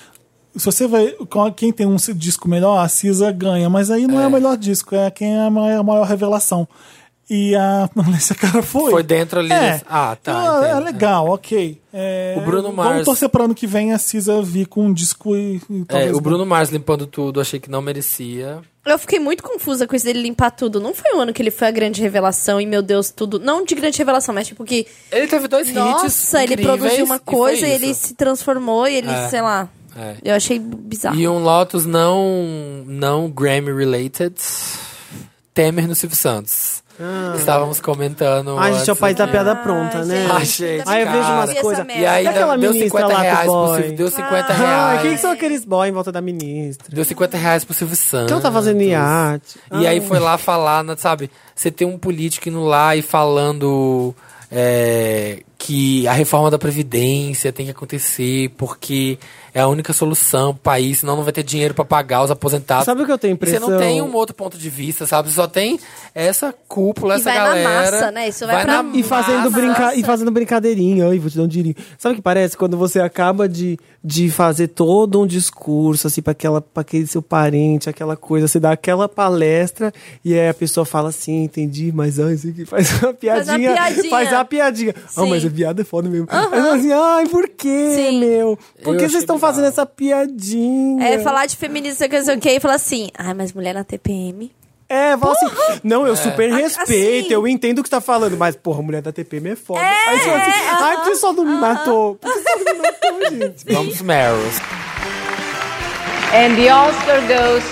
se você vai. Quem tem um disco melhor, a Cisa ganha. Mas aí não é, é o melhor disco, é quem é a maior, a maior revelação. E a Alessia Cara foi. Foi dentro ali. É. Desse... Ah, tá. Ah, é entendo. legal, ok. É, O Bruno Mars- Vamos torcer para ano que vem a Cisa vir com um disco e. e É, talvez o Bruno Mars limpando tudo, achei que não merecia. Eu fiquei muito confusa com isso dele limpar tudo. Não foi o ano que ele foi a grande revelação e, meu Deus, tudo... Não de grande revelação, mas tipo que... Ele teve dois hits Nossa, ele incríveis produziu uma e foi coisa e, isso. ele se transformou e ele, É. sei lá... É. Eu achei bizarro. E um Lotus não, não Grammy-related, Temer no Silvio Santos. Estávamos comentando Ai, gente, é o antes. país da piada pronta, né? Ai, gente, Aí eu vejo cara. umas Essa coisas. merda. E aí E aquela deu ministra cinquenta lá com o reais pro boy? Silvio, deu cinquenta Ai, reais. quem são aqueles boy em volta da ministra? Deu cinquenta reais pro Silvio Santos. Quem tá fazendo iate? E aí foi lá falar, né, sabe? Você tem um político indo lá e falando é, que a reforma da Previdência tem que acontecer porque é a única solução pro país, senão não vai ter dinheiro pra pagar os aposentados. Sabe o que eu tenho E você impressão? não tem um outro ponto de vista, sabe? Você só tem essa cúpula, E essa vai na galera. massa, né? Isso vai pra na E fazendo, Nossa. brinca... e fazendo brincadeirinha. Ai, vou te dar um dinheirinho. Sabe o que parece? Quando você acaba de, de fazer todo um discurso, assim, pra, aquela, pra aquele seu parente, aquela coisa, você dá aquela palestra e aí a pessoa fala assim, entendi, mas ai, isso aqui faz uma piadinha. piadinha. Faz a piadinha. Ah, Sim. mas a piada é foda mesmo. Aí eu falo assim, ai, por quê, Sim. meu? Por Eu que achei vocês estão bizarro. fazendo essa piadinha? É, falar de feminismo, sei o que, não sei o que, e falar assim, ai, mas mulher na T P M... É, fala assim, não, eu super A- respeito, assim. eu entendo o que você tá falando, mas, porra, a mulher da T P M é foda. Aí você fala assim, ai, por que só não me matou? Por que só não me matou, gente? Vamos Meryls. And the Oscar goes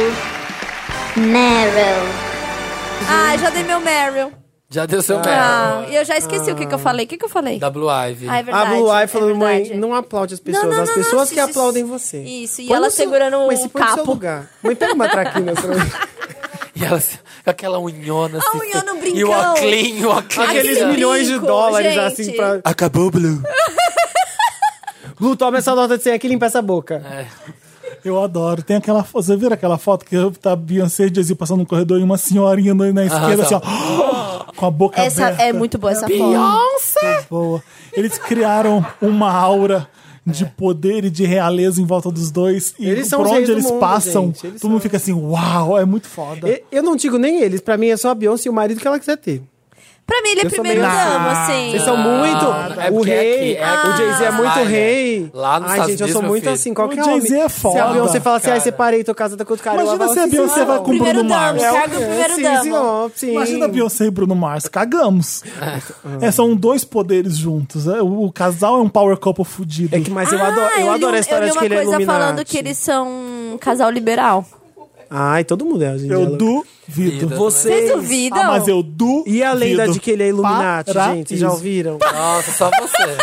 to Meryl. Ah, já dei meu Meryl. Já deu seu Ah, Meryl. e eu já esqueci o que, que eu falei. O que, que eu falei? Da Blue Ivy. Ah, é A verdade. Blue Eye é falando, mãe, verdade. não aplaude as pessoas, Não, não, as não, pessoas não, que isso- aplaudem você. Isso, e Põe ela no seu- segurando mas se o põe no seu capo. lugar. Mãe, pega uma traquina pra mim. E ela assim, com aquela unhona assim. unha no E o brincão. oclinho, o oclinho. Aqueles Aquele milhões de brinco, dólares, gente. assim, pra... Acabou, Blue. Blue, toma essa nota de cem aqui e limpa essa boca. É. Eu adoro. Tem aquela. Você viram aquela foto que tá Beyoncé e Jay-Z passando no corredor e uma senhorinha na, na esquerda, assim, tá. ó. Com a boca Essa aberta. é muito boa, essa foto. Beyoncé! Boa. Eles criaram uma aura de poder e de realeza em volta dos dois. E Eles são por os onde reis do eles mundo, passam, gente. Eles todo mundo são- fica assim, uau, é muito foda. E- Eu não digo nem eles, pra mim é só a Beyoncé e o marido que ela quiser ter. Pra mim, ele é Eu sou primeiro meio damo, assim. assim. Vocês são muito. é o porque rei. aqui é o Jay-Z é muito lá, né? rei. Lá nos Ai, Estados gente, eu Unidos, sou meu muito filho. assim. Qualquer O Jay-Z homem. é Se a foda, Beyoncé fala assim, ai, cara. separei, tô casada com outro cara. Imagina eu falo se a assim, Beyoncé sim, vai não. com o Primeiro Bruno damo, Mars. cargo primeiro sim, damo. sim, ó, sim. Imagina a Beyoncé e Bruno Mars, cagamos. É, são dois poderes juntos. é, O, o casal é um power couple fudido. É que, mas eu adoro, Ah, eu li adoro um- a história eu li de que ele é uma coisa Illuminati. falando que eles são um casal liberal. Ai, todo mundo é hoje em dia. Eu louco. duvido. Vida. Vocês... Vocês duvidam? Ah, mas eu duvido. E a lenda de que ele é Illuminati, Paraíso. gente? Vocês já ouviram? Nossa, só você.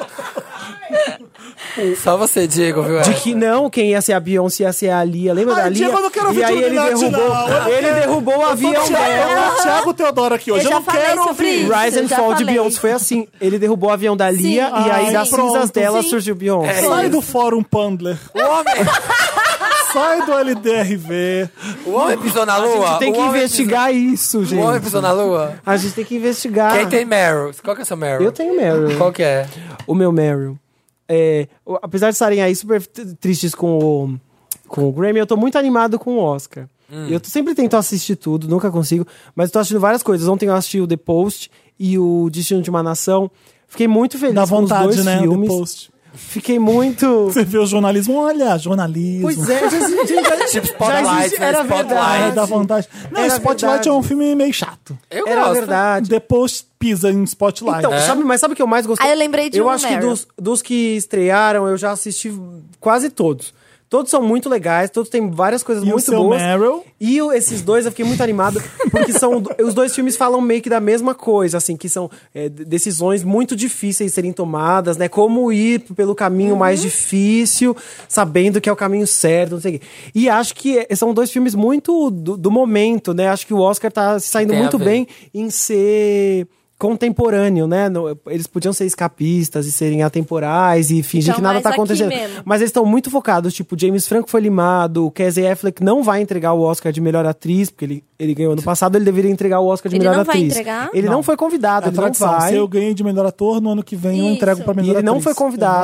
Só você, Diego, viu? De que não, quem ia ser a Beyoncé ia ser a Lia. Lembra Ai, da Lia? Diego, eu não quero e ouvir aí de ele Illuminati, derrubou, não. Eu ele derrubou o Eu avião tô Thiago, dela. eu tô Thiago Teodoro aqui hoje. Eu Eu, já não falei quero sobre ouvir. isso. Rise and já Fall de falei. Beyoncé foi assim. Ele derrubou o avião da Lia Sim. e aí Ai, das pronto, cinzas dela sim. surgiu Beyoncé. Sai do Fórum Pandler. O homem, Sai do L D R V. o homem pisou na A lua. gente tem O que homem investigar isso, pisou- O homem gente. pisou na lua. A gente tem que investigar. Quem tem Meryl? Qual que é o seu Meryl? Eu tenho Meryl. Qual que é? O meu Meryl. É, o- apesar de estarem aí super t- tristes com o, com o Grammy, eu tô muito animado com o Oscar. Eu t- sempre tento assistir tudo, nunca consigo, mas tô assistindo várias coisas. Ontem eu assisti o The Post e o Destino de uma Nação. Fiquei muito feliz Dá com os vontade, dois né? filmes. The Post. Fiquei muito... Você vê o jornalismo, olha, jornalismo. Pois é, já, existe- já, Tipo já Spotlight, existe, né? era Spotlight. É, verdade. dá vontade. Não, Era Spotlight verdade. é um filme meio chato. Eu Era gosto. verdade. The Post pisa em Spotlight. Então, É? sabe, mas sabe o que eu mais gostei? Ah, eu lembrei de Eu um acho que Meryl. dos, dos que estrearam, eu já assisti quase todos. Todos são muito legais, todos têm várias coisas E o muito seu boas. Meryl? E o- esses dois eu fiquei muito animado, porque são os dois filmes falam meio que da mesma coisa, assim, que são é, d- decisões muito difíceis de serem tomadas, né? Como ir pelo caminho Uhum. mais difícil, sabendo que é o caminho certo, não sei o quê. E acho que é, são dois filmes muito do, do momento, né? Acho que o Oscar tá se saindo Tem a muito ver. bem em ser contemporâneo, né? No- eles podiam ser escapistas e serem atemporais e fingir Então, que nada mais tá aqui acontecendo. mesmo. Mas eles estão muito focados, tipo, James Franco foi limado, o Casey Affleck não vai entregar o Oscar de melhor atriz, porque ele, ele ganhou ano passado, ele deveria entregar o Oscar de Ele melhor não vai atriz. entregar? Ele não, Não. foi convidado, É ele não tradição. vai. Se eu ganhei de melhor ator, no ano que vem eu Isso. entrego pra E melhor ele não atriz. foi convidado. Ele não foi.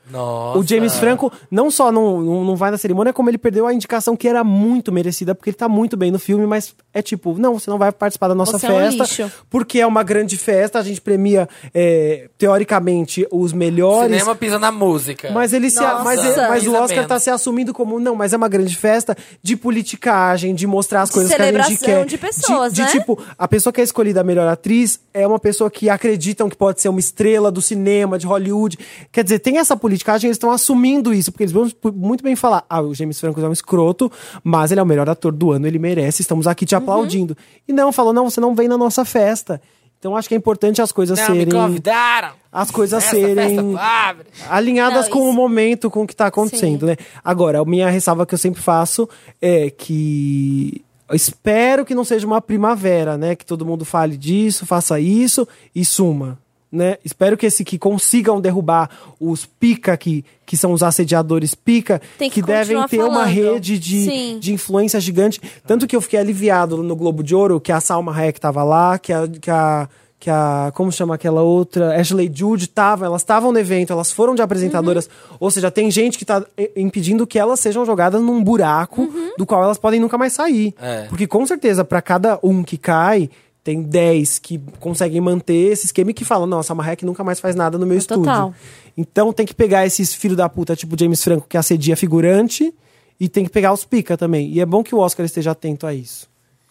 Nossa. O James Franco não só não, não, não vai na cerimônia, como ele perdeu a indicação que era muito merecida, porque ele tá muito bem no filme, mas é tipo, não, você não vai participar da nossa Você é um festa, lixo. porque é uma grande festa, a gente premia, é, teoricamente, os melhores. Cinema pisa na música. Mas ele se, Nossa. mas, é- mas o Pisa Oscar menos. tá se assumindo como, não, mas é uma grande festa de politicagem, de mostrar as De coisas que a gente celebração quer. de pessoas, de, né? de, tipo, a pessoa que é escolhida a melhor atriz é uma pessoa que acreditam que pode ser uma estrela do cinema, de Hollywood. Quer dizer, tem essa politicagem, eles estão assumindo isso, porque eles vão muito bem falar, ah, o James Franco é um escroto, mas ele é o melhor ator do ano, ele merece, estamos aqui te aplaudindo. E não, falou, não, você não vem na nossa festa. Então acho que é importante as coisas Não, me serem... convidaram. As coisas Essa serem festa pobre. alinhadas Não, com isso- o momento, com o que tá acontecendo, Sim. né? Agora, a minha ressalva que eu sempre faço é que eu espero que não seja uma primavera, né? Que todo mundo fale disso, faça isso e suma, né? Espero que esse que consigam derrubar os pica que, que são os assediadores pica, Tem que devem continuar ter uma falando. rede de, Sim. de influência gigante. Tanto que eu fiquei aliviado no Globo de Ouro que a Salma Hayek tava lá, que a, que a que a, como chama aquela outra, Ashley Judd tava, elas estavam no evento, elas foram de apresentadoras, Uhum. ou seja, tem gente que tá eh, impedindo que elas sejam jogadas num buraco Uhum. do qual elas podem nunca mais sair. É. Porque com certeza, pra cada um que cai, tem dez que conseguem manter esse esquema e que falam, não, a Salma Hayek nunca mais faz nada no meu estúdio. Total. Então tem que pegar esses filhos da puta, tipo James Franco, que assedia figurante, e tem que pegar os pica também. E é bom que o Oscar esteja atento a isso.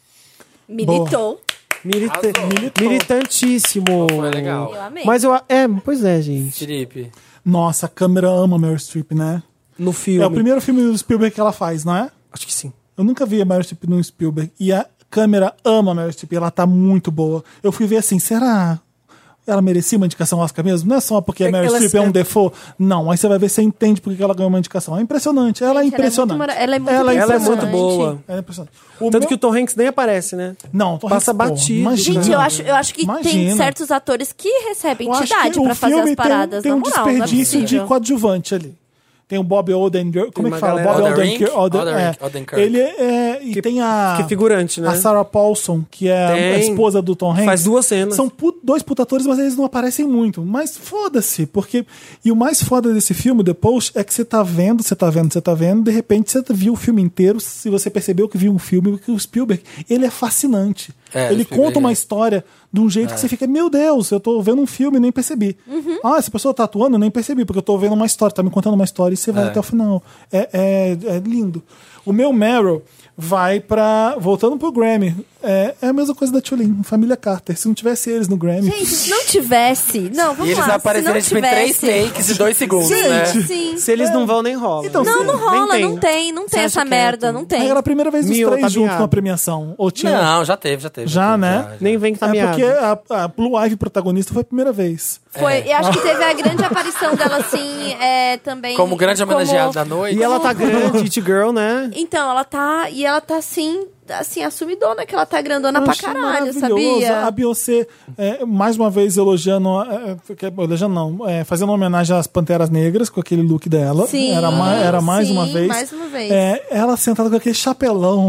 Militou. Milita Arrasou. militantíssimo. Foi legal. Eu amei. Mas eu. É, pois é, gente. Felipe. Nossa, a câmera ama Meryl Streep, né? No filme. É o primeiro filme do Spielberg que ela faz, não é? Acho que sim. Eu nunca vi a Meryl Streep no Spielberg. E a câmera ama a Meryl Streep. Ela tá muito boa. Eu fui ver assim, será... Ela merecia uma indicação Oscar mesmo? Não é só porque a É que Meryl ela- Streep é um default. Não, aí você vai ver, você entende porque que ela ganhou uma indicação. É impressionante. Ela é Gente, ela é muito impressionante. mara- ela é muito Ela é impressionante. muito boa. Ela é impressionante. O Tanto meu- que o Tom Hanks nem aparece, né? Não, Tom passa Hanks, pô, batido. imagina. Gente, eu acho, eu acho que Imagina. tem certos atores que recebem Eu acho entidade que o pra fazer filme as paradas, tem, tem um na moral, não é desperdício de possível. coadjuvante ali. Tem o Bob Odenkirk, como é uma que fala? galera- Bob Odenkirk? Odenkirk. Oden- Odenkirk, é. Odenkirk. Ele é... E Que- tem a... que é figurante, né? A Sarah Paulson, que é a Tem. esposa do Tom Hanks. Faz duas cenas. São pu- dois putatores, mas eles não aparecem muito. Mas foda-se, porque... E o mais foda desse filme, The Post, é que você tá vendo, você tá vendo, você tá vendo, de repente você viu o filme inteiro, se você percebeu que viu um filme, porque o Spielberg, ele é fascinante. É, ele o Spielberg conta uma é. história de um jeito que você fica, meu Deus, eu tô vendo um filme e nem percebi. Ah, essa pessoa tá atuando, eu nem percebi, porque eu tô vendo uma história, tá me contando uma história e você vai É. até o final. É, é, é lindo. O meu Meryl vai pra... Voltando pro Grammy. É, é a mesma coisa da Tulin, Família Carter. Se não tivesse eles no Grammy... Gente, se não tivesse... Não, vamos E eles lá. apareceram se tipo, não em três tivesse... takes de dois segundos, Gente! né? Sim. Se eles não vão, nem rola. Então, Não, não Nem rola, não tem, não Você tem acha essa que é, merda, tudo? não tem. Aí era a primeira vez os Mil, três tá juntos miado. na premiação. Ou tinha... Não, já teve, já teve. Já, teve, né? já. Nem vem que tá É miado. porque a, a Blue Ivy protagonista foi a primeira vez. Foi, e acho que teve a grande aparição dela, assim, é, também... Como grande homenageado da noite. E ela tá grande, It Girl, né? Então, ela tá... E ela tá, assim, assim, assumidona, que ela tá grandona Eu pra achei caralho, maravilhoso. sabia? A Beyoncé, é, mais uma vez, elogiando... É, é, elogiando não, é, fazendo uma homenagem às Panteras Negras, com aquele look dela. Sim, era, ma- era mais sim, uma vez. mais uma vez. É, ela sentada com aquele chapelão.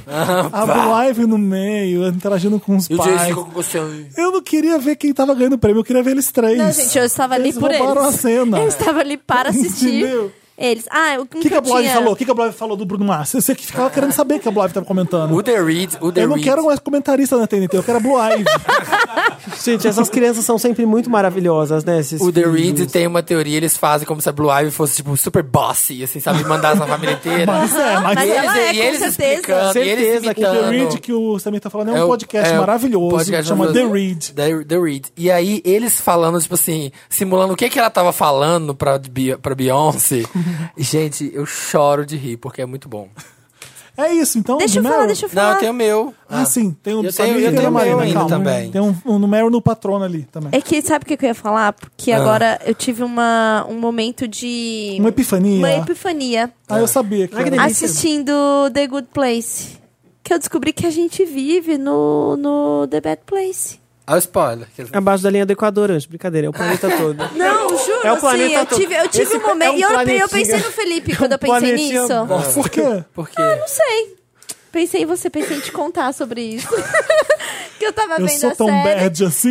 a Blue Ivy no meio, interagindo com os E o pais. Jason ficou com você. Eu não queria ver quem tava ganhando o prêmio, eu queria ver eles três. Não, gente, eu estava ali Eles por eles. roubaram a cena. Eu estava ali para assistir Entendeu? eles. Ah, o O que, que a eu Blue Ivy tinha... falou? O que, que a Blue Ivy falou do Bruno Mars? Você que ficava querendo saber o que a Blue Ivy tava comentando. O The Reed, o The Eu não Reed. quero mais comentarista na T N T, eu quero a Blue Ivy. Gente, essas crianças são sempre muito maravilhosas, né? Esses O The filhos. Reed tem uma teoria, eles fazem como se a Blue Ivy fosse, tipo, super bossy, assim, sabe? Mandar essa família inteira. Mas é, mas Mas e ela eles, é, e com eles certeza. explicando, e eles Certeza que O The imitando. Read que o Samir tá falando é um É o- podcast é o maravilhoso, podcast chama The maravilhoso. Read. The, The Read. E aí, eles falando, tipo assim, simulando o que, que ela tava falando pra, Bi- pra Beyoncé. Gente, eu choro de rir, porque é muito bom. É isso, então. Deixa de eu falar, Meryl? deixa eu Não, falar. eu tenho o meu. Ah, sim, tem o do Eu tenho- Samir eu e tenho da o meu Marina, ainda calma. também. Tem um, um no Meryl no Patrono ali também. É que, sabe o que que eu ia falar? Porque Ah. agora eu tive uma, um momento de... Uma epifania. Uma epifania. Ah, eu sabia que Ai, que era. delícia. Assistindo The Good Place. Que eu descobri que a gente vive no, no The Bad Place. Olha o spoiler. Abaixo da linha do Equador, antes. Brincadeira, é o planeta todo. Não, juro, É o assim, planeta eu todo. tive, eu tive Esse um momento... é um e eu, eu planetinha. pensei no Felipe quando eu pensei planetinha nisso. bosta. Por quê? Por quê? Não sei. Pensei em você, pensei em te contar sobre isso. Que eu tava Eu vendo sou a tão série. bad assim. Não,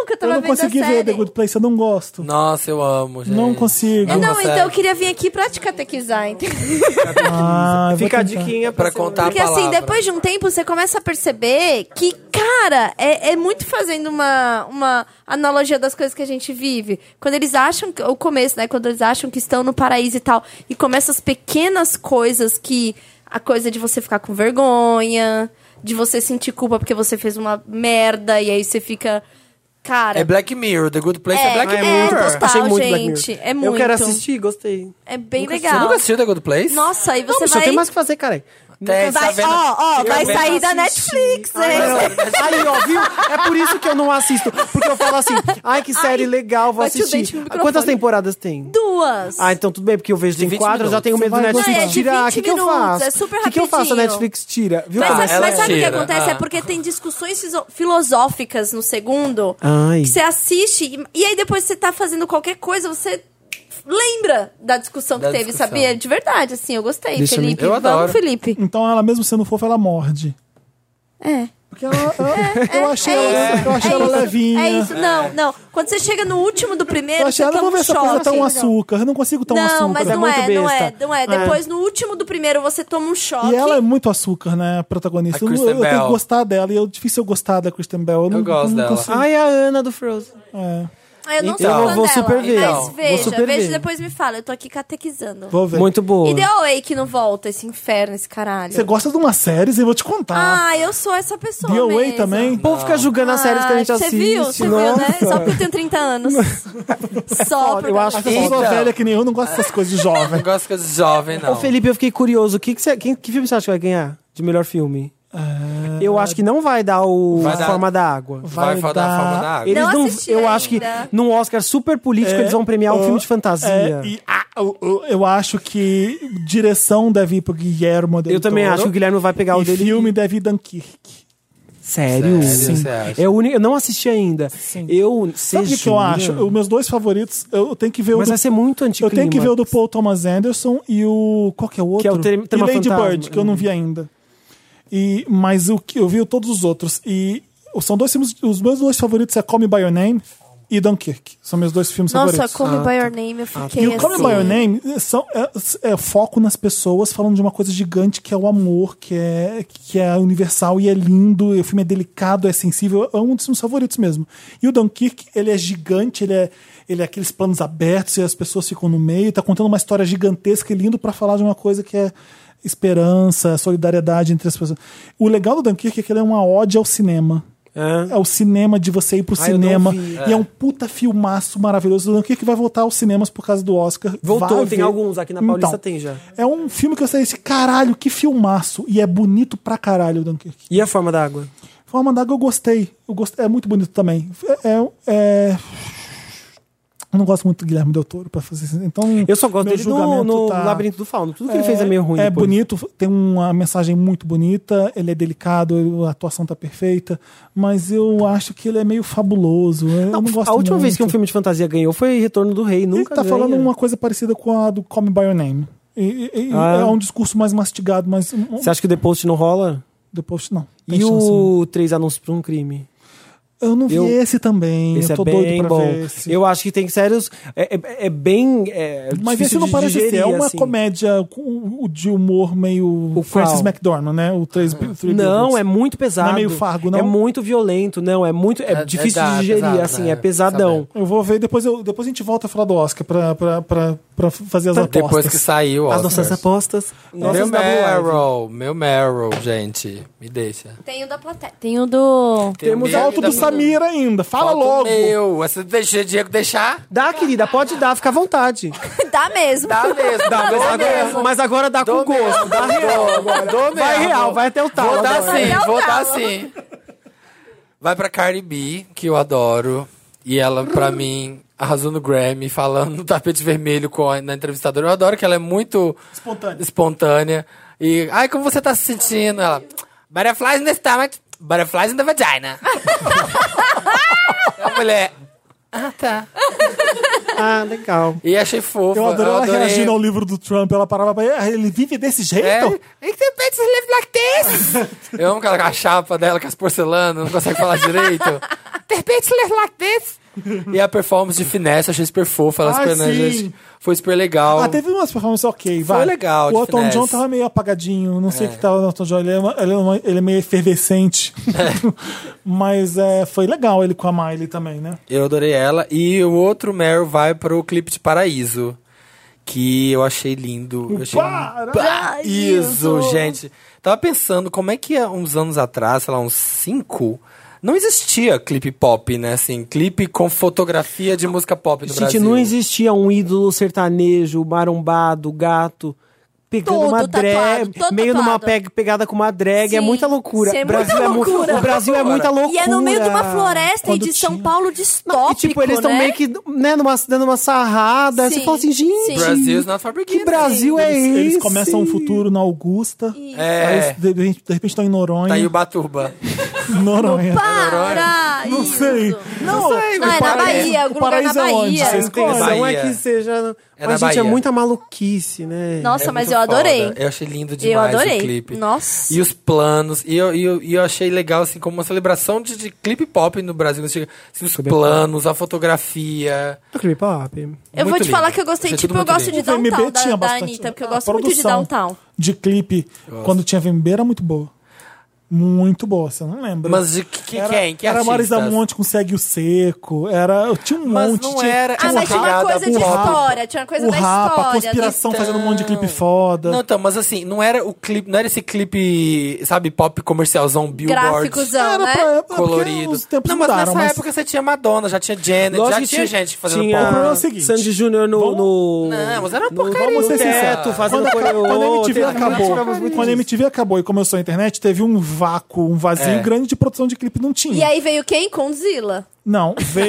Não, que eu tava Eu não vendo a consegui série. ver The Good Place, eu não gosto. Nossa, eu amo, gente. Não consigo. É, não, consegue. então eu queria vir aqui pra te catequizar, entendeu? Ah, eu vou Fica a tentar. diquinha Pra você- contar Porque a assim, palavra. depois de um tempo, você começa a perceber que, cara, é, é muito fazendo uma, uma analogia das coisas que a gente vive. Quando eles acham, que- o começo, né? Quando eles acham que estão no paraíso e tal, e começam as pequenas coisas que... A coisa de você ficar com vergonha, de você sentir culpa porque você fez uma merda, e aí você fica... Cara, É Black Mirror, The Good Place é, É, Black é, Mirror. total. Achei muito Black gente, Mirror. é Eu muito. quero assistir, gostei. é bem Nunca legal. Você nunca assistiu The Good Place? Nossa, aí Não, você bicho, eu vai... tenho mais o que fazer, cara. Tem, Vai, tá vendo? ó, ó, Fica vai vendo sair da assistir. Netflix, Ai, hein? não. Aí, ó, viu? É por isso que eu não assisto. Porque eu falo assim, ai, que série Ai, legal, vou bati o dente assistir. no microfone. Quantas temporadas tem? Duas. Ah, então tudo bem, porque eu vejo tem vinte quatro, eu já minutos. tenho medo do Você vai Netflix gostar. tirar. É, O de que, que eu vinte minutos, faço? é super O que, que eu faço? A rapidinho. Netflix tira. Viu? Mas, Tá. mas ela sabe o que tira, acontece? ah. É porque tem discussões fiso- filosóficas no segundo Ai. que você assiste e, e aí depois você tá fazendo qualquer coisa, você lembra da discussão que Da teve, discussão. sabia? De verdade, assim, eu gostei, Deixa eu me- Felipe. Eu Vamos, adoro. Felipe. Então ela, mesmo sendo fofa, ela morde. É. Porque ela, eu, eu achei É ela, isso, eu achei é ela isso, levinha. É isso, não, não. Quando você chega no último do primeiro, Eu achei você ela, não toma vou ver um essa coisa choque. tão açúcar. Eu não consigo tão Não, açúcar. mas É não muito é, não é, besta. não é. É. Depois, no último do primeiro, você toma um choque. E ela é muito açúcar, né, a protagonista. A Eu, Kristen eu tenho Bell. que gostar dela. E é difícil eu gostar da Kristen Bell. Eu, não, gosto não dela. consigo. Ai, a Ana do Frozen. É, Ah, eu não Então, sou eu fã vou dela, super ver. mas Vou veja, super veja ver. e depois me fala. Eu tô aqui catequizando. vou ver. Muito boa. E The Away que não volta, esse inferno, esse caralho. Você gosta de umas séries? Eu vou te contar. Ah, eu sou essa pessoa The Away mesmo. também? O povo fica julgando as séries que a gente Ah, assiste. Você viu? Você viu, Nossa. né? Só porque eu tenho trinta anos. Só porque Eu acho As que pessoas Então. velhas que nem eu não gostam dessas coisas de jovem. Não gosto de coisa de jovem, não. Ô, Felipe, eu fiquei curioso. Que, que, você- quem- que filme você acha que vai ganhar de melhor filme? Eu acho que não vai dar o Vai dar- Forma da Água. Vai, vai dar a dar- forma da água. Eles Não não, assisti eu acho que ainda. num Oscar super político eles vão premiar um uh, filme de fantasia. É, e, ah, eu, eu- eu acho que direção deve ir pro Guillermo del eu também Toro, acho que o Guilherme vai pegar o e dele. filme deve ir Dunkirk. Sério? Sério, você acha? É o único, eu não assisti ainda. Eu Sabe o que, que eu acho? Os meus dois favoritos, eu tenho que ver o Mas do, vai ser muito antigo. eu tenho que ver o do Paul Thomas Anderson e o qual que é o outro? Que é o Trem- e Trema Lady Fantasma. Bird, que eu não vi ainda. E mas o que eu vi todos os outros e são dois filmes, os meus dois favoritos é Call Me by Your Name e Dunkirk. São meus dois filmes Nossa, favoritos. Call Me By Your Name, eu fiquei E o Call Me assim... By Your Name são, é, é foco nas pessoas falando de uma coisa gigante que é o amor, que é, que é universal e é lindo. E o filme é delicado, é sensível. É um dos meus favoritos mesmo. E o Dunkirk, ele é gigante, ele é, ele é aqueles planos abertos e as pessoas ficam no meio. Tá contando uma história gigantesca e lindo pra falar de uma coisa que é esperança, solidariedade entre as pessoas. O legal do Dunkirk é que ele é uma ode ao cinema. É. É o cinema de você ir pro Ah, eu não cinema. vi. E é um puta filmaço maravilhoso. O Dunkirk vai voltar aos cinemas por causa do Oscar. Voltou, Vai tem ver. alguns. Aqui na Paulista Então, tem já. É um filme que eu sei esse caralho, que filmaço. E é bonito pra caralho o Dunkirk. E a Forma da Água? Forma d'Água eu gostei. Eu gostei. É muito bonito também. É, é- é- Eu não gosto muito do Guilherme Del Toro pra fazer isso. Então, Eu só gosto meu dele no, julgamento no tá- Labirinto do Fauno. Tudo que ele fez é meio ruim. É depois. bonito, tem uma mensagem muito bonita, ele é delicado, a atuação tá perfeita, mas eu acho que ele é meio fabuloso. Eu não, Não, gosto a última vez que um muito. filme de fantasia ganhou foi Retorno do Rei. Ele Nunca tá ganha. falando uma coisa parecida com a do Call Me By Your Name. E- e- e Ah. É um discurso mais mastigado, mas um- Você acha que o The Post não rola? depois não. Tem E chance, não. o Três Anúncios para um Crime? Eu não vi eu- esse também. Esse eu tô é bem doido pra bom. ver esse. Eu acho que tem sérios. É, é, é bem. É, Mas difícil esse não de parece digerir, ser. É uma assim. comédia com o de humor meio O Francis qual? McDormand, né? O três, Three Não, Billboards. é muito pesado. Não é meio Fargo, não? É muito violento, não. É muito. É, É- é difícil da- de digerir, pesado, assim. né? É pesadão. Eu vou ver, depois, eu, depois a gente volta a falar do Oscar pra, pra, pra, pra fazer as apostas. Depois que saiu, As ó. nossas apostas. Meu Nossas W Live. Meryl, meu Meryl, gente. Me deixa. Tem o da plateia. Tem o do... Temos Tem o alto meu do da- Samir ainda. Fala Falta o logo. Meu, você deixa o Diego deixar? Dá, querida, pode dar, fica à vontade. Dá mesmo. Dá mesmo. Dá, mas, Dou agora, mesmo. mas agora dá com Dou gosto. mesmo. Dá real Dou, agora. dou Vai mesmo. real, vai até o talo. Vou dar agora. sim, Até o vou dar talo. sim. Vai pra Cardi B, que eu adoro. E ela, pra mim, arrasou no Grammy, falando no tapete vermelho com a, na entrevistadora. Eu adoro que ela é muito Espontânea. espontânea. E, ai, como você tá se sentindo? Ela, butterflies in the stomach, butterflies in the vagina. A mulher, ah, tá. Ah, legal. E achei fofo. Eu adorei ela adorei. reagindo ao livro do Trump. Ela parava pra ele. Ele vive desse jeito? É, he can pay bitches live like this. Eu amo aquela chapa dela, com as porcelanas, não consegue falar direito. The bitches live like this. E a performance de Finesse, achei super fofa. Ela Ah, super, né, sim. gente, foi super legal. Ah, teve umas performances ok, vai. Foi legal, O de Elton finesse. John tava meio apagadinho, não sei o que tava no Elton John, ele é, uma- ele é, uma- ele é meio efervescente. Mas é, foi legal ele com a Miley também, né? Eu adorei ela. E o outro Meryl vai pro clipe de Paraíso. Que eu achei lindo. Eu achei Paraíso! Paraíso, gente. Tava pensando como é que há uns anos atrás, sei lá, uns cinco, não existia clipe pop, né? Assim, clipe com fotografia de música pop no Gente, Brasil. não existia um ídolo sertanejo, marombado, gato, pegando Todo uma drag, tatuado, todo meio numa tatuado. pe- pegada com uma drag. É Sim, muita loucura. sim, é O Brasil muita mu- loucura. o Brasil é muita loucura. E é no meio de uma floresta e Quando de São tinha- Paulo Não, distópico, e tipo, eles estão né? meio que, né, numa, dando uma sarrada. Você Sim, fala assim, gente, sim. Brasil's not for que beginners. Brasil é esse? Eles começam um futuro na Augusta. É. Aí, de repente de repente estão em Noronha. Tá aí o Batuba. Noronha. Para! Não isso. sei. Não, Não, é na Paraíso- Bahia, o algum lugar na Paraíso é onde? Bahia. Vocês A intenção Bahia. é que seja... É Mas, na gente, é Bahia. muita maluquice, né? Nossa, É mas muito eu adorei. foda. Eu achei lindo Eu demais adorei. o clipe. Nossa. E os planos. E eu, e eu, e eu achei legal, assim, como uma celebração de, de clipe pop no Brasil. Assim, os planos, a fotografia. É clipe pop. Eu Muito vou te lindo. falar que eu gostei, Achei tipo, tudo eu muito gosto lindo. de O V M B Downtown da, tinha da bastante. Anitta, porque eu a gosto muito de produção Downtown. de clipe, quando tinha V M B, era muito boa. Muito boa, você não lembra? Mas de que, que era, quem? Que Era Marisa artistas? Monte com Segue o Seco. Era, tinha um Mas monte. não tinha, era- tinha Ah, o mas tinha uma Rapa, coisa de o Rapa, história, tinha uma coisa o da Rapa, história. a conspiração do- fazendo um monte de clipe foda. Não, então, mas assim, não era o clipe, não era esse clipe, sabe, pop comercialzão, billboard. Gráficozão, Era né? pra época, Colorido. porque os tempos Não, mas mudaram, nessa mas época você tinha Madonna, já tinha Janet, Lógico já que tinha gente fazendo tinha pop. O problema é o seguinte, Sandy Júnior no, vamos- no... Não, mas era uma no- porcaria. Vamos ser teto, sinceros. fazendo Quando, a- coreô, quando a M T V teve- acabou, tivemos muito quando a disso. M T V acabou e começou a internet, teve um vácuo, um vazio É. grande de produção de clipe, não tinha. E aí veio quem? Condzilla. Não, veio.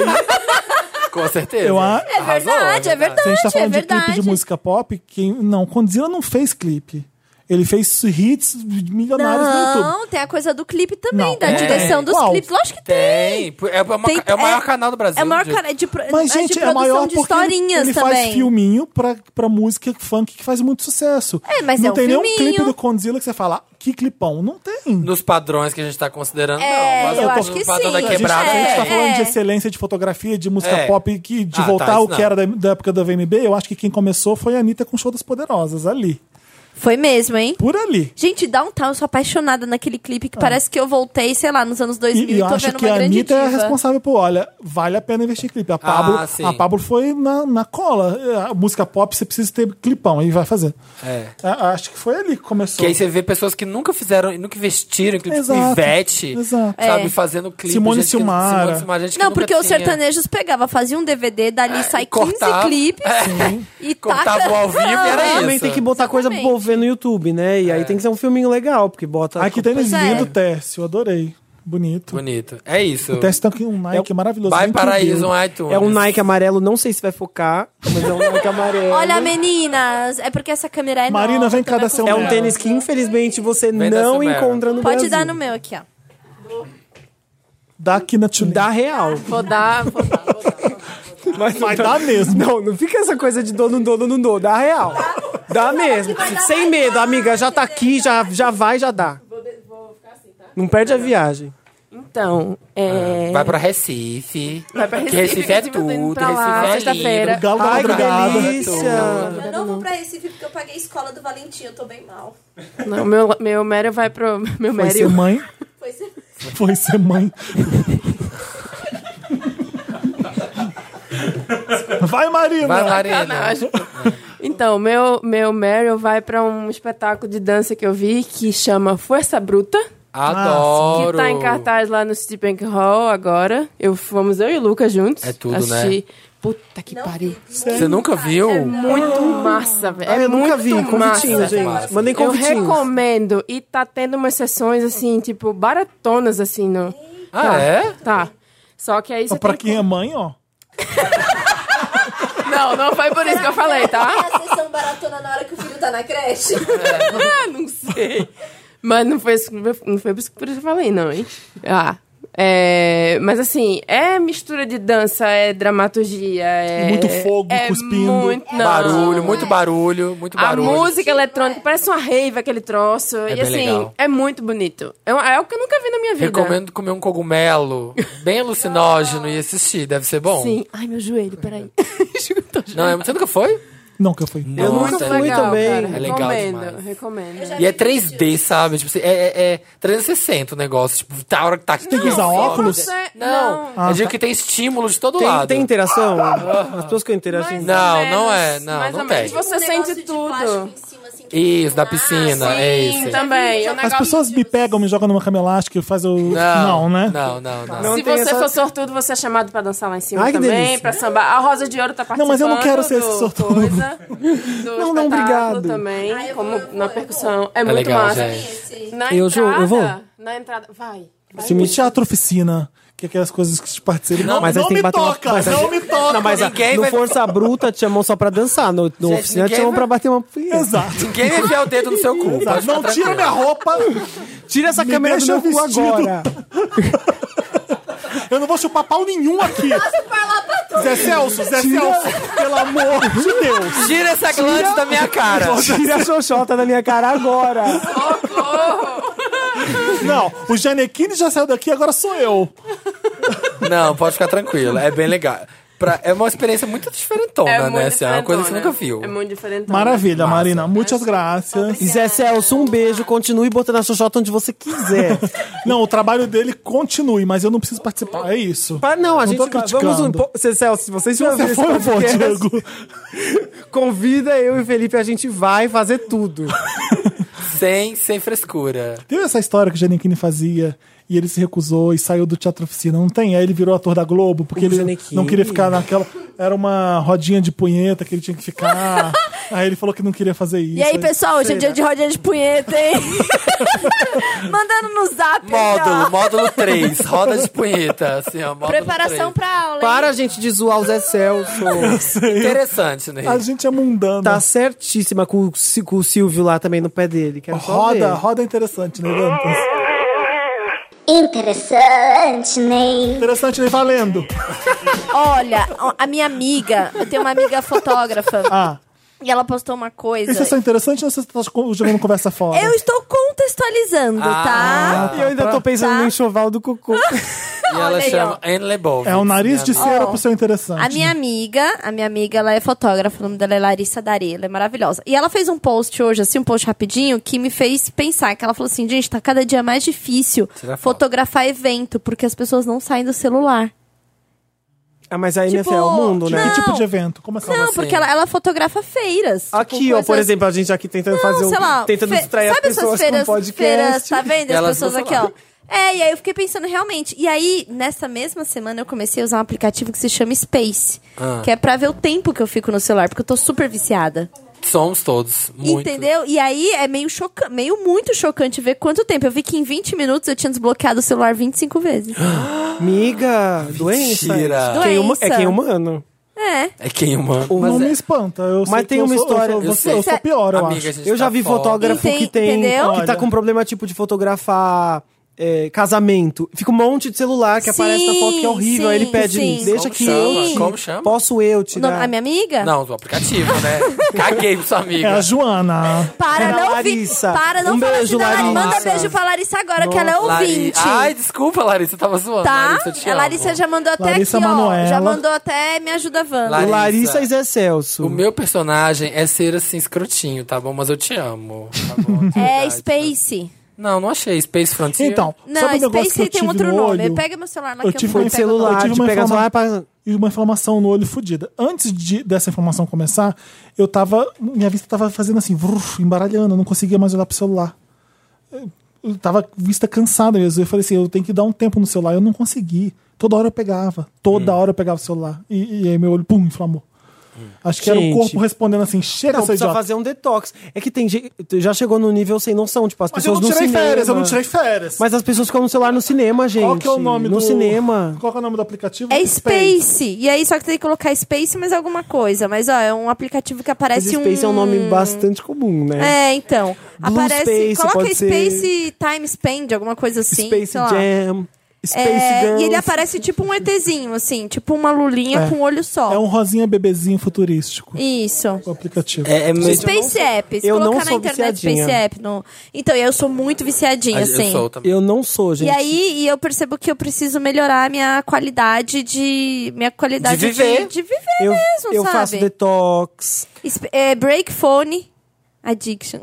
Com certeza. Eu a- É verdade, é verdade, Se a gente tá é falando de verdade. clipe de música pop, quem, não, Condzilla não fez clipe. Ele fez hits milionários no YouTube. Não, tem a coisa do clipe também, Não, da é. direção dos Qual? clipes. Lógico que tem. Tem. É, uma- Tem- é o maior é- canal do Brasil. É o maior de- canal de, pro- Mas, é gente, de é produção maior de porque ele, historinhas ele também. faz filminho pra, pra música funk que faz muito sucesso. É, mas não é um tem nenhum filminho. clipe do Condzilla que você fala, que clipão. Não tem. Nos padrões que a gente tá considerando, É, não. Mas eu o acho que padrão sim. da A gente, quebrada a gente tá É, falando é. de excelência de fotografia, de música É. pop, que, de Ah, voltar tá, ao isso que não. era da, da época da V M B. Eu acho que quem começou foi a Anitta com o Show das Poderosas, ali. Foi mesmo, hein? Por ali. Gente, Downtown, eu sou apaixonada naquele clipe que parece que eu voltei, sei lá, nos anos dois mil E, e e eu tô acho vendo que uma a grande Anitta é a diva. responsável por, olha, vale a pena investir em clipe. A Pablo, Ah, sim. a Pablo foi na, na cola. A música pop, você precisa ter clipão, aí vai fazer. É. A- acho que foi ali que começou. Que aí você vê pessoas que nunca fizeram, nunca investiram em clipe, tipo Exato, Ivete, exato. sabe, É. fazendo clipe. Simone gente que- Silmara. Simone Silmara, gente que Não, nunca porque os tinha. sertanejos pegavam, faziam um D V D, dali sai cortava. quinze clipes e Cortava taca... ao vivo e era Ah, isso. Também tem que botar coisa pro povo ver no YouTube, né? E aí tem que ser um filminho legal, porque bota... Aqui tem Pois é. lindo Tércio, adorei. Bonito. Bonito. É isso. O Tércio tem aqui um Nike maravilhoso. Vai bem Paraíso, cute. um iTunes. É um Nike amarelo, não sei se vai focar, mas é um Nike amarelo. Olha, meninas, é porque essa câmera é Marina, nova, vem cá tô me dar seu É um acostumando. tênis que, infelizmente, você Vem da não Sumera. encontra no Pode Brasil. dar no meu aqui, ó. Dá aqui na Tulin. Dá real. Vou dar, vou dar, vou dar. Mas Vai dar mesmo. Não, não fica essa coisa de dou, não dou, não dou. Dá real. Dá mesmo. Sem medo, amiga. Já tá aqui, já, já vai, já dá. Não perde a viagem. Então, é... Vai pra Recife. Vai pra Que Recife, Recife é Recife, eu tô indo tudo. pra lá, Recife é sexta-feira. lindo. Galo da Ai, que madrugada. delícia. Eu não vou pra Recife porque eu paguei a escola do Valentim, eu tô bem mal. Não, meu, meu Mério vai pro... Meu Foi ser Mério... mãe. Foi ser... Foi ser mãe. Vai, Marina. Vai, Marina. Sacanagem. Então, meu, meu Meryl vai pra um espetáculo de dança que eu vi que chama Força Bruta. Adoro. Que tá em cartaz lá no City Bank Hall agora. Eu, fomos eu e o Lucas juntos. É tudo, assistir. Puta que pariu. Você nunca viu? É muito massa, velho. Ah, É eu nunca vi. muito massa. Convitinho, gente. Massa. Mandem Eu convitinhos. recomendo. E tá tendo umas sessões, assim, tipo, baratonas, assim, no... Ah, tá, é? Tá. Só que aí você Pra tem quem é mãe, ó. Não, não foi por isso que eu falei, tá? Tem a sessão baratona na hora que o filho tá na creche. Ah, não sei. Mas não foi, isso- não foi por isso que eu falei, não, hein? Ah, É, mas assim, é mistura de dança, é dramaturgia, é... Muito fogo, é cuspindo. Muito, não. Barulho, muito barulho, muito A barulho. música eletrônica parece uma rave, aquele troço. É e bem assim, legal. é muito bonito. É, um- é algo que eu nunca vi na minha vida. Recomendo comer um cogumelo bem alucinógeno e assistir, deve ser bom. Sim. Ai, meu joelho, peraí. Não, é- você nunca foi? Não, que eu fui. Eu nunca Nossa, fui legal, também. cara. É legal recomendo, demais. recomendo. E é três D, sabe? Tipo assim, é, é, é trezentos e sessenta o negócio. Tipo, tá a hora que tá aqui. Tem que usar óculos? Você- Não, Ah, eu digo tá. que tem estímulo de todo Tem, lado. tem interação? As pessoas que eu interagindo. Mais Não, ou menos, não é, não, mais não ou menos. tem. Você sente tudo. Isso, da piscina, é Sim, esse. também. O As negócio- pessoas me pegam, me jogam numa cama elástica e fazem o. Não, Não, né? Não, não, não. Não Se tem você essa- for sortudo, você é chamado pra dançar lá em cima Ai, que também, delícia. pra sambar. A Rosa de Ouro tá participando. Não, mas eu não quero ser esse do sortudo. Coisa, do Não, não, espetáculo obrigado. também, como na percussão. É, muito legal, massa. gente. Na Eu entrada, jo- eu vou. Na entrada, vai. vai Se me teatro oficina, que é aquelas coisas que te participam. Não, Mas aí não tem me que bater uma- toca, mas aí- não me toca. Não, mas a- Ninguém no vai- Força Bruta te chamam só pra dançar. No, no Gente, oficina te ninguém chamam vai- pra bater uma punheta. Exato. Ninguém vai enfiar o dedo no seu cu. Exato. Pode Não ficar tira tranquilo. minha roupa. Tira essa Me câmera do deixa meu cu vestido. agora. Eu não vou chupar pau nenhum aqui. Zé Celso, Zé Celso, pelo amor de Deus. Tira essa glande da minha cara. Tira a xoxota da minha cara agora. Não, o Janequine já saiu daqui, agora sou eu. Não, pode ficar tranquilo. É bem legal. Pra- é uma experiência muito diferentona, É né? muito Assim, é uma coisa que você nunca diferentona. viu. É muito diferente. Maravilha, Massa. Marina. Muitas graças. Zé Celso, um beijo. Continue botando a xoxota onde você quiser. Não, o trabalho dele continue, mas eu não preciso participar. É isso. Mas não, a Não gente tô vai, criticando. vamos um pouco. Zé Celso, se vocês já ouviram Você esse foi, pô, podcast, Diego. convida eu e o Felipe, a gente vai fazer tudo. Sem, sem frescura. Teve essa história que o Janequine fazia e ele se recusou e saiu do Teatro Oficina, não tem? Aí ele virou ator da Globo, porque O ele Janequine. não queria ficar naquela... Era uma rodinha de punheta que ele tinha que ficar. Aí ele falou que não queria fazer isso. E aí, pessoal, hoje é dia de rodinha de punheta, hein? Mandando no zap. Módulo, ó. módulo três. Roda de punheta. Assim, ó, módulo Preparação três. pra aula, hein? Para, gente, de zoar o Zé Celso. Interessante, né? A gente é mundano. Tá certíssima com, o Sil- com o Silvio lá também no pé dele. Quero só Roda, ver. roda interessante, né, Dantas? Interessante, Ney. Interessante, né? Valendo. Olha, a minha amiga, eu tenho uma amiga fotógrafa, Ah, e ela postou uma coisa. isso é só interessante ou você tá jogando conversa fora? Eu estou contextualizando, tá? E eu ainda tô pensando Tá. no enxoval do cocô. E ela Olha aí, chama Anne Lebovitz. É o nariz de minha cera Ó, pro seu interessante. A minha amiga, a minha amiga, ela é fotógrafa, o nome dela é Larissa Dari, ela é maravilhosa. E ela fez um post hoje, assim, um post rapidinho, que me fez pensar, que ela falou assim, gente, tá cada dia mais difícil Tirar foto. fotografar evento, porque as pessoas não saem do celular. Ah, mas aí, Tipo, né, Fê, é o mundo, né? não. Que tipo de evento? Como assim? Não, assim? porque ela, ela fotografa feiras. tipo, Aqui, ó, por coisas- exemplo, a gente aqui tentando fazer Não, um... sei lá, tentando fe- distrair as sabe essas pessoas feiras, com podcast. feiras, tá vendo? As Elas pessoas não aqui, ó. É, e aí eu fiquei pensando realmente. E aí, nessa mesma semana, eu comecei a usar um aplicativo que se chama Space. Ah. Que é pra ver o tempo que eu fico no celular, porque eu tô super viciada. Somos todos. Muito. Entendeu? E aí é meio chocante, meio muito chocante ver quanto tempo. Eu vi que em vinte minutos eu tinha desbloqueado o celular vinte e cinco vezes. Miga, doença. Mentira. Quem huma- Doença. é quem humano. É. É quem humano. Não Mas me é- espanta. Eu sei Mas que tem eu uma sou- história- Eu, sou- eu eu, sou, eu sei. sou pior, eu Amiga, a acho. gente Eu já tá vi foda. fotógrafo Enten- que tem... entendeu? Que tá Olha. com problema, tipo, de fotografar... é, casamento. Fica um monte de celular que Sim, aparece na foto que é horrível. sim, aí ele pede, sim. deixa Como que chama? eu tiro. Como chama? Posso eu O tirar? nome- a minha amiga? Não, do aplicativo, né? Caguei pra sua É amiga. a Joana. Para, É a não Larissa. vi. Para, não Um fala beijo, assim da Larissa. Manda Larissa. beijo pra Larissa agora, que ela é Lari- ouvinte. Ai, desculpa, Larissa, eu tava zoando. Tá? Larissa, eu te a amo. Larissa já mandou até Larissa aqui, ó. Manoela. Já mandou até Me Ajuda Wanda. Larissa. Larissa e Zé Celso. O meu personagem é ser assim, escrotinho, tá bom? Mas eu te amo. Tá bom? De É verdade. Space. Não, não achei. Space Frontier. Então, Não, sabe o negócio que Space eu tem tive outro no nome. olho? Pega meu celular lá Eu que tive eu um vou Foi de pegar. celular, Eu tive de uma pegar informa- celular pra... E uma inflamação no olho fodida. Antes de, dessa inflamação começar, eu tava. Minha vista tava fazendo assim, vruf, embaralhando, eu não conseguia mais olhar pro celular. Eu, eu tava vista cansada mesmo. Eu falei assim, eu tenho que dar um tempo no celular. Eu não consegui. Toda hora eu pegava. Toda hora eu pegava o celular. E, e aí meu olho, pum, inflamou. Acho que era o Gente. corpo respondendo assim, chega, Não, seu precisa idiota. fazer um detox. É que tem gente... Já chegou no nível sem noção, tipo, as Mas eu pessoas não no tirei cinema. férias, eu não tirei férias. Mas as pessoas ficam no celular no cinema, gente. Qual que é o nome no do... cinema. Qual que é o nome do aplicativo? É Space. E aí, só que tem que colocar Space, mas alguma coisa. Mas, ó, é um aplicativo que Mas aparece um... Space é um nome bastante comum, né? É, então. Blue aparece... Space, coloca pode ser. Space Time Spend, alguma coisa assim. Space sei lá. Jam. Space É, Girls. e ele aparece tipo um ETzinho, assim, tipo uma lulinha É. com um olho só. É um rosinha bebezinho futurístico. Isso. O aplicativo. É, é mesmo- Space App. Se eu não colocar na sou internet viciadinha. Space App. No... Então, eu sou muito viciadinha, Eu assim. sou também. Eu não sou, gente. E aí, e eu percebo que eu preciso melhorar a minha qualidade de... Minha qualidade De viver. De, de viver eu, mesmo, eu sabe? faço detox. Esp- é, break phone addiction.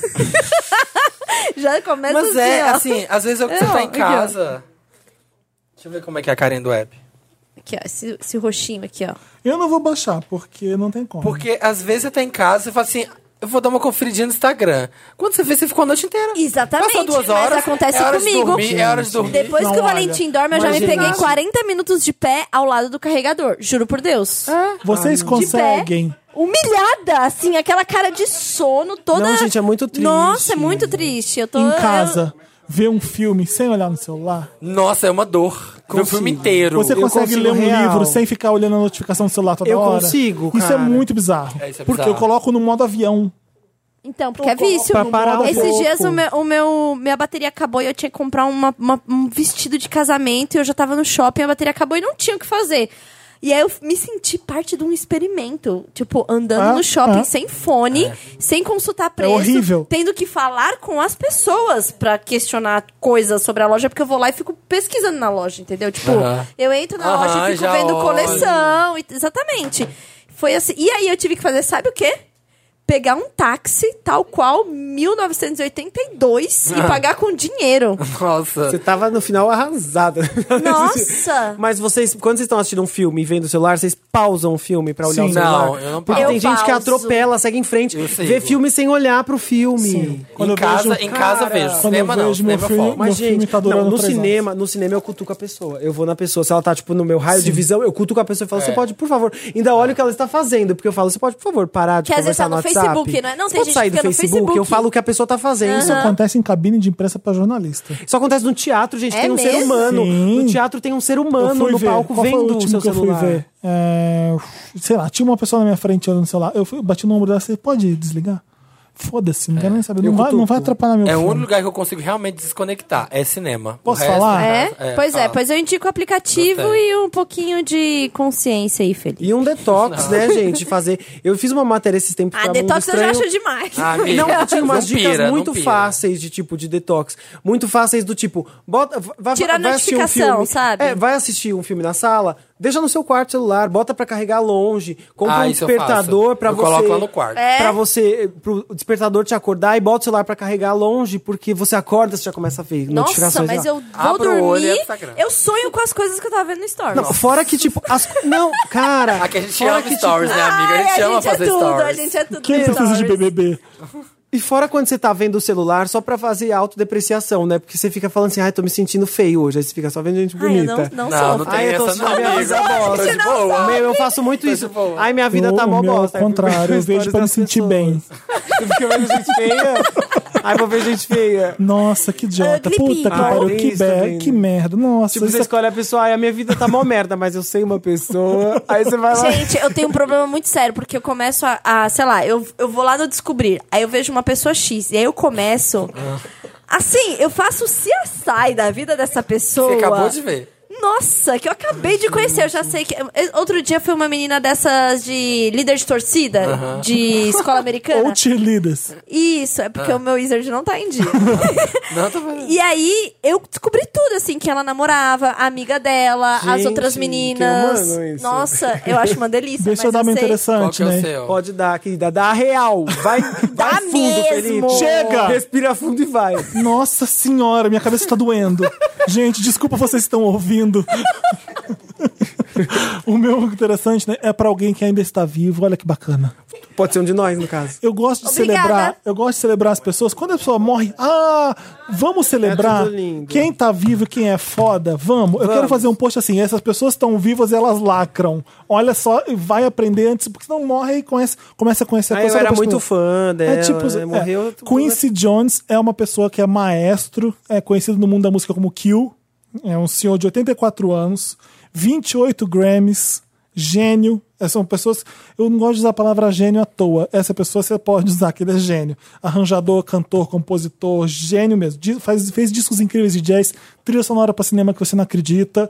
Já começa Mas é, ó. assim, às vezes eu, É, você ó, tá em aqui, ó. casa. Deixa eu ver como é que é a carinha do app. Aqui, ó, esse, esse roxinho aqui, ó. Eu não vou baixar, porque não tem como. Porque às vezes você tá em casa e fala assim, eu vou dar uma conferidinha no Instagram. Quando você vê, você ficou a noite inteira. Exatamente, Passou duas mas horas, acontece é hora comigo. De dormir, é hora de dormir. Depois Não, que o olha, Valentim dorme, eu já me imagina. peguei quarenta minutos de pé ao lado do carregador. Juro por Deus. Vocês De conseguem. pé, humilhada, assim, aquela cara de sono toda... Não, gente, é muito triste. Nossa, é muito triste. Eu tô... Em casa, ver um filme sem olhar no celular? Nossa, é uma dor. Ver o filme inteiro. Você Eu consegue consigo ler um real. livro sem ficar olhando a notificação do celular toda Eu hora? consigo, Isso é cara. muito bizarro. É, isso é porque bizarro. eu coloco no modo avião. Então, porque é vício. Pra parar um Esses pouco. dias o meu, o meu- minha bateria acabou e eu tinha que comprar uma- uma- um vestido de casamento e eu já tava no shopping, a bateria acabou e não tinha o que fazer. E aí eu me senti parte de um experimento. Tipo, andando Ah, no shopping ah. sem fone, sem consultar preço. horrível. Tendo que falar com as pessoas pra questionar coisas sobre a loja, porque eu vou lá e fico pesquisando na loja, entendeu? Tipo, Aham. eu entro na Aham, loja e fico já vendo olho. coleção. e- Exatamente. Foi assim. E aí eu tive que fazer, sabe o quê? Pegar um táxi, tal qual mil novecentos e oitenta e dois, e pagar com dinheiro. Nossa. Você tava no final arrasada. Nossa! Mas vocês, quando vocês estão assistindo um filme e vendo o celular, vocês pausam o filme pra olhar Sim. o celular? Não, eu não Porque pauso. tem Eu gente que pauso. atropela, segue em frente, Eu sigo. vê filme sem olhar pro filme. Sim. Quando Em eu casa, vejo- em casa eu Cara, vejo. quando Cinema eu não, vejo meu cinema filme- fora. Mas, Meu filme gente, tá durando não, no três cinema, no cinema eu cutuco a pessoa. Eu vou na pessoa. Se ela tá, tipo, no meu raio de visão, eu cutuco a pessoa e falo, É. você pode, por favor. Ainda olho o que ela está fazendo, porque eu falo, você pode, por favor, parar de Que às vezes conversar tá no WhatsApp. Facebook, não é? Não, Você tem pode gente sair que do fica no Facebook, eu Facebook. falo o que a pessoa tá fazendo. Isso acontece em cabine de imprensa pra jornalista. Isso acontece no teatro, gente. É tem um ser mesmo? humano. Sim. No teatro tem um ser Eu humano fui no ver. palco Qual foi o vendo o último seu que eu celular. fui ver? É, sei lá, tinha uma pessoa na minha frente olhando o celular. Eu fui, bati no ombro dela, você pode desligar? Foda-se, não quero nem saber. Eu Não vai, cutuco. não vai atrapalhar meu É o filme. único lugar que eu consigo realmente desconectar. É cinema. Posso O resto- falar? É? pois é, fala. pois eu indico o aplicativo Gostei. e um pouquinho de consciência aí, Felipe. E um detox, né, gente? Fazer. Eu fiz uma matéria esses tempos Ah, pra detox Mundo eu já Estranho. acho demais. Ah, amiga, Não, tinha umas não dicas pira, não muito pira. fáceis de tipo de detox. Muito fáceis do tipo, bota, vai, Tira a vai assistir um notificação, filme, sabe? É, vai assistir um filme na sala, deixa no seu quarto o celular, bota pra carregar longe, compra Ah, um isso eu despertador faço. pra Eu você. coloco lá no quarto. É. Pra você, pro despertador te acordar e bota o celular pra carregar longe, porque você acorda, você já começa a ver Nossa, notificações. mas lá. eu vou Abre o olho e é dormir, Instagram. eu sonho com as coisas que eu tava vendo no Stories. Não, fora que, tipo, as... Não, cara. Aqui a gente fora ama que, stories, tipo, né, amiga? A gente Ai, ama é fazer tudo, stories. a gente é tudo Quem no precisa de Stories. B B B? E fora quando você tá vendo o celular só pra fazer autodepreciação, né? Porque você fica falando assim, ai, tô me sentindo feio hoje. Aí você fica só vendo gente Ai, bonita. eu não, não, Não, sou. não tem Ai, eu tô essa só não, minha amigo. vida bosta. Tô de boa. Meu, eu faço muito isso. boa. Ai, minha vida O- tá mó o meu, bosta. ao contrário, eu vejo pra me sentir bem. Você fica vendo gente feia? Ai, vou ver gente feia. Nossa, que idiota. Ugly Puta que people. pariu. Ai, Que, isso também, be- que né? merda. Nossa, Tipo, isso você é- escolhe a pessoa, ai, a minha vida tá mó merda, mas eu sei uma pessoa. Aí você vai lá. Gente, eu tenho um problema muito sério, porque eu começo a, a, sei lá, eu, eu vou lá no Descobrir, aí eu vejo uma pessoa X, e aí eu começo... Assim, eu faço o C S I da vida dessa pessoa. Você acabou de ver. Nossa, que eu acabei de conhecer, eu já sei que... Outro dia foi uma menina dessas de líder de torcida, de escola americana. Ou cheerleaders. Isso, é porque o meu wizard não tá em dia. Não, tô vendo. E aí, eu descobri tudo, assim, que ela namorava, a amiga dela, as Gente, outras que meninas. humano isso. Nossa, eu acho uma delícia. Deixa eu mas dar uma sei- Qual interessante, que é o né? seu? Pode dar, querida. Dá a real. Vai, vai fundo, mesmo. Felipe. Chega! Respira fundo e vai. Nossa senhora, minha cabeça tá doendo. Gente, desculpa vocês que estão ouvindo. O meu interessante, né, é pra alguém que ainda está vivo. Olha que bacana. Pode ser um de nós, no caso. Eu gosto de Obrigada. celebrar, eu gosto de celebrar as pessoas. Quando a pessoa morre, ah, vamos celebrar É tudo lindo. quem tá vivo e quem é foda. Vamos. Eu quero fazer um post assim, essas pessoas estão vivas, elas lacram. Olha só, e vai aprender antes, porque senão morre e conhece, começa a conhecer a Ah, coisa. eu era depois muito que- fã dela. É tipo, né? é, Morreu. Quincy Jones é uma pessoa que é maestro, é conhecido no mundo da música como Kill. É um senhor de oitenta e quatro anos, vinte e oito Grammys, gênio, É, são pessoas... Eu não gosto de usar a palavra gênio à toa. Essa pessoa você pode usar, que ele é gênio. Arranjador, cantor, compositor, gênio mesmo. Diz- Faz, fez discos incríveis de jazz, trilha sonora para cinema que você não acredita.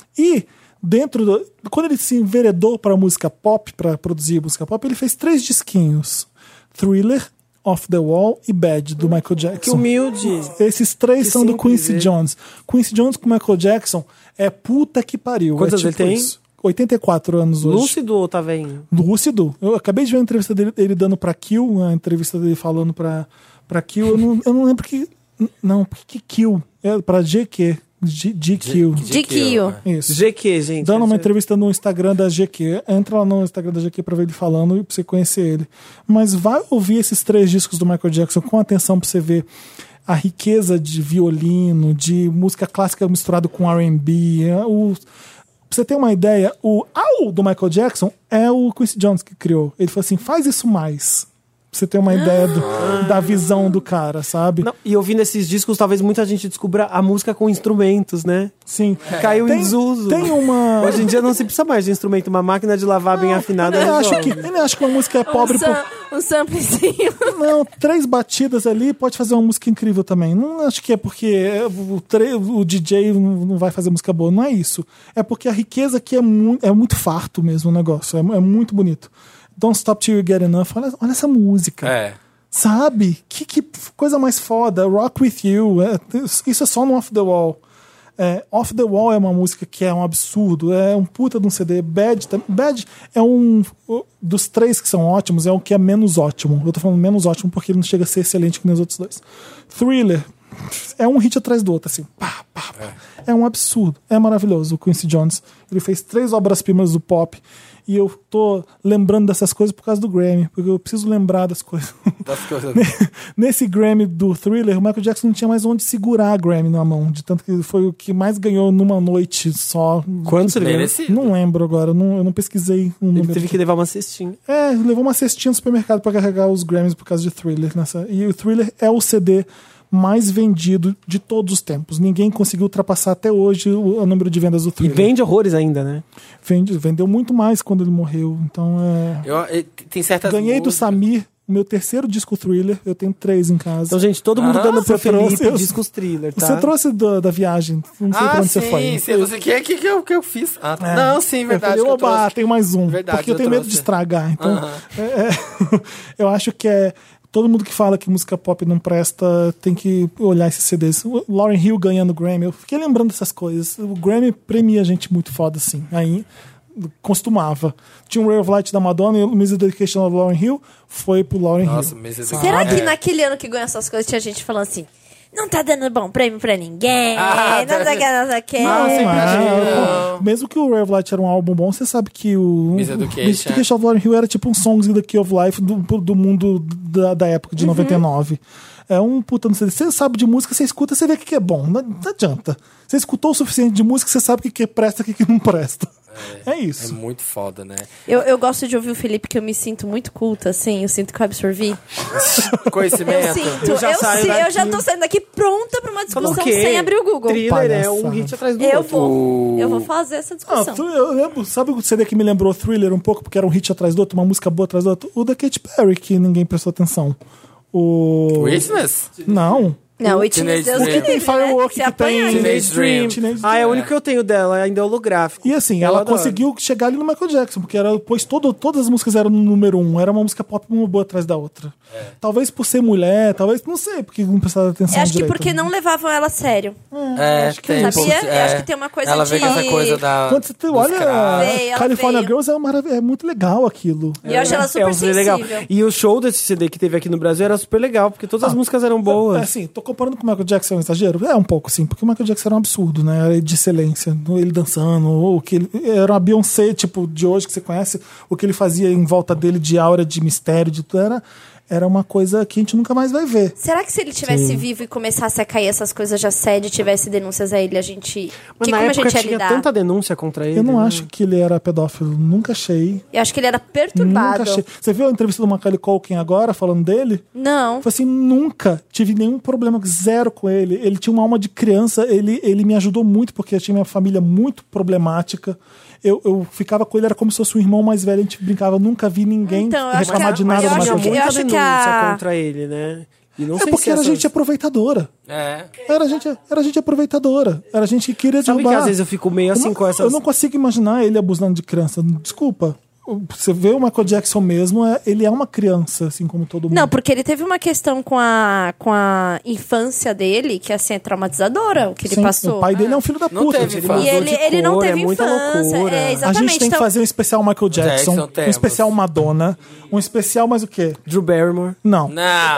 E dentro do... Quando ele se enveredou para música pop, para produzir música pop, ele fez três disquinhos. Thriller, Off the Wall e Bad, do Michael Jackson. Que humilde. Esses três Que são do simples, Quincy hein? Jones. Quincy Jones com Michael Jackson é puta que pariu. Quantos é ele tem? isso. oitenta e quatro anos hoje. Lúcido ou tá velhinho? Lúcido. Eu acabei de ver a entrevista dele, ele dando pra Kill, a entrevista dele falando pra, pra Kill. Eu não, eu não lembro que... Não, por que Kill? É pra G Q. G- GQ. De Kio. Isso. G Q, gente. Dando uma Esse- entrevista no Instagram da G Q. Entra lá no Instagram da G Q pra ver ele falando e pra você conhecer ele. Mas vai ouvir esses três discos do Michael Jackson com atenção pra você ver a riqueza de violino, de música clássica misturado com R and B. é, O, pra você ter uma ideia, o Au do Michael Jackson é o Quincy Jones que criou. Ele falou assim, faz isso mais. Pra você ter uma ideia do- da visão do cara, sabe? Não, e ouvindo esses discos, talvez muita gente descubra a música com instrumentos, né? Sim. Caiu Tem- em desuso. Tem uma... Hoje em dia não se precisa mais de instrumento. Uma máquina de lavar bem afinada Eu acho resolve. que, ele acha que uma música é pobre um, por... sam um samplezinho. Não, três batidas ali pode fazer uma música incrível também. Não acho que é porque o, tre- o D J não vai fazer música boa. Não é isso. É porque a riqueza aqui é, mu é muito farto mesmo o negócio. É, é muito bonito. Don't Stop Till You Get Enough. Olha, olha essa música. É. Sabe? Que, que coisa mais foda. Rock With You. É, isso é só no Off the Wall. É, Off the Wall é uma música que é um absurdo. É um puta de um C D. Bad, tam- Bad é um... Dos três que são ótimos, é o que é menos ótimo. Eu tô falando menos ótimo porque ele não chega a ser excelente que nem os outros dois. Thriller é um hit atrás do outro, assim. Pá, pá, pá. É. é um absurdo. É maravilhoso o Quincy Jones. Ele fez três obras-primas do pop. E eu tô lembrando dessas coisas por causa do Grammy. Porque eu preciso lembrar das coisas. Das coisas. Nesse Grammy do Thriller, o Michael Jackson não tinha mais onde segurar a Grammy na mão. De tanto que foi o que mais ganhou numa noite só. Quantos ele ganhou? Merecido. Não lembro agora. Não, eu não pesquisei o Ele número. teve que levar uma cestinha. É, levou uma cestinha no supermercado pra carregar os Grammys por causa de Thriller. Nessa... E o Thriller é o C D mais vendido de todos os tempos. Ninguém conseguiu ultrapassar até hoje o, o número de vendas do E Thriller. vende horrores ainda, né? Vende- vendeu muito mais quando ele morreu. Então é. Eu, eu- tem certas Ganhei do músicas- Samir o meu terceiro disco Thriller. Eu tenho três em casa. Então, gente, todo mundo Ah, dando pro você trouxe- Felipe eu- discos thriller, tá? Você trouxe do- da viagem. Não sei pra Ah, onde sim, você foi. sim. Você, que, que, que, eu, que eu fiz? Ah, tá. É. Não, sim, verdade. Eu que eu falei, oba, trouxe. tem mais um. Verdade, porque eu eu tenho medo trouxe. de estragar. Então, Aham. é- é- eu acho que é. Todo mundo que fala que música pop não presta tem que olhar esses C Ds. O Lauryn Hill ganhando Grammy. Eu fiquei lembrando dessas coisas. O Grammy premia gente muito foda, assim. Aí costumava. Tinha um Ray of Light da Madonna e o Music Dedication of Lauryn Hill foi pro Lauryn Nossa, Hill. mas esse Será aqui- que é. naquele ano que ganhou essas coisas tinha gente falando assim, não tá dando bom prêmio pra ninguém, Ah, não sei o que, não sei o que. Não, sempre ah, tinha. mesmo que o Ray of Light era um álbum bom, você sabe que o Miss Education, Miss Education of Lauryn Hill era tipo um Songs in the Key of Life do, do mundo da, da época de noventa e nove. É um puta no C D. Você sabe de música, você escuta, você vê o que que é bom. Não, não adianta. Você escutou o suficiente de música, você sabe o que que presta e o que que não presta. É, É isso. muito foda, né? Eu, eu gosto de ouvir o Felipe, que eu me sinto muito culta, assim, eu sinto que eu absorvi. Conhecimento. Eu sinto, Eu eu, já saio si- eu daqui. já tô saindo daqui pronta pra uma Falou discussão o quê? sem abrir o Google. Thriller é um Palhaçada. hit atrás do Eu outro. vou, eu vou fazer essa Ah, discussão. tu- eu lembro, sabe o C D que me lembrou Thriller um pouco, porque era um hit atrás do outro, uma música boa atrás do outro? O da Katy Perry, que ninguém prestou atenção. O. Witness? Não. Não, o Teenage Deus Dream. me O que tem livre, né? Firework Se que tem- apanha aí. Teenage Dream. Teenage Ah, é Dream. o único que eu tenho dela, ainda é holográfico. E assim, Eu ela adoro. conseguiu chegar ali no Michael Jackson, porque era, pois todo, todas as músicas eram no número um, era uma música pop uma boa atrás da outra. Talvez por ser mulher, talvez, não sei, porque não prestava atenção Eu acho que direito. porque não levavam ela a sério. É, acho que é tem, isso. Sabia? putz, Eu é. acho que tem uma coisa Ela de- vê com essa coisa da. Quando você tem, dos olha, cravos. Veio, ela California veio. Girls é, marav- é muito legal aquilo. E eu acho ela super é um C D legal. sensível. E o show desse C D que teve aqui no Brasil era super legal, porque todas as músicas eram É boas. assim, tô comparando com o Michael Jackson, é um exagero? É um pouco, sim, porque o Michael Jackson era um absurdo, né? Era de excelência. Ele dançando, ou que ele, era uma Beyoncé, tipo, de hoje que você conhece, o que ele fazia em volta dele de aura, de mistério, de tudo, era, era uma coisa que a gente nunca mais vai ver. Será que se ele tivesse vivo e começasse a cair essas coisas de assédio, tivesse denúncias a ele, a gente... Mas que, na como a época gente ia tinha lidar? tanta denúncia contra ele. Eu não né? acho que ele era pedófilo, nunca achei. Eu acho que ele era Nunca perturbado. achei. Você viu a entrevista do Macaulay Culkin agora, falando dele? Não. Foi assim, nunca tive nenhum problema, zero com ele. Ele tinha uma alma de criança, ele, ele me ajudou muito, porque eu tinha minha família muito problemática. eu, eu ficava com ele, era como se fosse um irmão mais velho, a gente brincava, nunca vi ninguém Então, eu acho reclamar que de a- nada eu do acho Michael que- Jackson. eu Muita acho que denúncia a- contra ele, né? E não É sei porque se era essas- gente aproveitadora. É. Era gente, era gente aproveitadora. Era gente que queria Sabe derrubar. que às vezes eu fico meio assim Eu não- com essas... Eu não consigo imaginar ele abusando de criança. Desculpa. Você vê o Michael Jackson mesmo, é- ele é uma criança, assim como todo mundo. Não, porque ele teve uma questão com a, com a infância dele, que assim, é traumatizadora, o que ele Sim, passou. o pai dele é um filho da Não puta. teve Ele- infância. E mudou ele, de ele não cor, é teve muita infância. loucura. É, A exatamente. gente tem então, que fazer um especial Michael Jackson, Jackson um temos. especial Madonna, um especial mais o quê? Drew Barrymore. Não. Não.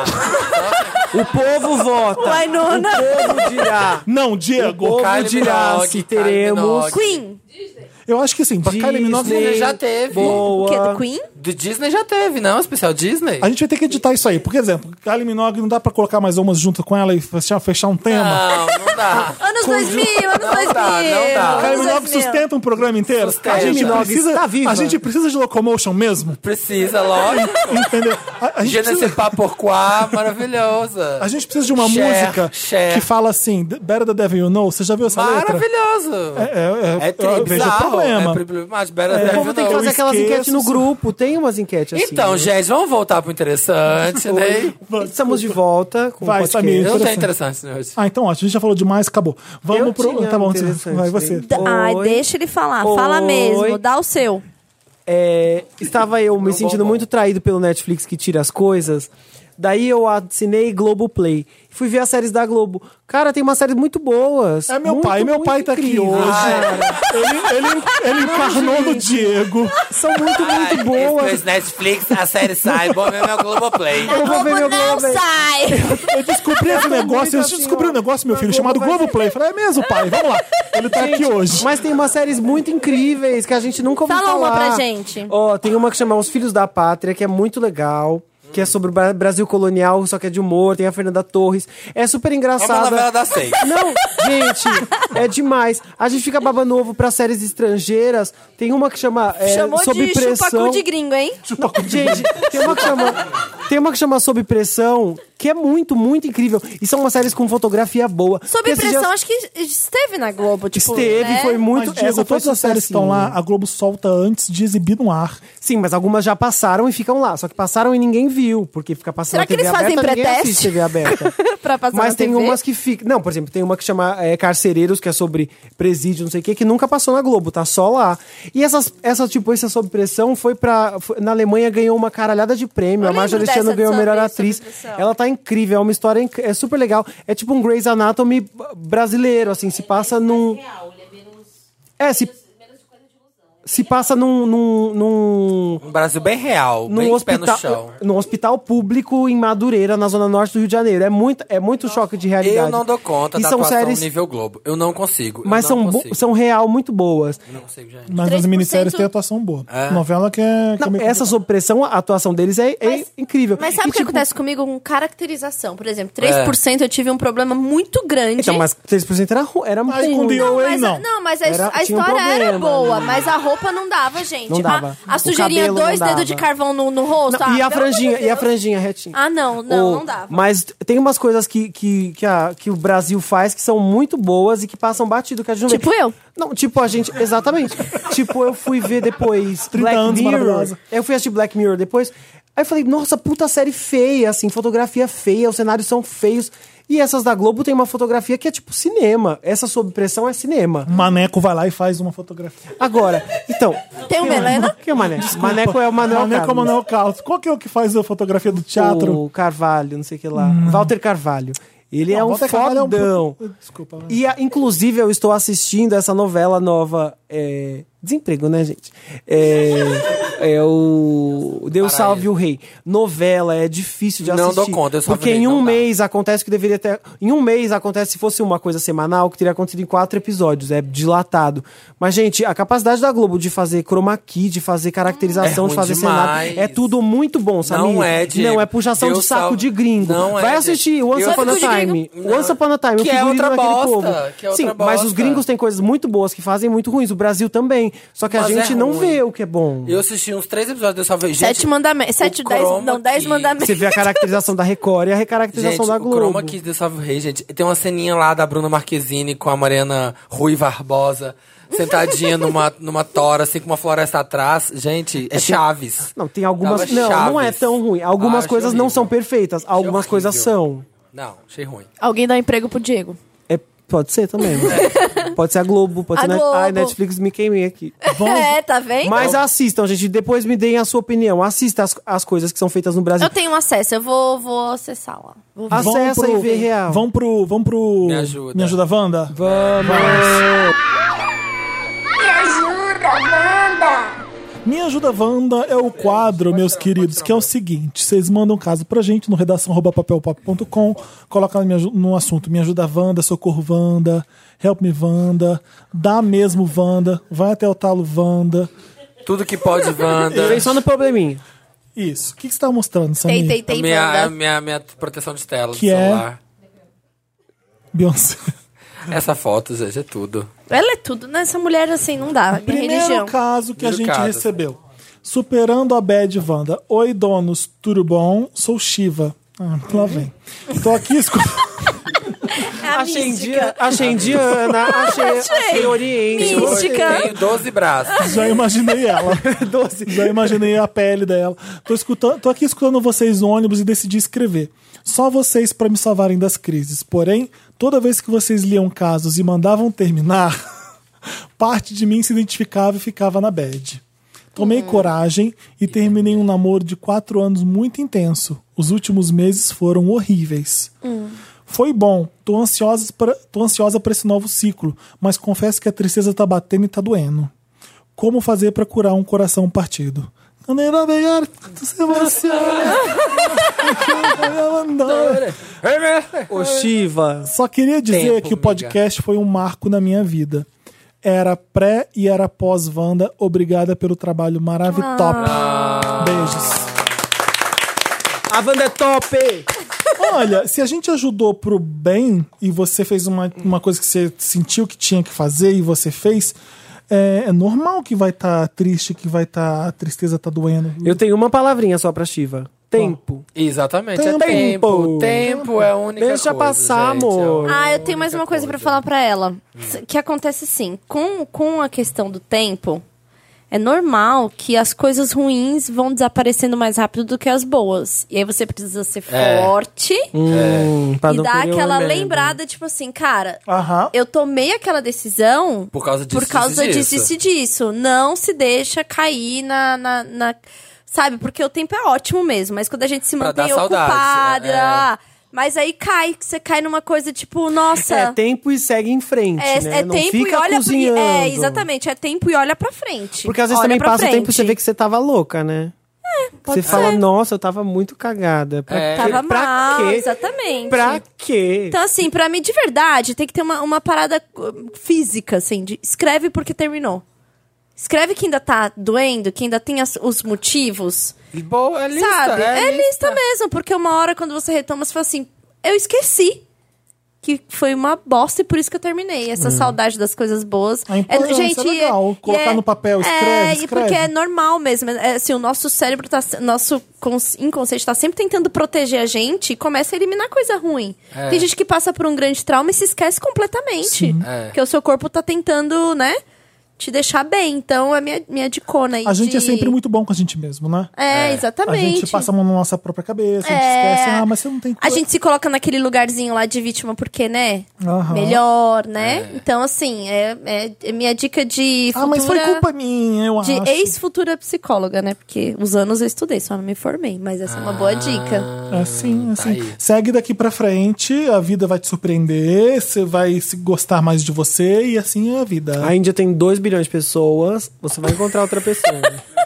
O povo vota. Uai, Nona. O povo dirá. Não, O Diego. povo Kylie dirá Minogue, se Kylie teremos... Minogue. Queen. Eu acho que sim. Pra Kylie Minogue, Disney já teve. Boa. O quê? Do Queen? Do Disney já teve, não? Especial Disney? a gente vai ter que editar isso aí. Por exemplo, Kylie Minogue não dá pra colocar mais umas junto com ela e fechar, fechar um tema. Não, não dá. Anos dois mil, anos Não dois mil. dá, não dá. A Kylie Anos Minogue dois mil. sustenta um programa inteiro. Sustenta. A gente, Kylie Minogue precisa, está viva. a gente precisa de locomotion mesmo. Precisa, lógico. Entendeu? A, a gente Je ne sais precisa, pas pourquoi, maravilhosa. a gente precisa de uma Cher, música Cher. que fala assim, Better the Devil You Know. Você já viu essa letra? Maravilhoso. É, é, É tri, eu vejo o bizarro. problema. É problemático. Better É, than O povo you tem que know. fazer aquelas esqueço, enquetes no sim. grupo. Tem umas enquetes assim. Então, né? gente, vamos voltar pro interessante, né? Estamos de volta com Vai, o podcast. Samir. Não tem Interessante. interessante hoje. Ah, então ótimo. A gente já falou demais, acabou. Vamos Eu pro... tinha Tá bom, interessante, vai você. né? D- Ai, Oi. deixa ele falar. Oi. Fala mesmo. Dá o seu. É, estava eu me sentindo bom. muito traído pelo Netflix que tira as coisas. Daí eu assinei Globoplay. Fui ver as séries da Globo. Cara, tem umas séries muito boas. É meu Muito, pai. Meu muito pai tá aqui incríveis. hoje. Ah, Ele, ele, ele encarnou no Diego. São muito, muito boas. Netflix, a série sai. Bom mesmo é o Globoplay. Eu vou ver meu não Globoplay. sai! Eu descobri esse negócio. Eu assim, descobri ó. um negócio, meu filho, Meu chamado Globo vai- Globoplay. Falei, é mesmo, pai? Vamos lá. Ele tá aqui hoje. Mas tem umas séries muito incríveis que a gente nunca ouviu Fala falar. uma pra gente. Ó, tem uma que chama Os Filhos da Pátria, que é muito legal. Que é sobre o Bra- Brasil colonial, só que é de humor. Tem a Fernanda Torres. É super Uma engraçada. novela das seis. Não, gente, é demais. A gente fica babando ovo pra séries estrangeiras. Tem uma que chama é, Chamou Sob de Pressão. chupacu de gringo, hein? Gente, tem uma que chama tem uma que chama Sob Pressão, que é muito, muito incrível. E são umas séries com fotografia boa. Sob Porque esses pressão, dias- acho que esteve na Globo. Tipo, Esteve, né? foi muito. Mas, Diego, essa foi todas as séries que estão lá, sucessinho. a Globo solta antes de exibir no ar. Sim, mas algumas já passaram e ficam lá. Só que passaram e ninguém viu, porque fica passando Será na que T V eles fazem aberta, ninguém pré-teste? assiste T V aberta. Pra passar Mas na tem T V? umas que ficam. Não, por exemplo, tem uma que chama é, Carcereiros, que é sobre presídio, não sei o quê, que nunca passou na Globo, tá só lá. E essas, essa, tipo, essa Sob Pressão foi pra. Foi, na Alemanha ganhou uma caralhada de prêmio. Eu a Marcia lembro Alexandre dessa ganhou a de melhor Sob- atriz. Sob Pressão. Ela tá incrível, é uma história inc- é super legal. É tipo um Grey's Anatomy brasileiro, assim, se passa num. É, se. Se passa num. num, num Um Brasil bem real, num bem pé hospital, no chão. num hospital público em Madureira, na zona norte do Rio de Janeiro. É muito, é muito choque de realidade. Eu não dou conta e da são atuação séries, nível Globo. Eu não consigo. eu mas não são, bo- consigo. são real muito boas. Eu não consigo, gente. Mas três nas por minisséries cento tem atuação boa. É. Novela que é. Que é Não, meio essa sob pressão, a atuação deles é, é Mas- incrível. Mas sabe E, o que tipo, acontece comigo com caracterização? Por exemplo, três por cento eu tive um problema muito grande. Então, mas três por cento era, ru- era Aí com ruim. The O A mas, não. a- não, mas a, Era- a tinha um história era problema, boa, né? mas a roupa não dava, gente. Não dava. A, a O sujeirinha, cabelo não dois dava. dedos de carvão no, no rosto. Não, ah, e a pelo amor de franjinha, e a Deus. franjinha retinha. Ah, não, não, O- não dava. Mas tem umas coisas que, que, que, a- que o Brasil faz que são muito boas e que passam batido, que a gente não vê. Tipo eu. Não, tipo, a gente. Exatamente. Tipo, eu fui ver depois trinta Black anos, Mirror. maravilhosa. Eu fui assistir Black Mirror depois. Aí eu falei, nossa, puta série feia, assim, fotografia feia, os cenários são feios. E essas da Globo tem uma fotografia que é tipo cinema. Essa Sob Pressão é cinema. Maneco vai lá e faz uma fotografia. Agora, então. Tem o Melena? Quem é o Maneco? Maneco é o Manuel Maneco é o Carlos. Manuel Carlos. Qual que é o que faz a fotografia do teatro? O Carvalho, não sei o que lá. Walter Carvalho. Ele é Não, um Walter Carvalho é um fodão. puto- Desculpa. E, a- inclusive, eu estou assistindo essa novela nova. É... Desemprego, né, gente? É, é o Deus Paraíso. Salve o Rei. Novela, é difícil de Não assistir. dou conta, eu só Porque vi, em um não dá. mês acontece o que deveria ter. Em um mês acontece se fosse uma coisa semanal, que teria acontecido em quatro episódios. É dilatado. Mas, gente, a capacidade da Globo de fazer chroma key, de fazer caracterização, É de ruim fazer demais. cenário. É tudo muito bom, sabe? Não é, Diego. Não, é puxação Deus de saco salve- de gringo. Não é, Vai Diego. assistir Once Eu- Upon a Saco de Time. gringo. Once Upon a Time. Que o é figurino outra daquele bosta, povo. que é outra Sim, mas os bosta. gringos têm coisas muito boas que fazem muito ruins. Brasil também. Só que a Mas gente é não ruim. vê o que é bom. Eu assisti uns três episódios dessa vez. Sete Gente, mandamentos. Sete, o dez. chroma Não, dez key- mandamentos. Você vê a caracterização da Record e a recaracterização Gente, da o Globo. Chroma Key de Salve Rei, gente. Tem uma ceninha lá da Bruna Marquezine com a Mariana Rui Barbosa, sentadinha numa, numa tora, assim, com uma floresta atrás. Gente, é Chaves. Não, tem algumas... Tava Não, não é Chaves. tão ruim. Algumas Ah, coisas achei não horrível. são perfeitas. Algumas horrível. coisas são. Não, achei ruim. Alguém dá um emprego pro Diego. É, pode ser também. Pode ser a Globo, pode A ser... Net- Globo. Ai, Netflix me queimei aqui. É, tá vendo? Mas assistam, gente. Depois me deem a sua opinião. Assista as, as coisas que são feitas no Brasil. Eu tenho acesso, eu vou, vou acessar lá. Vou ver. Acessa Vamos pro- e vê real. Vamos pro, vamos pro... Me ajuda. Me ajuda, Wanda? Vamos! Me ajuda, Wanda! Me ajuda, Wanda é o quadro, meus queridos, que é o seguinte: vocês mandam um caso pra gente no redação arroba papel pop ponto com, coloca no, no assunto Me ajuda, Wanda, socorro, Wanda, help me, Wanda, dá mesmo, Wanda, vai até o talo, Wanda. Tudo que pode, Wanda. Vem só no probleminha. Isso. O que que você tá mostrando, Samir? Tem, tem, tem, minha, Wanda. minha, minha proteção de tela do Que é? celular. Beyoncé. Essa foto, gente, é tudo. Ela é tudo, né? Essa mulher, assim, não dá. Minha Primeiro religião. caso que a Primeiro gente caso. recebeu. Superando a bad, Wanda. Oi, donos, tudo bom? Sou Shiva. Ah, lá vem. Tô aqui escutando... É a Achei, mística. india, achei indiana, achei, achei oriente. Mística. Tenho doze braços. Já imaginei ela. Já imaginei a pele dela. Tô, escutando, tô aqui escutando vocês no ônibus e decidi escrever. Só vocês para me salvarem das crises. Porém, toda vez que vocês liam casos e mandavam terminar, parte de mim se identificava e ficava na bad. Tomei coragem e terminei um namoro de quatro anos muito intenso. Os últimos meses foram horríveis. Foi bom, tô ansiosa pra, tô ansiosa para esse novo ciclo, mas confesso que a tristeza tá batendo e tá doendo. Como fazer para curar um coração partido? Ô, Shiva. Só queria dizer Tempo, que o podcast foi um marco na minha vida. Era pré e era pós-Wanda. Obrigada pelo trabalho maravilhoso. Beijos. A Wanda é top! Olha, se a gente ajudou pro bem e você fez uma, uma coisa que você sentiu que tinha que fazer e você fez, é, é normal que vai estar triste, que vai estar a tristeza tá doendo. Eu tenho uma palavrinha só pra Shiva. Tempo. Exatamente, Tempo. é tempo. Tempo é a única Deixa coisa, passar, gente, amor. é a Ah, eu única tenho mais uma coisa pra falar pra ela. Que acontece assim, com, com a questão do tempo, é normal que as coisas ruins vão desaparecendo mais rápido do que as boas. E aí você precisa ser É. forte Hum, pra e não dar querer aquela uma merda. lembrada, tipo assim, cara, Aham. eu tomei aquela decisão Por causa disso, por causa disso, disso, disso. disso e disso. Não se deixa cair na... na, na- sabe, porque o tempo é ótimo mesmo, mas quando a gente se Pra mantém dar saudades, ocupada... é. ah, mas aí cai, você cai numa coisa tipo, nossa... É tempo e segue em frente, É, né? é não tempo fica e olha cozinhando. pra, é, exatamente, é tempo e olha pra frente. Porque às vezes Olha também pra passa o frente. tempo e você vê que você tava louca, né? pode Você fala, ser. nossa, eu tava muito cagada. Pra É. quê? Tava pra mal, quê? exatamente. Pra quê? Então, assim, pra mim, de verdade, tem que ter uma, uma parada uh, física, assim, de escreve porque terminou. Escreve que ainda tá doendo, que ainda tem as- os motivos. Boa, é lista, sabe? é, É lista mesmo, porque uma hora quando você retoma, você fala assim, eu esqueci que foi uma bosta e por isso que eu terminei. Essa saudade das coisas boas. A importância é legal, e colocar no papel, escreve, É, e escreve. porque é normal mesmo. É, assim, o nosso cérebro, tá, nosso cons- inconsciente tá sempre tentando proteger a gente e começa a eliminar coisa ruim. É. Tem gente que passa por um grande trauma e se esquece completamente. É. Porque o seu corpo tá tentando, né, te deixar bem. Então, é minha, minha dicona aí A gente de... é sempre muito bom com a gente mesmo, né? É, A exatamente. gente passa a mão na nossa própria cabeça, a gente É. esquece, ah, mas você não tem A gente se coloca naquele lugarzinho lá de vítima porque, né? Aham. Melhor, né? Então, assim, é, é- é minha dica de futura... Ah, mas foi culpa minha, eu de acho. ex-futura psicóloga, né? Porque os anos eu estudei, só não me formei. Mas essa é uma boa dica. É assim, é Tá assim. aí. Segue daqui pra frente, a vida vai te surpreender, você vai se gostar mais de você e assim é a vida. A Índia tem dois bilhões de pessoas, você vai encontrar outra pessoa.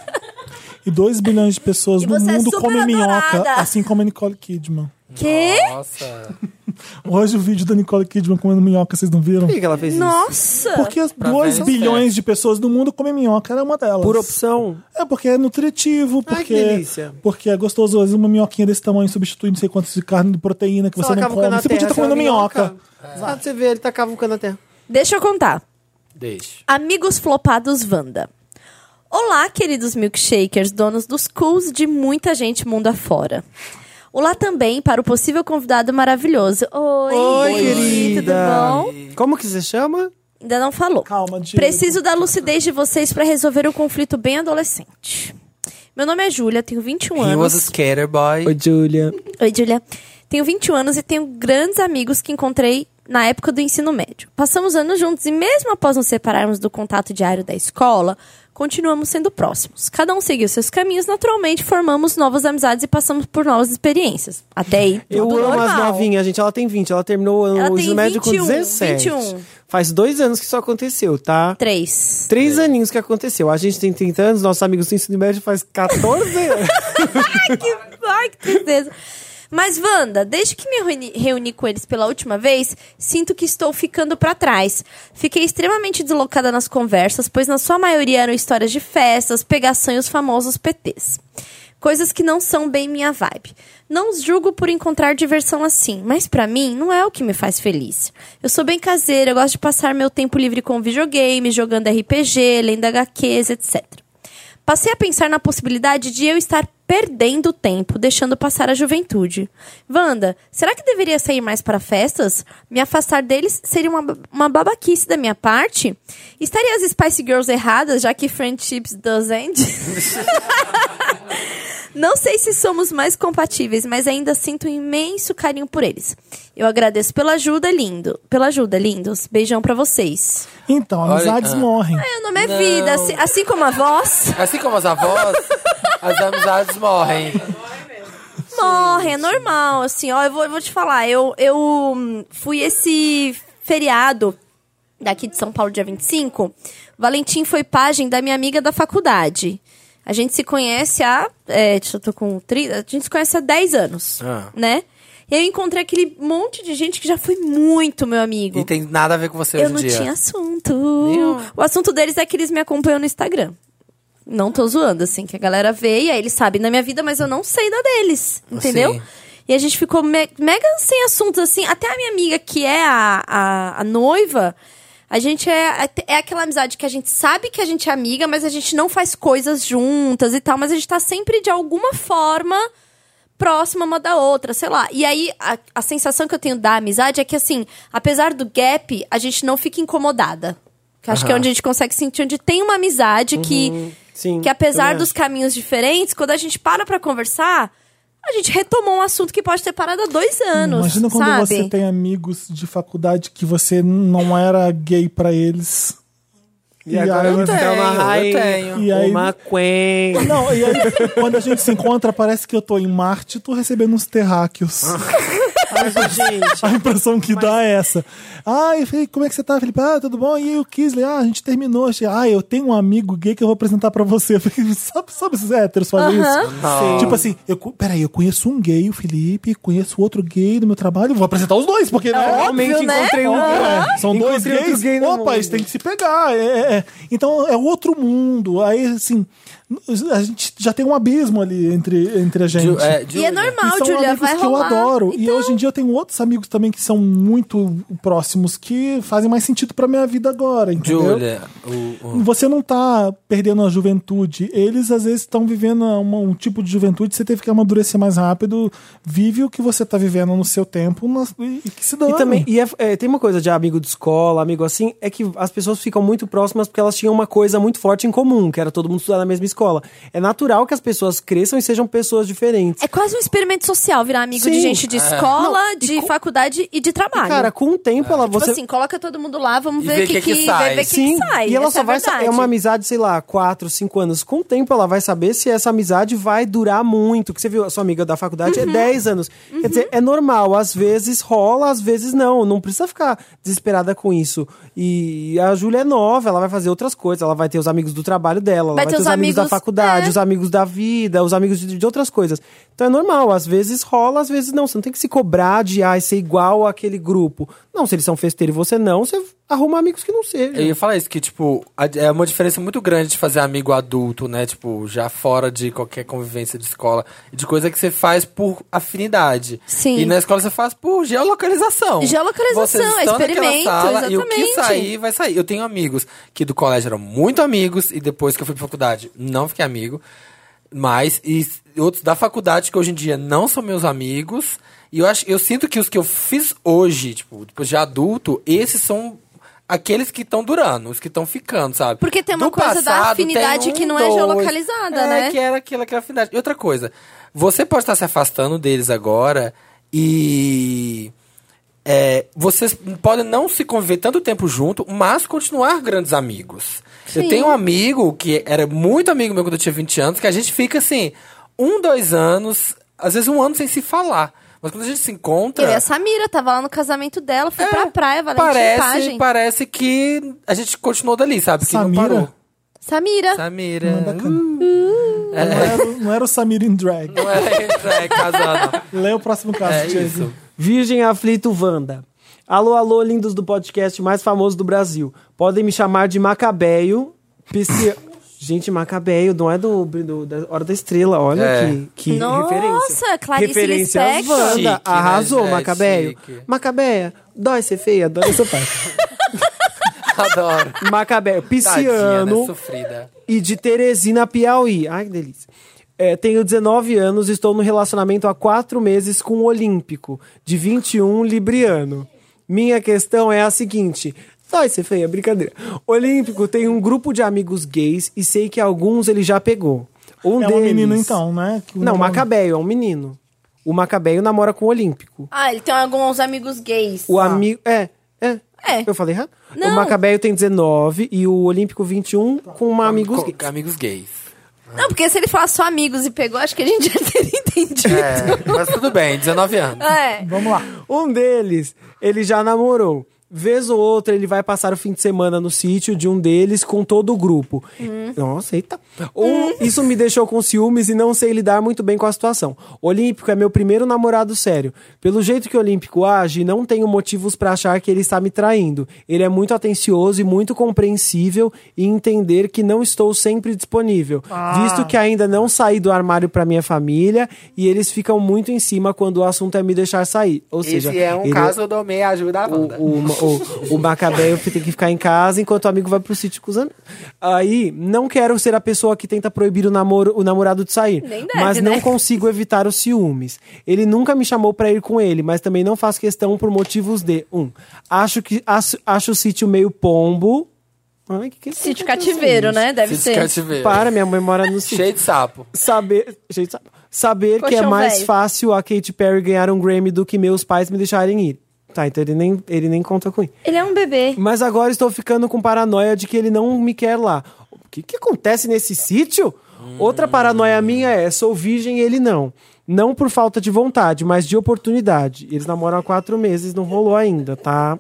E dois bilhões de pessoas E no você é mundo super comem minhoca, adorada. assim como a Nicole Kidman. Quê? Nossa. Hoje o vídeo da Nicole Kidman comendo minhoca, vocês não viram? Por que que ela fez isso? Nossa! Porque as Pra dois ver bilhões certo. de pessoas no mundo comem minhoca, era uma delas. Por opção. É, porque é nutritivo, Ai, porque, que delícia. porque é gostoso. Às vezes uma minhoquinha desse tamanho substitui não sei quantos de carne de proteína que Só você não cavucando come. a Você podia terra, estar comendo você é uma minhoca. Só pra você ver, ele tá cavucando a terra. Deixa eu contar. Deixa. Amigos flopados Wanda. Olá, queridos milkshakers, donos dos cools de muita gente mundo afora. Olá também para o possível convidado maravilhoso. Oi, Oi, tudo querida. bom? Como que você chama? Ainda não falou. Calma, Diego. Preciso da lucidez de vocês para resolver um conflito bem adolescente. Meu nome é Júlia, tenho vinte e um He was a anos. skater boy. Oi, Júlia. Oi, Júlia. Tenho vinte e um anos e tenho grandes amigos que encontrei na época do ensino médio. Passamos anos juntos e mesmo após nos separarmos do contato diário da escola, continuamos sendo próximos. Cada um seguiu seus caminhos, naturalmente formamos novas amizades e passamos por novas experiências. Até aí, Eu tudo amo normal. as novinhas, gente. Ela tem vinte. Ela terminou Ela o tem ensino médio com vinte e um, dezessete. vinte e um. Faz dois anos que isso aconteceu, tá? Três. Três aninhos que aconteceu. A gente tem trinta anos, nossos amigos do ensino médio faz quatorze anos. Ai, que, ai, que tristeza. Mas, Wanda, desde que me reuni, reuni com eles pela última vez, sinto que estou ficando pra trás. Fiquei extremamente deslocada nas conversas, pois na sua maioria eram histórias de festas, pegação e os famosos P Ts. Coisas que não são bem minha vibe. Não os julgo por encontrar diversão assim, mas pra mim não é o que me faz feliz. Eu sou bem caseira, eu gosto de passar meu tempo livre com videogame, jogando R P G, lendo H Qs, etcétera. Passei a pensar na possibilidade de eu estar perdendo tempo, deixando passar a juventude. Wanda, será que deveria sair mais para festas? Me afastar deles seria uma, uma babaquice da minha parte? Estaria as Spice Girls erradas, já que friendships does end? Não sei se somos mais compatíveis, mas ainda sinto um imenso carinho por eles. Eu agradeço pela ajuda, lindo. Pela ajuda, lindos. Beijão pra vocês. Então, amizades Olha- ah. morrem. Meu nome é Não. vida, assim, assim como a voz. Assim como as avós, as amizades morrem. Morre, é normal, assim, ó, eu vou, eu vou te falar, eu, eu hum, fui esse feriado daqui de São Paulo, dia vinte e cinco, Valentim foi pajem da minha amiga da faculdade. A gente se conhece há, é, eu tô com trinta, a gente se conhece há dez anos, Ah. né? E aí eu encontrei aquele monte de gente que já foi muito meu amigo. E tem nada a ver com você Eu hoje em não dia. tinha assunto. O assunto deles é que eles me acompanham no Instagram. Não tô zoando, assim, que a galera vê e aí eles sabem da minha vida, mas eu não sei da deles, entendeu? Sim. E a gente ficou me- mega sem assuntos, assim. Até a minha amiga, que é a, a, a noiva, a gente é, é aquela amizade que a gente sabe que a gente é amiga, mas a gente não faz coisas juntas e tal, mas a gente tá sempre, de alguma forma, próxima uma da outra, sei lá. E aí, a, a sensação que eu tenho da amizade é que, assim, apesar do gap, a gente não fica incomodada. Que eu acho que é onde a gente consegue sentir, onde tem uma amizade que, Sim. que apesar também dos acho. caminhos diferentes, quando a gente para pra conversar, a gente retomou um assunto que pode ter parado há dois anos, Imagina quando sabe? você tem amigos de faculdade que você não era gay pra eles. E agora aí- você é uma tenho, eu rainha, tenho. E aí- uma quen. Não, e aí, quando a gente se encontra, parece que eu tô em Marte e tô recebendo uns terráqueos. Mas, gente, A impressão que dá é essa. Ah, eu falei, como é que você tá, Felipe? Ah, tudo bom? E aí o Kisley? Ah, a gente terminou. Achei, ah, eu tenho um amigo gay que eu vou apresentar pra você. Eu falei, sabe, sabe esses héteros fazem Aham. isso? Não. Tipo assim, eu, co- peraí, eu conheço um gay, o Felipe, conheço outro gay do meu trabalho, eu vou apresentar os dois, porque né, realmente óbvio, né? encontrei um. é, são dois Encontrei outro gays, gay no opa, mundo. eles têm que se pegar. é, é, é. Então é outro mundo. Aí, assim, a gente já tem um abismo ali entre, entre a gente. Ju- é, E é Júlia. normal, E são Julia, amigos vai que rolar. eu adoro. E Então, hoje em dia eu tenho outros amigos também que são muito próximos, que fazem mais sentido pra minha vida agora, entendeu? Júlia, o- o- Você não tá perdendo a juventude. Eles, às vezes, estão vivendo uma- um tipo de juventude. Você teve que amadurecer mais rápido. Vive o que você tá vivendo no seu tempo nas- e, e que se dane. E também, e é- é, tem uma coisa de amigo de escola, amigo assim, é que as pessoas ficam muito próximas porque elas tinham uma coisa muito forte em comum, que era todo mundo estudar na mesma escola. É natural que as pessoas cresçam e sejam pessoas diferentes. é quase um experimento social virar amigo de Sim. gente de escola, Não, e de com- faculdade e de trabalho. Cara, com o tempo ela tipo você assim, coloca todo mundo lá, vamos E ver vê o que, que que que, sai. ver o que, Sim, que sai. e ela Essa só é a vai sa- verdade. é uma amizade, sei lá, quatro, cinco anos. Com o tempo ela vai saber se essa amizade vai durar muito. Que você viu, a sua amiga da faculdade Uhum. é dez anos. Quer dizer, é normal, às vezes rola, às vezes não. Não precisa ficar desesperada com isso. E a Júlia é nova, ela vai fazer outras coisas, ela vai ter os amigos do trabalho dela, ela vai, ter os amigos, da amigos- faculdade, é. os amigos da vida, os amigos de, de outras coisas. Então é normal, às vezes rola, às vezes não. Você não tem que se cobrar cobrar de ah, ser igual àquele grupo. Não, se eles são festeiros e você não, você arruma amigos que não sejam. Eu ia falar isso, que, tipo, a- é uma diferença muito grande de fazer amigo adulto, né? Tipo, já fora de qualquer convivência de escola. De coisa que você faz por afinidade. Sim. E na escola você faz por geolocalização. Geolocalização, Vocês estão naquela experimento, sala, e o que exatamente. sair, vai sair. Eu tenho amigos que do colégio eram muito amigos e depois que eu fui pra faculdade não fiquei amigo. Mas, e outros da faculdade que hoje em dia não são meus amigos. E eu, acho, eu sinto que os que eu fiz hoje, tipo, depois de adulto, esses são aqueles que estão durando, os que estão ficando, sabe? Porque tem uma Do coisa da passado, afinidade tem um, que não é dois. geolocalizada, é, né? que era aquela, aquela afinidade. E outra coisa, você pode estar se afastando deles agora e... É, vocês podem não se conviver tanto tempo junto, mas continuar grandes amigos. Sim. Eu tenho um amigo que era muito amigo meu quando eu tinha vinte anos, que a gente fica assim, um, dois anos, às vezes um ano sem se falar. Mas quando a gente se encontra... Eu e a Samira, tava lá no casamento dela, fui é, pra praia, Valentim parece, Pagem. parece que a gente continuou dali, sabe? Que Samira? não parou. Samira. Samira. Manda can- Uh, Não, era, não era o Samir in drag. não é, é casado. Lê o próximo caso, É Thiago. isso. Virgem Aflito Wanda. Alô, alô, lindos do podcast mais famoso do Brasil. Podem me chamar de Macabeio. Pisci... Gente, Macabeio, não é do, do- da Hora da Estrela. Olha É. que, que Nossa, referência. Clarice Referência às Lispector. Wanda. Chique, né, Arrasou, gente? Macabeio. Chique. Macabeia, dói ser feia, dói ser pai. Adoro. Macabeio, Tadinha, pisciano né? Sofrida. e de Teresina, Piauí. Ai, que delícia. É, tenho dezenove anos, estou no relacionamento há quatro meses com o Olímpico, de vinte e um, libriano. Minha questão é a seguinte... Dói ser feia, brincadeira. Olímpico tem um grupo de amigos gays e sei que alguns ele já pegou. Um É deles... uma menina, então, né? Que o Não, nome- Macabeio, é um menino. O Macabeio namora com o Olímpico. Ah, ele tem alguns amigos gays. O amigo... É, é. É. Eu falei errado? Não. O Macabeio tem dezenove e o Olímpico vinte e um com uma amigos Com- gays. com amigos gays. Não, porque se ele falasse só amigos e pegou, acho que a gente já teria entendido. É, mas tudo bem, dezenove anos. É. Vamos lá. Um deles, ele já namorou. Vez ou outra, ele vai passar o fim de semana no sítio de um deles com todo o grupo. Nossa, eita. Um, Isso me deixou com ciúmes e não sei lidar muito bem com a situação. Olímpico é meu primeiro namorado sério. Pelo jeito que o Olímpico age, não tenho motivos pra achar que ele está me traindo. Ele é muito atencioso e muito compreensível e entender que não estou sempre disponível. Visto que ainda não saí do armário pra minha família e eles ficam muito em cima quando o assunto é me deixar sair. Ou seja, ele- do meia ajuda a o, o, o, o Macabeio tem que ficar em casa enquanto o amigo vai pro sítio com os amigos. Aí, não quero ser a pessoa que tenta proibir o, namoro, o namorado de sair. Nem deve, mas não né? consigo evitar os ciúmes. Ele nunca me chamou pra ir com ele, mas também não faço questão por motivos de... Um, acho, que, acho, acho o sítio meio pombo. Ai, que que é Sítio cativeiro, né? Deve Sítio ser. cativeiro. Para, minha mãe mora no sítio. Cheio de sapo. Saber, gente, sabe? Saber que é Colchão mais velho. fácil a Katy Perry ganhar um Grammy do que meus pais me deixarem ir. Tá, então ele nem, ele nem conta com isso. Ele é um bebê. Mas agora estou ficando com paranoia de que ele não me quer lá. O que, que acontece nesse sítio? Outra paranoia minha é, sou virgem e ele não. Não por falta de vontade, mas de oportunidade. Eles namoram há quatro meses, não rolou ainda, tá?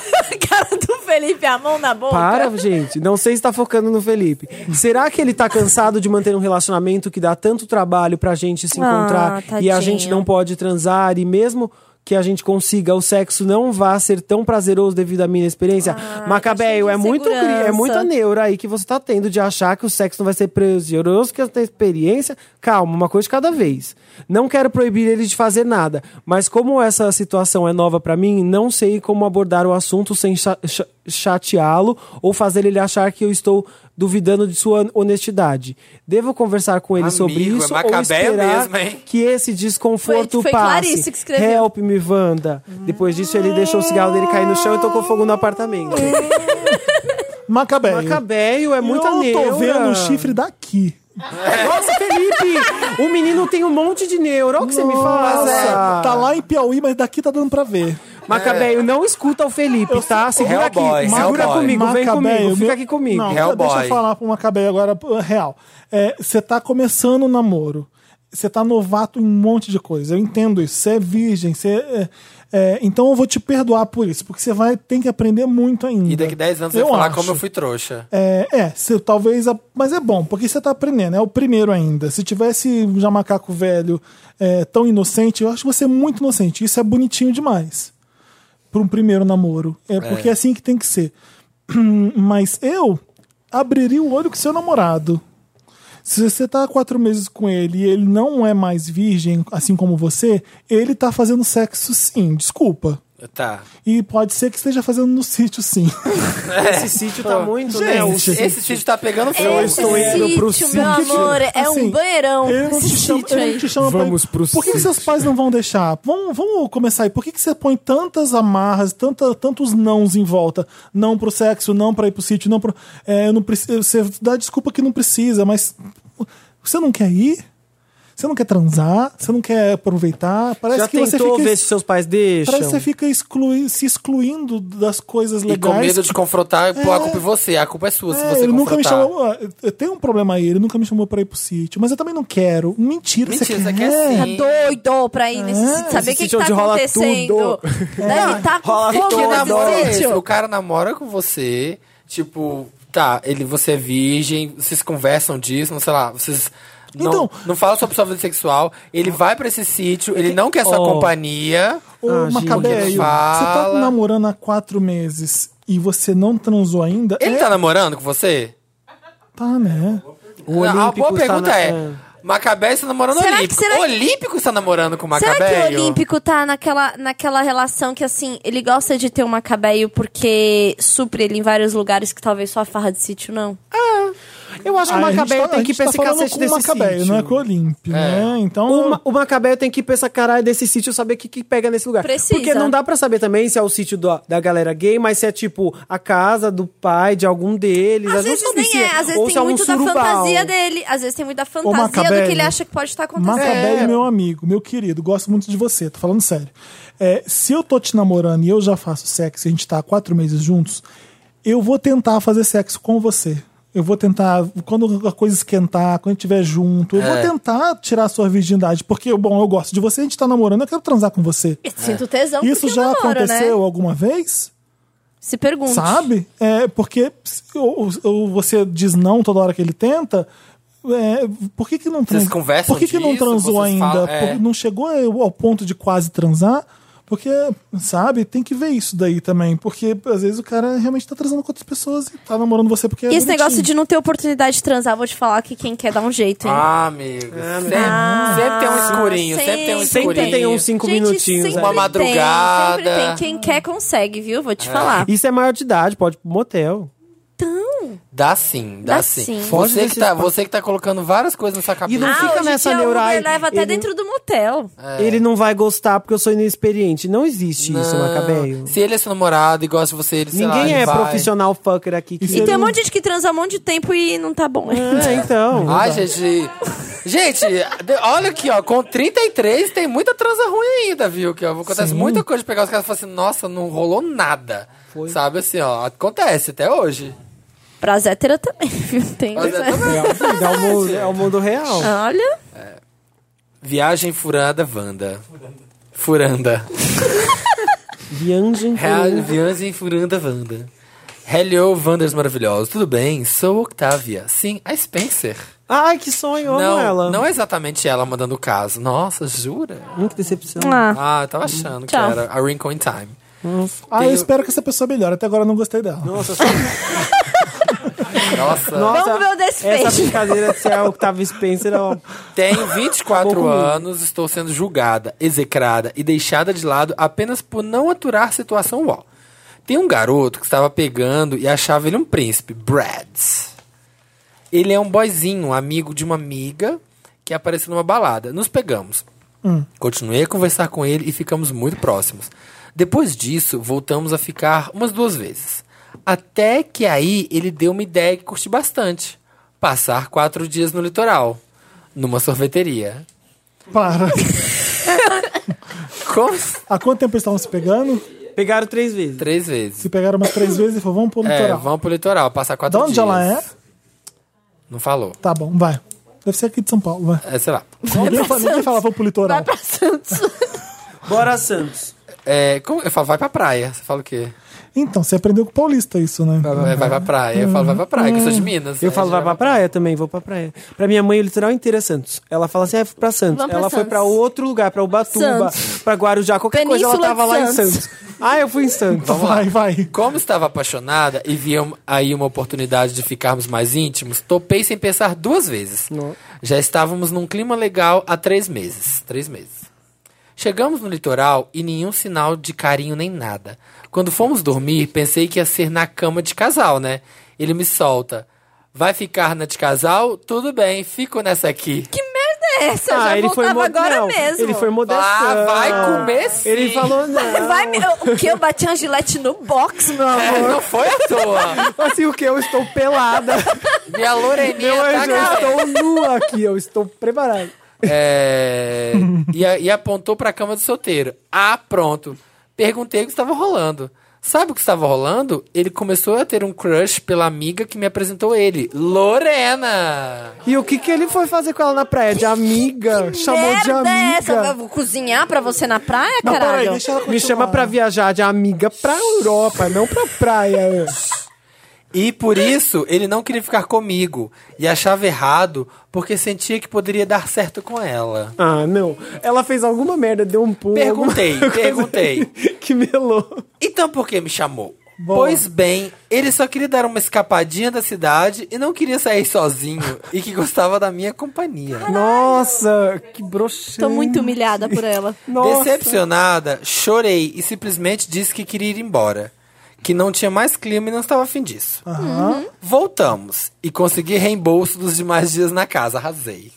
Cara do Felipe, a mão na boca. Para, gente. Não sei se tá focando no Felipe. Será que ele tá cansado de manter um relacionamento que dá tanto trabalho pra gente se Ah, encontrar e a tadinho. gente não pode transar e mesmo que a gente consiga, o sexo não vá ser tão prazeroso devido à minha experiência? Ah, Macabeio, tá é cheio de muito gri- é insegurança. muita neura aí que você tá tendo de achar que o sexo não vai ser prazeroso, que a experiência... Calma, uma coisa de cada vez. Não quero proibir ele de fazer nada, mas como essa situação é nova pra mim, não sei como abordar o assunto sem cha- cha- chateá-lo ou fazer ele achar que eu estou duvidando de sua honestidade. Devo conversar com ele Amigo, sobre é isso ou Macabeia esperar mesmo, hein? que esse desconforto Foi- foi passe? Clarice que escreveu. Help me, Wanda. Depois disso, ele deixou o cigarro dele cair no chão e tocou fogo no apartamento. Macabeio. Macabeio é muita Eu neura. tô vendo o chifre daqui. Nossa, Felipe! O menino tem um monte de neuro. Olha o que você me fala. Nossa, tá lá em Piauí, mas daqui tá dando pra ver. Macabeio, não escuta o Felipe, tá? Segura aqui. Hellboy, Segura Hellboy. comigo, vem Macabeio, comigo. Fica meu- aqui comigo. Não, Hellboy. deixa eu falar pro Macabeio agora, uh, real. Você tá começando o namoro. você tá novato em um monte de coisa. Eu entendo isso. Você é virgem, você é, é, então eu vou te perdoar por isso, porque você vai ter que aprender muito ainda. E daqui dez anos você eu vai falar acho. como eu fui trouxa. É, é você, talvez. A, mas é bom, porque você tá aprendendo. É o primeiro ainda. Se tivesse já macaco velho é, tão inocente, eu acho você muito inocente. Isso é bonitinho demais para um primeiro namoro. É porque é assim que tem que ser. Mas eu abriria o olho com seu namorado. Se você tá há quatro meses com ele e ele não é mais virgem, assim como você, ele tá fazendo sexo sim, desculpa. Tá. E pode ser que esteja fazendo no sítio sim. Esse sítio tá muito, né? O Gente, Esse sítio tá pegando fogo. Eu estou indo pro sítio, sítio. meu amor, é Assim, um banheirão. Ele não Esse te chama, sítio ele não aí. te chama pra- Vamos pro Por que, que sítio. seus pais não vão deixar? Vamos, vamos começar aí. Por que, que você põe tantas amarras, tanta, tantos nãos em volta? Não pro sexo, não pra ir pro sítio, não pro. É, eu não preciso. Você dá desculpa que não precisa, mas você não quer ir? Você não quer transar? Você não quer aproveitar? Parece Já que você tentou fica. ver se seus pais deixam? Parece que você fica exclui, se excluindo das coisas E legais. com medo de confrontar, pôr a culpa em você. A culpa é sua se É, você ele nunca me confrontar. chamou. Eu tenho um problema aí, ele nunca me chamou pra ir pro sítio, mas eu também não quero. Mentira, Mentira, você você quer? quer Tá sim. doido pra ir nesse sítio, saber o que, que sítio tá onde rola acontecendo. tudo. Deve tá com Rola Que fogo tudo. namoro é nesse esse? sítio. O cara namora com você, tipo, tá, ele, você é virgem, vocês conversam disso, não sei lá, vocês não, Então- não falam sobre sua vida sexual, ele vai pra esse sítio, ele não quer sua Oh. companhia. Ô, Ah, Macabeio, gente, você tá fala. namorando há quatro meses e você não transou ainda? Ele é, tá namorando com você? tá, né? O a Olímpico boa está pergunta na- é, Macabé está namorando Será que- Olímpico. será que- Olímpico está namorando com Será Macabé? que o Olímpico tá naquela, naquela relação que, assim, ele gosta de ter um Macabeio porque supre ele em vários lugares que talvez só a farra de sítio não? Eu acho que o Ah, a gente Macabeio tá- tem a que ir gente pra tá esse falando cacete com o desse Macabeio, sítio. não é com o Olímpio, É. né? Então, O, Ma- o Macabeio tem que ir pra essa caralho desse sítio saber o que, que pega nesse lugar. Precisa. Porque não dá pra saber também se é o sítio da, da galera gay, mas se é tipo a casa do pai de algum deles. Às Não vezes sabe nem se é, às vezes ou tem se é um muito da surubal. fantasia dele. Às vezes tem muito da fantasia do Macabeio, que ele acha que pode estar acontecendo. Macabeio, meu amigo, meu querido, gosto muito de você, tô falando sério. É, se eu tô te namorando e eu já faço sexo e a gente tá há quatro meses juntos, eu vou tentar fazer sexo com você. Eu vou tentar, quando a coisa esquentar, quando a gente estiver junto, eu É. vou tentar tirar a sua virgindade. Porque, bom, eu gosto de você, a gente tá namorando, eu quero transar com você. Sinto tesão Isso porque já namora, aconteceu né? alguma vez? Se pergunte. Sabe? É, porque se- ou, ou você diz não toda hora que ele tenta. É, por que, que não Vocês trans- conversam Por que, que não disso? transou Vocês ainda? falam- é. Por- não chegou ao ponto de quase transar? Porque, sabe, tem que ver isso daí também. Porque às vezes o cara realmente tá transando com outras pessoas e tá namorando você porque é E esse bonitinho. negócio de não ter oportunidade de transar, vou te falar que quem quer dá um jeito, hein? Ah, amigo. sempre, Ah, sempre tem um escurinho, sempre, tem um sempre escurinho. tem uns cinco Gente, minutinhos. sempre aí. Uma madrugada. Tem, sempre tem. Quem quer consegue, viu? Vou te falar. Isso é maior de idade, pode ir pro motel. Então, Dá sim, dá, Dá sim. sim. Foge Você que, desse tá, espaço. você que tá colocando várias coisas na sua cabeça. não ah, fica hoje nessa em dia o neurai, Uber leva até ele- dentro do motel. Ele não vai gostar porque eu sou inexperiente. Não existe isso, Não. Macabeio. Se ele é seu namorado e gosta de você, ele sei lá, Ninguém ele é vai. profissional fucker aqui. Que... E se E tem ele um não- monte de gente que transa há um monte de tempo e não tá bom. É, então. Ai, gente. Gente, de- olha aqui, ó. Com trinta e três tem muita transa ruim ainda, viu? Que ó, acontece Sim. muita coisa de pegar os caras e falar assim, nossa, não rolou nada. Sabe assim, ó. Acontece até hoje. Pras héteras também, viu? Tem. Mas é essa- também. É o mundo, é o mundo real. Olha. Viagem furada, Wanda. Furanda. Viagem. Rea- Viagem furanda, Wanda. Hello, Wanders maravilhosos. Tudo bem? Sou Octavia. Sim, a Spencer. Ai, que sonho, amo Não, ela. não é exatamente ela mandando o caso. Nossa, jura? Hum, que decepção. Ah, Ah, eu tava achando que Tchau. era a Wrinkle in Time. Ah, eu espero que essa pessoa melhore. Até agora eu não gostei dela. Nossa, só... Nossa. Nossa, Vamos ver o desfecho. essa brincadeira de ser a Octavia Spencer, ó. Tenho vinte e quatro Pouco anos, estou sendo julgada, execrada e deixada de lado apenas por não aturar situação uó. Tem um garoto que estava pegando e achava ele um príncipe, Brad. Ele é um boyzinho, um amigo de uma amiga que apareceu numa balada. Nos pegamos. Continuei a conversar com ele e ficamos muito próximos. Depois disso, voltamos a ficar umas duas vezes. Até que aí ele deu uma ideia que curti bastante. Passar quatro dias no litoral. Numa sorveteria. Para. Como? Há quanto tempo eles estavam se pegando? Pegaram três vezes. Três vezes. Se pegaram umas três vezes e falou, vamos pro É, litoral. vamos pro litoral, passar quatro De onde dias. ela é? Não falou. Tá bom, vai. Deve ser aqui de São Paulo, vai. É, sei lá. Ninguém, fa- ninguém fala, vamos pro litoral. Vai pra Santos. Bora, Santos. É, como, eu falo, vai pra praia. Você fala o quê? Então, você aprendeu com o paulista isso, né? Vai, vai, vai pra praia. Eu falo, vai pra praia, que eu sou de Minas. Eu Aí falo, já vai pra praia também, vou pra praia. Pra minha mãe, o litoral inteiro é Santos. Ela fala assim, ah, fui pra Santos. Vamos pra Ela foi Santos. pra outro lugar, pra Ubatuba, Santos. pra Guarujá, qualquer Península coisa, ela tava de lá em Santos. Santos. Ah, eu fui em Santos. Vai, vai. Como estava apaixonada e via aí uma oportunidade de ficarmos mais íntimos, topei sem pensar duas vezes. Não. Já estávamos num clima legal há três meses. Três meses. Chegamos no litoral e nenhum sinal de carinho nem nada. Quando fomos dormir, pensei que ia ser na cama de casal, né? Ele me solta. Vai ficar na de casal? Tudo bem, fico nessa aqui. Que merda é essa? Eu Ah, já ele foi voltava mo- agora não, mesmo. Ele foi modestão. Ah, vai comer sim. Ele falou, não. Vai, me- o que? Eu bati a Gillette no box, meu É, amor. não foi à toa. Assim, o que? Eu estou pelada. Minha Loreninha Meu tá anjo, eu galera. estou nua aqui, eu estou preparado. É, e, a- e apontou pra cama do solteiro. Ah, pronto. Perguntei o que estava rolando. Sabe o que estava rolando? Ele começou a ter um crush pela amiga que me apresentou ele, Lorena. E o que que ele foi fazer com ela na praia? De amiga? Chamou de merda é essa? Eu amiga. vou cozinhar pra você na praia, Não, caralho? peraí, deixa ela continuar. Me chama pra viajar de amiga pra Europa, não pra praia. E por isso ele não queria ficar comigo e achava errado porque sentia que poderia dar certo com ela. Ah, não. Ela fez alguma merda, deu um pulo. Perguntei, alguma coisa perguntei. Que melou. Então por que me chamou? Boa. Pois bem, ele só queria dar uma escapadinha da cidade e não queria sair sozinho e que gostava da minha companhia. Nossa, que broxante. Tô muito humilhada por ela. Nossa. Decepcionada, chorei e simplesmente disse que queria ir embora. Que não tinha mais clima e não estava afim disso. Aham. Voltamos e consegui reembolso dos demais dias na casa. Arrasei.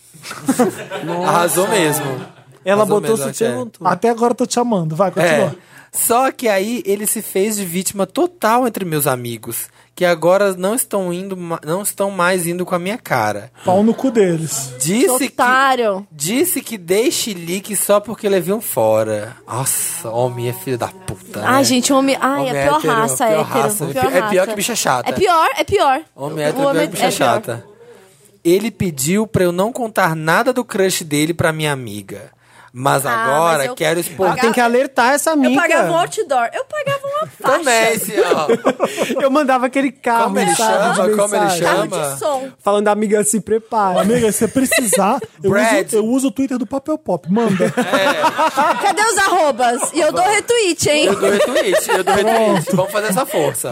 Arrasou mesmo. Ela Arrasou botou o mesmo, sutiã é. e voltou. Até agora eu tô te amando. Vai, continua. É. Só que aí ele se fez de vítima total entre meus amigos, que agora não estão indo, ma- não estão mais indo com a minha cara. Pau no cu deles. Disse que Otário. disse que dei chilique só porque levei um fora. Nossa, homem é filho da puta. Né? Ai, gente, homem... Ai, Homem é pior hétero, raça, pior hétero. raça. Pior É pior raça. que bicha chata. É pior, é pior. Homem hétero O é pior homem que bicha é pior. chata. Ele pediu pra eu não contar nada do crush dele pra minha amiga. Mas Ah, agora mas eu- quero expor. Ah, tem que alertar essa amiga. Eu pagava um outdoor. Eu pagava uma faixa. Também, esse, ó. Eu mandava aquele carro. Como ele sabe, chama? de Como ele mensagem. Carro chama? de som. Falando, amiga, se prepara. Amiga, se você precisar, eu Brad. uso, eu uso o Twitter do Papel Pop. Manda. Cadê os arrobas? E eu dou retweet, hein? Eu dou retweet, eu dou retweet. Vamos fazer essa força.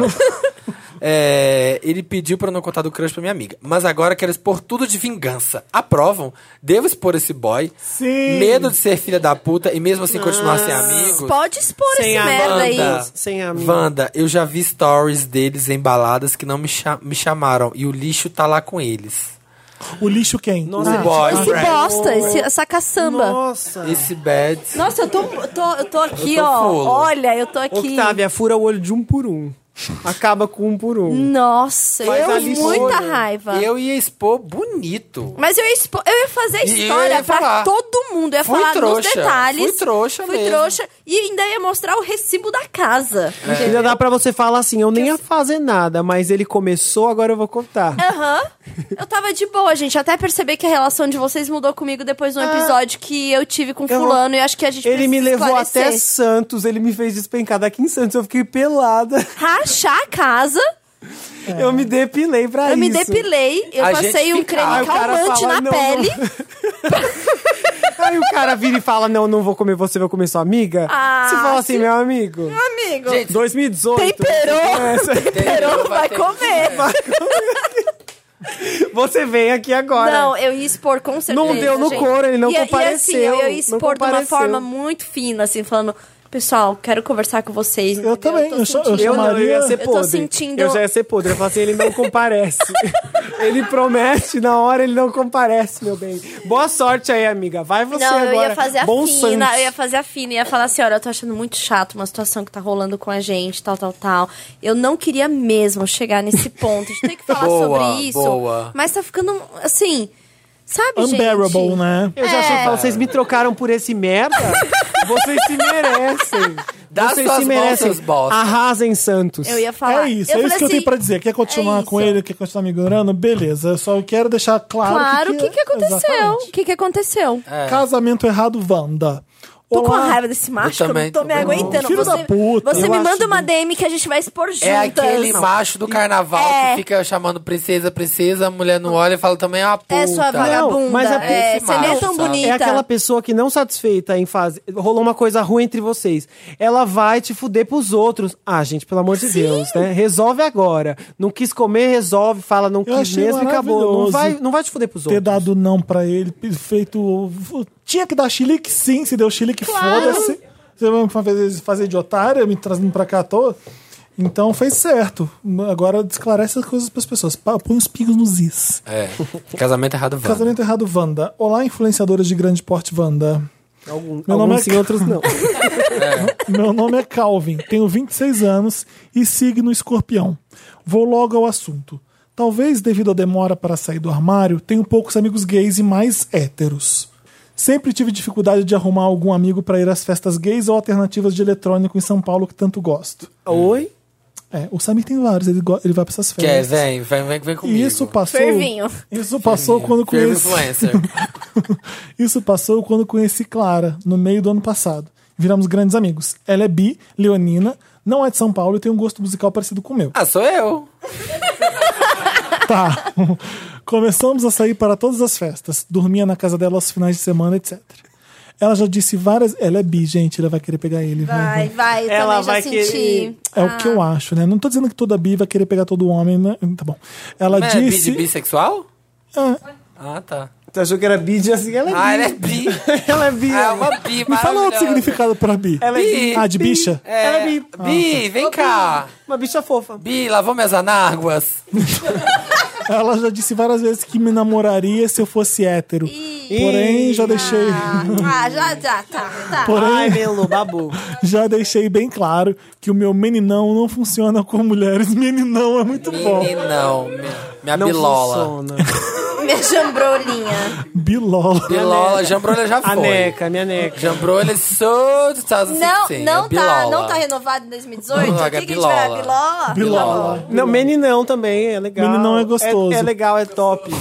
É, ele pediu pra eu não contar do crush pra minha amiga. Mas agora quero expor tudo de vingança. Aprovam? Devo expor esse boy? Sim. Medo de ser filha da puta e mesmo assim continuar sem amigos? Pode expor Sem esse a merda aí. Wanda, Sem amigo. Wanda, eu já vi stories deles em baladas que não me, cha- me chamaram. E o lixo tá lá com eles. O lixo quem? Nossa, O boy, Esse Brad. bosta, esse, essa caçamba. Nossa. Esse bad. Nossa, eu tô, eu tô, eu tô aqui, Eu tô ó. fulo. Olha, eu tô aqui. Octávia, fura o olho de um por um. Acaba com um por um. Nossa, Faz eu a tenho lista. muita raiva. Eu ia expor bonito. Mas eu ia, expo- eu ia fazer a E eu história ia pra falar. todo mundo. Eu ia Fui falar nos trouxa. detalhes. Fui trouxa Fui mesmo. trouxa. E ainda ia mostrar o recibo da casa. Ainda dá pra você falar assim, eu nem ia fazer nada, mas ele começou, agora eu vou contar. Aham. Eu tava de boa, gente. Até perceber que a relação de vocês mudou comigo depois de um episódio que eu tive com Eu- fulano. E acho que a gente Ele me precisa levou esclarecer. até Santos, ele me fez despencar daqui em Santos, eu fiquei pelada. Rachar a casa. Eu me depilei pra Eu isso. me depilei. Eu A passei gente um fica- creme Aí o cara calmante fala, na não, pele. Aí o cara vira e fala, não, não vou comer você, vou comer sua amiga. Ah, você fala assim, se- meu amigo, Amigo. Gente, dois mil e dezoito. Temperou. Essa- Temperou, vai ter- comer. Você vem aqui agora. Não, eu ia expor com certeza. Não deu no gente. couro, ele não e, compareceu, E assim, eu ia não expor de uma compareceu. forma muito fina, assim, falando... Pessoal, quero conversar com vocês. Eu entendeu? também, tô eu só- eu sentindo- Eu não, eu ia ser Eu tô podre. sentindo- Eu já ia ser podre. Eu falo assim, ele não comparece. Ele promete, na hora ele não comparece, meu bem. Boa sorte aí, amiga. Vai você Não, agora. eu ia fazer a Bom fina, Santos. eu ia fazer a fina, ia falar assim, olha, eu tô achando muito chato uma situação que tá rolando com a gente, tal, tal, tal. Eu não queria mesmo chegar nesse ponto de ter que falar Boa, sobre isso. boa. Mas tá ficando, assim, sabe, Unbearable, gente? né? Eu já achei que vocês me trocaram por esse merda. Vocês se merecem. Dá Vocês suas se mãos, merecem. seus bosta. Arrasem, Santos. Eu ia falar. É isso, eu é falei isso que eu assim, tenho pra dizer. Quer continuar é com isso. ele, quer continuar me ignorando? Beleza. Eu só quero deixar claro. Claro, o que, que aconteceu? Exatamente. O que, que aconteceu? Casamento errado, Wanda. Tô com Olá. raiva desse macho, Eu que eu não também tô tô me com- aguentando. Filho você da puta, você eu me acho manda uma que- D M que a gente vai expor juntas. É aquele Não. macho do carnaval É. que fica chamando princesa, princesa, a mulher não olha e fala também é uma puta. É sua vagabunda. mas é é, esse você nem é macho, tão sabe? bonita. É aquela pessoa que não satisfeita em fazer. Rolou uma coisa ruim entre vocês. Ela vai te fuder pros outros. Ah, gente, pelo amor de Deus, né? Resolve agora. Não quis comer, resolve, fala, não quis achei mesmo e acabou. Não maravilhoso vai, não vai te fuder pros Ter outros. dado não pra ele, feito. Tinha que dar chilique, sim. Se deu chilique, foda-se. Você vai me fazer, fazer de otária, me trazendo pra cá à toa. Então fez certo. Agora esclarece as coisas pras pessoas. Pa- Põe os pingos nos is. É. Casamento errado, Wanda. Casamento errado, Wanda. Olá, influenciadores de grande porte, Wanda. Algum, Meu nome alguns é sim, outros não. Meu nome é Calvin, tenho vinte e seis anos e signo escorpião. Vou logo ao assunto. Talvez devido à demora para sair do armário, tenho poucos amigos gays e mais héteros. Sempre tive dificuldade de arrumar algum amigo para ir às festas gays ou alternativas de eletrônico em São Paulo que tanto gosto. Oi? É, o Samir tem vários, ele, go- ele vai para essas Quer, festas. vem, vem, vem, vem comigo. E isso passou. Fervinho. Isso passou quando Fervo conheci. influencer. Isso passou quando conheci Clara, no meio do ano passado. Viramos grandes amigos. Ela é bi, leonina, não é de São Paulo e tem um gosto musical parecido com o meu. Ah, sou eu. Tá. Começamos a sair para todas as festas. Dormia na casa dela aos finais de semana, etcétera. Ela já disse várias... Ela é bi, gente. Ela vai querer pegar ele. Vai, vai, eu Ela também já vai senti. querer- É o que eu acho, né? Não tô dizendo que toda bi vai querer pegar todo homem, né? Tá bom. Ela Mas é bi disse... de bissexual? Ah, Ah, tá. Você achou que era bi assim? Ela é bi. Ah, ela é bi. Ela é bi. Ah, é uma bi me fala outro maravilhosa. significado pra bi. Ela é bi. Ah, de bicha? É, Ela é bi. Bi, vem cá. Uma bicha fofa. Bi, lavou minhas anáguas. Ela já disse várias vezes que me namoraria se eu fosse hétero. Porém, já deixei... Ah, já, já, tá, tá. Porém, Ai, Melu, babu. já deixei bem claro que o meu meninão não funciona com mulheres. Meninão é muito bom. Meninão. mi- Minha Não bilola. funciona. Minha jambrolinha. Bilola. Bilola, jambrolha já foi. A neca, minha neca. Jambrolha sou dos Estados Unidos. Não, sim, não, é tá, bilola. não tá renovado em dois mil e dezoito? Não, O que, é que a gente vai? bilola. Bilola? Bilola. Não, meninão também, é legal. Meninão é gostoso. É, é legal, é top.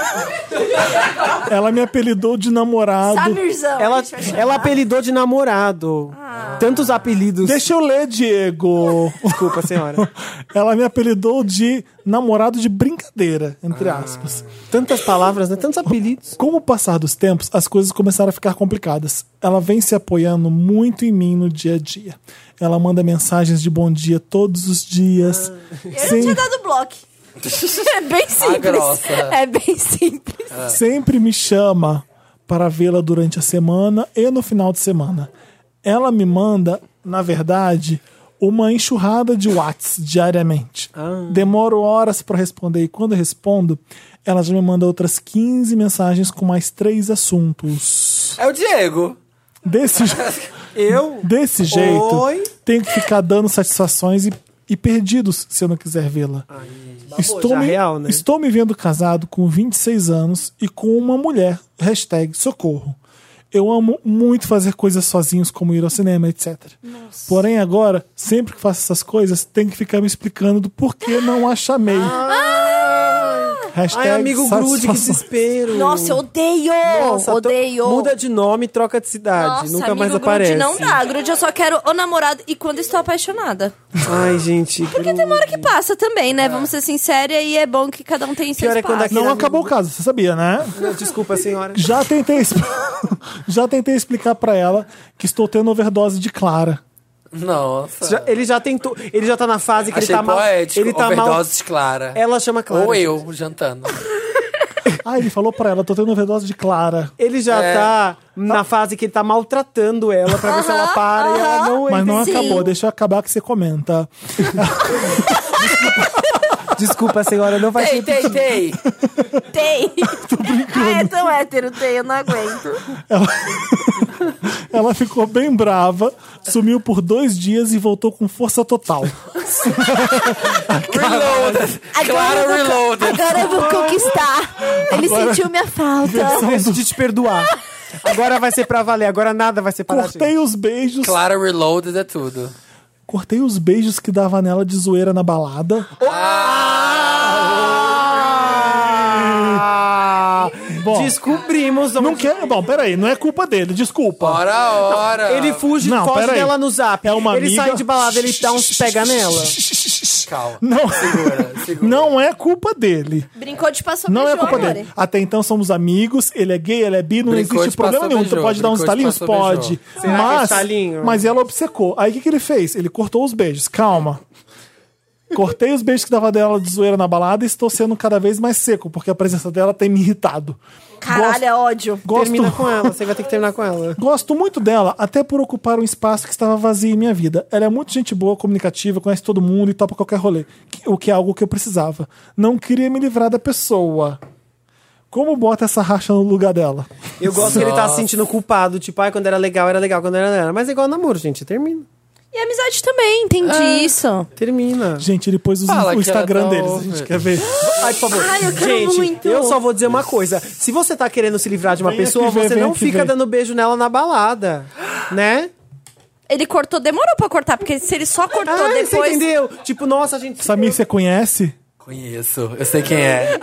Ela me apelidou de namorado. Samirzão. Ela, a gente vai chamar. ela apelidou de namorado. Ah. Tantos apelidos. Deixa eu ler, Diego. Desculpa, senhora. Ela me apelidou de namorado de brincadeira, entre aspas. Tantas palavras, né? Tantos apelidos. Com o passar dos tempos, as coisas começaram a ficar complicadas. Ela vem se apoiando muito em mim no dia a dia. Ela manda mensagens de bom dia todos os dias. Eu não Sem- tinha dado bloco. É bem simples. grossa. É bem simples. Sempre me chama para vê-la durante a semana e no final de semana. Ela me manda, na verdade, uma enxurrada de Whats diariamente. Demoro horas para responder e quando eu respondo, ela já me manda outras quinze mensagens com mais três assuntos. É o Diego. Desse, Eu? desse jeito, Oi? tenho que ficar dando satisfações e, e perdidos se eu não quiser vê-la. Estou já me, real, né? estou me vendo casado com vinte e seis anos e com uma mulher. Hashtag socorro. Eu amo muito fazer coisas sozinhos, como ir ao cinema, etcétera. Porém, agora, sempre que faço essas coisas, tem que ficar me explicando do porquê não a chamei. Hashtag Ai, amigo grude, que satisfação. desespero. Nossa, eu odeio! Nossa, to- odeio! Muda de nome, troca de cidade. Nossa, Nunca amigo, mais grude aparece. não dá. Grude eu só quero o namorado e quando estou apaixonada. Ai, gente. Porque tem uma hora que passa também, né? Vamos ser sinceros e é bom que cada um tem seu Pior é quando espaço. aquele Não amigo- acabou o caso, você sabia, né? Não, desculpa, senhora. Já tentei, expl- já tentei explicar pra ela que estou tendo overdose de Clara. Nossa. Já- ele já tentou. Ele já tá na fase que Achei ele tá mal. poético. Ele tá mal. overdose de Clara. Ela chama Clara. Ou eu, jantando. Ah, ele falou pra ela, tô tendo overdose de Clara. Ele já É. tá na fase que ele tá maltratando ela pra ver se ela para e ela não Mas não Sim. acabou, deixa eu acabar que você comenta. Desculpa, senhora, não vai Tei, ser. tei, tei. Tem! Ah, é tão hétero, tem, eu não aguento. Ela ficou bem brava, sumiu por dois dias e voltou com força total. Reloaded. Clara eu vou, Reloaded. agora eu vou conquistar. Ele sentiu minha falta. Preciso de te perdoar. Agora vai ser pra valer, agora nada vai ser para Cortei os beijos. Clara Reloaded é tudo. Cortei os beijos que dava nela de zoeira na balada. Ah! Bom, Descobrimos. não quer. Bom, peraí, não é culpa dele, desculpa. Ora, ora. Ele fuge, Não, foge peraí. dela no zap. É uma ele amiga- sai de balada, ele dá uns pega nela. Calma. Não, Segura, segura. não é culpa dele. Brincou de passou Não é beijou, culpa amore. dele. Até então somos amigos, ele é gay, ele é bi, não Brincou existe de problema passou, nenhum. Tu beijou. pode dar uns Brincou de talinhos? passou, Pode. beijou. Será que é Mas, talinho? mas ela obcecou. Aí o que, que ele fez? Ele cortou os beijos. Calma. Cortei os beijos que dava dela de zoeira na balada e estou sendo cada vez mais seco, porque a presença dela tem me irritado. Caralho, é ódio. Gosto, Termina com ela, você vai ter que terminar com ela. Gosto muito dela, até por ocupar um espaço que estava vazio em minha vida. Ela é muito gente boa, comunicativa, conhece todo mundo e topa qualquer rolê. que- O que é algo que eu precisava. Não queria me livrar da pessoa. Como bota essa racha no lugar dela? Eu gosto que ele tá se Nossa. sentindo culpado. Tipo, ai, quando era legal, era legal, quando era não era. Mas é igual namoro, gente. Termina. E amizade também, entendi isso. Termina. Gente, depois os- Fala o que Instagram ela tá deles, a over. gente quer ver. Ai, por favor. Ai, eu quero gente, muito. eu só vou dizer uma coisa. Se você tá querendo se livrar de uma Vem pessoa, aqui ver, você vem não aqui fica ver. dando beijo nela na balada. Né? Ele cortou, demorou pra cortar, porque se ele só cortou Ah, você depois... entendeu? Tipo, nossa, a gente... Samir, você conhece? Conheço, eu sei quem é.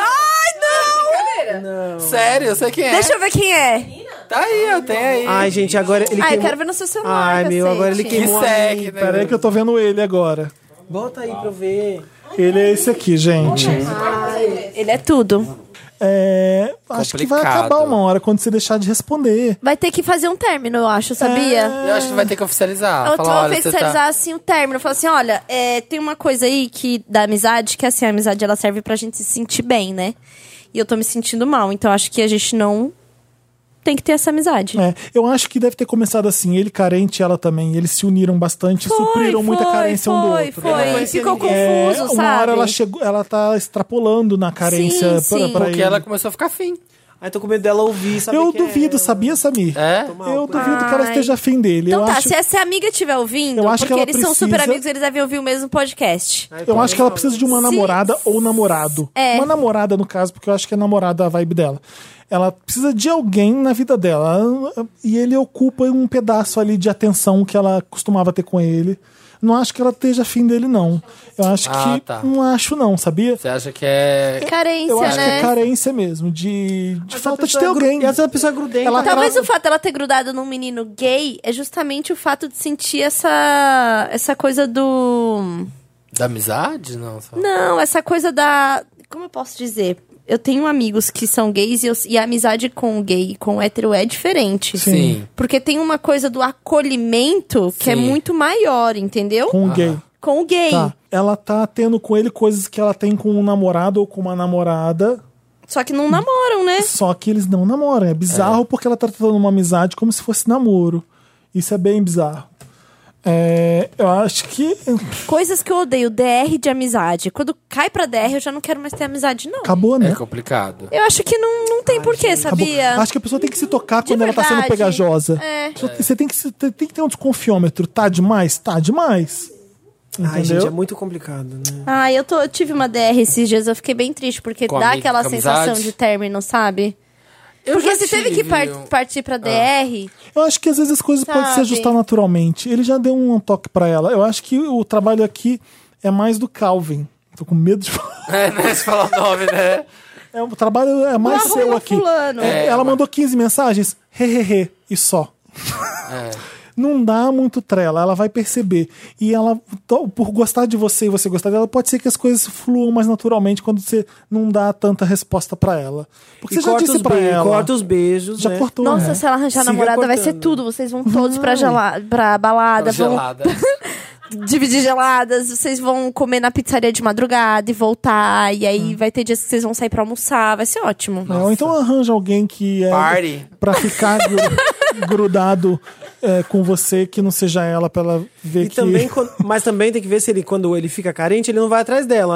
Ai, Não! Sério, eu sei quem é. Deixa eu ver quem é. Tá aí, ó, tem aí. Ai, gente, agora ele Ai, eu queimou... quero ver no seu celular, Ai, meu, cacete. agora ele queimou a segue, minha. né? Peraí que eu tô vendo ele agora. Bota aí pra eu ver. Ele é esse aqui, gente. Ele é tudo. É, acho que vai Complicado. acabar uma hora quando você deixar de responder. Vai ter que fazer um término, eu acho, sabia? Eu acho que vai ter que oficializar. Eu Falar, vou olha, você oficializar tá... assim o término. Falar assim, olha, é, tem uma coisa aí que da amizade, que assim, a amizade ela serve pra gente se sentir bem, né? E eu tô me sentindo mal, então acho que a gente não tem que ter essa amizade. É, eu acho que deve ter começado assim, ele carente, ela também. Eles se uniram bastante, supriram muita carência um do foi, outro. Foi, não foi. conhecia Ficou ninguém. É, confuso, uma sabe? hora ela chegou, ela tá extrapolando na carência Sim, pra, sim. pra Porque ele. ela começou a ficar afim. Ai, tô com medo dela ouvir, sabe? Eu que é- duvido, sabia, Samir? É? Eu duvido que ela Ai. esteja afim dele. Então eu tá, acho, se essa amiga estiver ouvindo, Eu acho que porque ela eles são super precisa- amigos, eles devem ouvir o mesmo podcast. Ai, eu tô acho que ela legal. precisa de uma Se- namorada ou namorado. É. Uma namorada, no caso, porque eu acho que é namorada a vibe dela. Ela precisa de alguém na vida dela. E ele ocupa um pedaço ali de atenção que ela costumava ter com ele. Não acho que ela esteja afim dele, não. Eu acho Ah, que. tá. Não acho, não, sabia? Você acha que é... Carência, Eu acho né? que é carência mesmo, de, de Essa falta de pessoa ter é gru- alguém. E essa pessoa é grudenta. Ela tá- Talvez o fato dela ter grudado num menino gay é justamente o fato de sentir essa, essa coisa do... Da amizade? Não, só... Não, essa coisa da... Como eu posso dizer? Eu tenho amigos que são gays e, eu- e a amizade com o gay e com o hétero é diferente. Sim. Porque tem uma coisa do acolhimento que é Sim. muito maior, entendeu? Com o gay. Com o gay. Tá. Ela tá tendo com ele coisas que ela tem com um namorado ou com uma namorada. Só que não namoram, né? Só que eles não namoram. É bizarro porque ela tá tratando uma amizade como se fosse namoro. Isso é bem bizarro. É, eu acho que Coisas que eu odeio. D R de amizade. Quando cai pra D R, eu já não quero mais ter amizade, não. acabou, né? É complicado. Eu acho que não, não tem porquê, Acabou. sabia? Acho que a pessoa tem que se tocar De quando ela tá sendo verdade. pegajosa. É. Você tem que, se- tem que ter um desconfiômetro. Tá demais? Tá demais. Ai, Entendeu? gente, é muito complicado, né? Ah, eu, tô, eu tive uma D R esses dias, eu fiquei bem triste, porque Com dá amigo, aquela com sensação amizade? de término, sabe? Eu Porque já você teve que tive par- um- partir pra D R. Eu acho que às vezes as coisas podem se Sabe? ajustar naturalmente. Ele já deu um toque pra ela. Eu acho que o trabalho aqui é mais do Calvin. Tô com medo de falar. É, né? Se falar o nome, né? É, o trabalho é mais Arroba seu aqui. fulano. É, É, ela mas- mandou quinze mensagens, hehehe, e só. É. Não dá muito trela, ela vai perceber. E ela, to- por gostar de você e você gostar dela, pode ser que as coisas fluam mais naturalmente quando você não dá tanta resposta pra ela. Porque E você já corta disse os pra be- ela. corta os beijos, Já né? cortou, Nossa, né? se ela arranjar Siga namorada, vai ser cortando. tudo. Vocês vão todos pra, gela pra balada, vão Gelada. dividir geladas, vocês vão comer na pizzaria de madrugada e voltar. E aí vai ter dias que vocês vão sair pra almoçar. Vai ser ótimo. É, ou então arranja alguém que é Party. pra ficar gru- grudado é, com você, que não seja ela, pra ela ver E que... também, quando- mas também tem que ver se ele, quando ele fica carente, ele não vai atrás dela, né?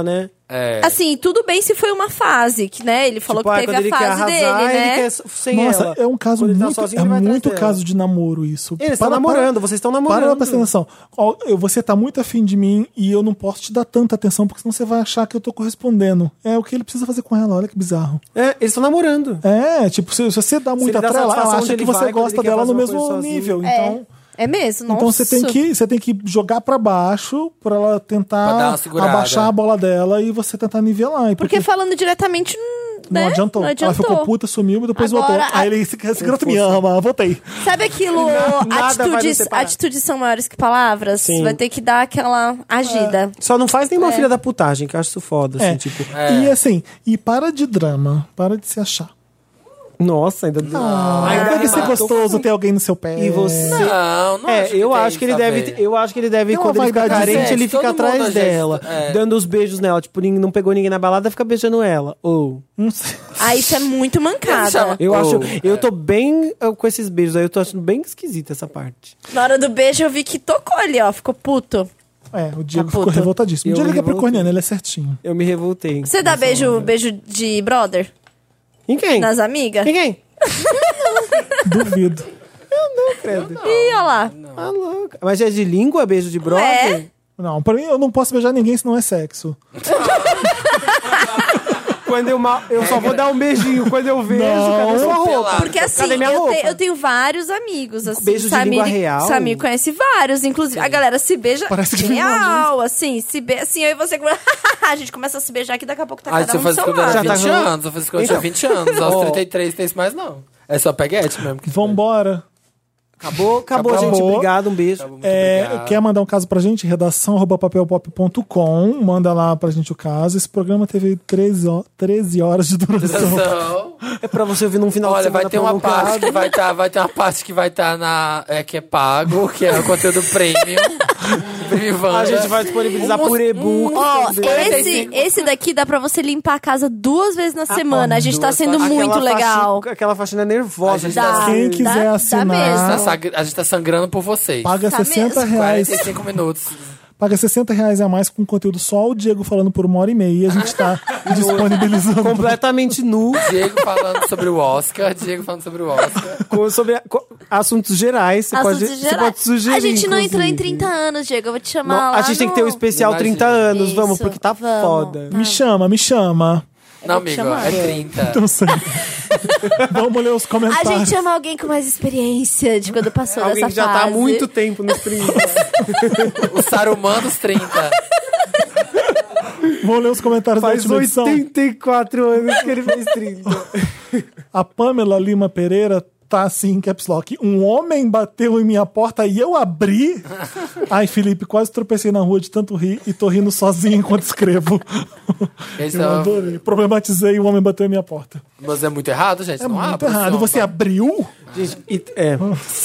É. Assim, tudo bem se foi uma fase, que, né? Ele falou Tipo, ah, que teve quando a ele quer fase arrasar, dele, ele né? quer sem Nossa, ela. é um caso Quando ele tá muito, sozinho, é ele vai muito atrás caso dela. de namoro isso. Eles estão Para- namorando, vocês estão namorando. Para, presta atenção. Ó, eu- Você tá muito afim de mim e eu não posso te dar tanta atenção, porque senão você vai achar que eu tô correspondendo. É o que ele precisa fazer com ela, olha que bizarro. É, eles estão namorando. É, tipo, se, se você dá muita ele dá trela, ela satisfação acha onde que ele você vai, quando gosta ele quer dela no fazer uma mesmo coisa sozinho. nível. É. Então, É mesmo, nossa. então você tem que você tem que jogar pra baixo pra ela Pra dar tentar uma segurada. abaixar a bola dela e você tentar nivelar. E Porque falando diretamente, hum, não, né? adiantou. Não Ela adiantou. ficou puta, sumiu e depois Agora, voltou. a- Aí ele, esse, esse garoto me ama, voltei. Sabe aquilo, Nada vai nos atitudes, separar. atitudes são maiores que palavras? Sim. Vai ter que dar aquela agida. Só não faz nenhuma É. filha da putagem, que eu acho isso foda, assim, É. tipo... E assim, e para de drama, para de se achar. Nossa, ainda... Ah, ainda deve ser arrebatou. gostoso ter alguém no seu pé. E você... Não, não É, acho eu tem acho que ele isso a deve, ver. eu acho que ele deve, Tem uma quando ele fica vaidade de carente, sexo, ele fica todo mundo atrás às vezes, dela, é. dando os beijos nela. Tipo, ninguém não pegou ninguém na balada, fica beijando ela. Ou, Não sei. Ah, isso é muito mancada. eu Ou, acho, eu é. tô bem uh, com esses beijos aí, eu tô achando bem esquisita essa parte. Na hora do beijo eu vi que tocou ali, ó. Ficou puto. É, o Diego Tá ficou puta. revoltadíssimo. O Eu Diego é me revoltei. capricorniano, ele é certinho. Eu me revoltei. Você dá beijo, beijo de brother? Em quem? Nas amigas? Em quem? Duvido. Credo. Ih, olha lá. Ah, louca. Mas é de língua, beijo de brother? É. Não, pra mim eu não posso beijar ninguém se não é sexo. Quando eu, ma- eu só vou dar um beijinho. Quando eu vejo, Não. cadê sua roupa? Pelado. Porque assim, Cadê minha eu, roupa? te- eu tenho vários amigos, assim. Beijo de Samir, língua real? Samir conhece vários, inclusive. A galera se beija Parece que real, assim. Se be... Assim, aí você... a gente começa a se beijar aqui, daqui a pouco tá Ah, cada você um no faz isso seu quando eu lado. era Já tá vinte rolando? anos. Eu faço isso quando eu tinha vinte anos. Aos trinta e três tem isso mais, não. É só peguete mesmo. Que Vambora. Acabou, acabou, Acabou. gente. Obrigado, um beijo. Muito É, obrigado. quer mandar um caso pra gente? Redação arroba papelpop ponto com. Manda lá pra gente o caso. Esse programa teve treze, ho- treze horas de duração. Então, É pra você ouvir num final de olha, semana vai ter uma prolongado. parte que vai estar, vai ter uma parte que vai estar na é que é pago, que é o conteúdo premium. Premium Wanda. A gente vai disponibilizar Um- por e-book. Ó, também. esse, quarenta e cinco. esse daqui dá pra você limpar a casa duas vezes na semana. A gente tá duas sendo faxinas. muito Aquela legal. faxina- aquela faxina nervosa. A gente tá- tá- Quem dá- quiser dá assinar, mesmo. A gente tá sangr- a gente tá sangrando por vocês. paga Tá sessenta mesmo? reais. quarenta e cinco minutos. Paga sessenta reais a mais com conteúdo só o Diego falando por uma hora e meia. E a gente tá disponibilizando. Completamente nu, Diego falando sobre o Oscar, Diego falando sobre o Oscar. com- sobre a- co- assuntos gerais. Você, Assuntos pode, você gerais. pode sugerir. A gente não entrou em inclusive. trinta anos, Diego. Eu vou te chamar Não, lá a gente tem que ter um no- especial Imagina. trinta anos, vamos, Isso, porque tá vamos. foda. Me chama, me chama. Não, vou te amigo, chamar. é trinta. Não sei. Vamos ler os A comentários. gente chama alguém com mais experiência de quando passou Alguém dessa que já fase. tá há muito tempo nos trinta. O Saruman dos trinta. Vamos ler os comentários Faz da última edição. oitenta e quatro anos que ele fez trinta. A Pamela Lima Pereira tá assim, em caps lock. Um homem bateu em minha porta e eu abri. Ai, Felipe, quase tropecei na rua de tanto rir e tô rindo sozinho enquanto escrevo. Esse Eu é, adorei. Problematizei e o homem bateu em minha porta. mas é muito errado, gente. É não muito abre, errado. não, Você tá? abriu? Gente, e- é.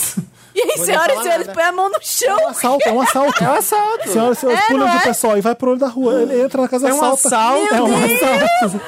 E aí, senhoras e senhores, põe a mão no chão. É um assalto, é um assalto. É um assalto. Senhora, senhora, pula não de é? pessoal e vai pro olho da rua. Ele entra na casa É um assalta. assalto? É um assalto.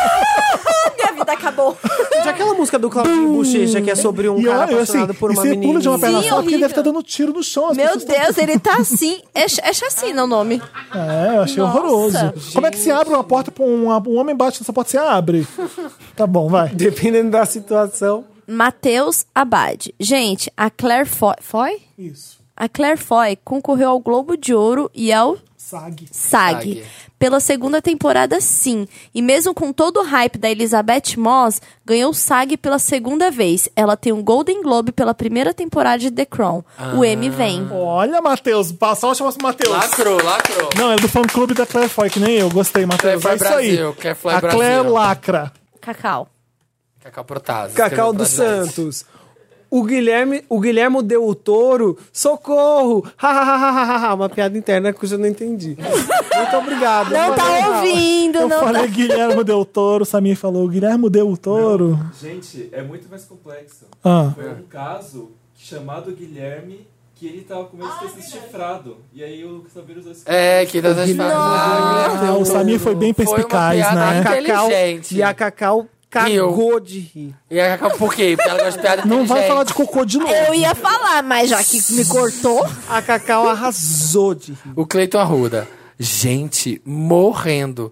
Minha vida acabou. Gente, aquela música do Claudinho Bochecha que é sobre um E cara eu, eu, assim, apaixonado por e uma você menina. pula de uma perna Sim, só porque ele horrível. deve estar dando tiro no chão. As Meu pessoas tão- Deus, ele tá assim. É, ch- é chacina o nome. É, eu achei Nossa. horroroso. Como é que se abre uma porta pra um, um homem bate nessa porta, você abre? Tá bom, vai. Dependendo da situação. Matheus Abad. Gente, a Claire Foy... Foy? Isso. A Claire Foy concorreu ao Globo de Ouro e ao Sag. SAG. SAG. Pela segunda temporada, sim. E mesmo com todo o hype da Elizabeth Moss, ganhou o SAG pela segunda vez. Ela tem um Golden Globe pela primeira temporada de The Crown. O M vem. Olha, Matheus. Passa, chama o Matheus. Lacrou, lacrou. Não, é do fã clube da Claire Foy, que nem eu. Gostei, Matheus. Claire É Foy isso aí. Brasil, Claire Foy A Brasil. Claire lacra. Cacau. Cacau Protásio. Cacau escreveu dos pra gente. Santos. O Guilherme, o Guilhermo deu o touro. Socorro! Ha, ha, ha, ha, ha, ha. Uma piada interna que eu já não entendi. Muito obrigado. Não Foi tá legal. ouvindo, Eu não falei tá... Guilherme Del Toro, Samir falou Guilherme Del Toro. Gente, é muito mais complexo. Ah. Foi um caso chamado Guilherme que ele tava com medo de ter sido chifrado. E aí o Samir usou esse É, que das as Ah, o Samir foi bem perspicaz, né? A Cacau, inteligente. e a Cacau cagou de rir. E a Cacau, por quê? Porque ela gosta de piada Não vai inteligente. falar de cocô de novo. Eu ia falar, mas já que me cortou... A Cacau arrasou de rir. O Cleiton Arruda. Gente, morrendo.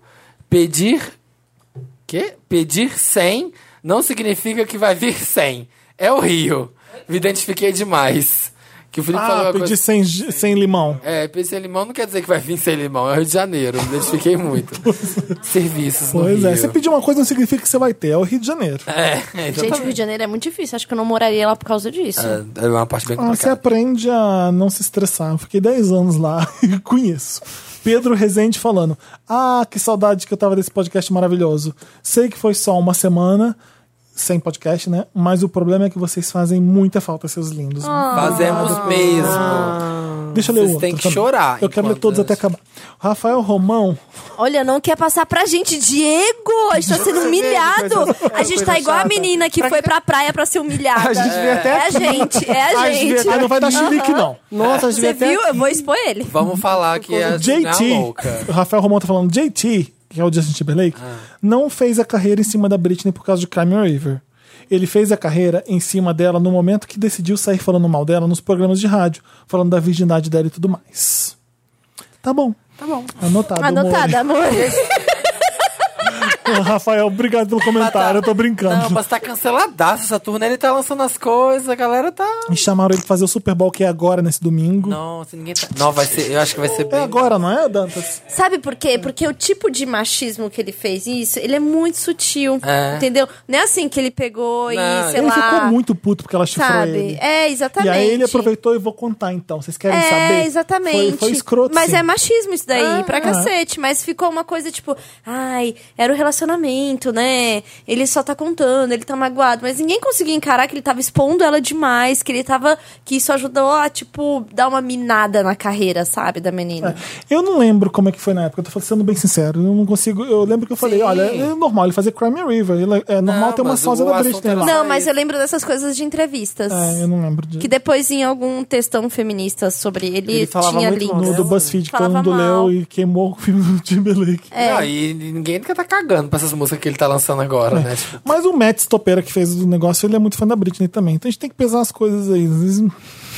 Pedir... Quê? Pedir cem não significa que vai vir cem. É o Rio. Me identifiquei demais. Que o Felipe falou Ah, uma pedir coisa... sem, sem limão. É, pedir sem limão não quer dizer que vai vir sem limão. É o Rio de Janeiro. Me identifiquei muito. Serviços no Pois Rio. é, você pedir uma coisa não significa que você vai ter. É o Rio de Janeiro. É, Gente, o Rio de Janeiro é muito difícil. Acho que eu não moraria lá por causa disso. É, é uma parte bem Ah, você complicada. aprende a não se estressar. Eu fiquei dez anos lá e conheço. Pedro Rezende falando: ah, que saudade que eu tava desse podcast maravilhoso. Sei que foi só uma semana sem podcast, né? Mas o problema é que vocês fazem muita falta, seus lindos. Fazemos mesmo. Deixa eu ler o Vocês outro. têm que também. chorar Eu quero ler enquanto- todos até acabar. Rafael Romão. Olha, não quer passar pra gente. Diego, a gente tá sendo humilhado. A gente tá igual a menina que foi pra praia pra ser humilhada. A gente devia até É a gente, é a A gente devia gente. Ah, não vai dar chilique, não. Nossa, a gente Você devia até viu? Eu vou expor ele. Vamos falar que é a J T, louca. o Rafael Romão tá falando, J T, que é o Justin Timberlake, não fez a carreira em cima da Britney por causa de Crime River. Ele fez a carreira em cima dela no momento que decidiu sair falando mal dela nos programas de rádio, falando da virgindade dela e tudo mais. Tá bom. Tá bom. Anotado. Anotada, amor. Ô, Rafael, obrigado pelo comentário, eu tô brincando. Não, mas tá canceladaço essa turnê. Ele tá lançando as coisas, a galera tá... E chamaram ele pra fazer o Super Bowl, que é agora, nesse domingo. Nossa, ninguém tá... Não, vai ser... Eu acho que vai ser É bem... agora, não é, Dantas? Sabe por quê? Porque o tipo de machismo que ele fez isso, ele é muito sutil. É. Entendeu? Não é assim que ele pegou e, Não, sei Ele lá... ficou muito puto porque ela chifrou Sabe? ele. É, exatamente. E aí ele aproveitou e vou contar então. Vocês querem É, saber? exatamente. Foi, foi escroto, Mas sim. é machismo isso daí, Ah, pra ah. cacete. Mas ficou uma coisa tipo, ai, era o relacionamento, né? Ele só tá contando, ele tá magoado. Mas ninguém conseguia encarar que ele tava expondo ela demais, que ele tava. Que isso ajudou a, tipo, dar uma minada na carreira, sabe, da menina. É. Eu não lembro como é que foi na época, eu tô sendo bem sincero. Eu não consigo. Eu lembro que eu falei, Sim. olha, é normal ele fazer Crime River. ele- É normal Não, ter uma mas sósia o da assunto Britney era lá. só Não, isso. mas eu lembro dessas coisas de entrevistas. É, eu não lembro disso. Que depois em algum textão feminista sobre ele, Ele falava tinha muito mal links. No do BuzzFeed, que todo Falava mundo mal. leu e queimou o filme do Timberlake. É. Não, e ninguém nunca tá cagando pra essas músicas que ele tá lançando agora, né? Tipo, Mas o Matt Stopera, que fez o negócio, ele é muito fã da Britney também. Então a gente tem que pesar as coisas aí. Às vezes- não,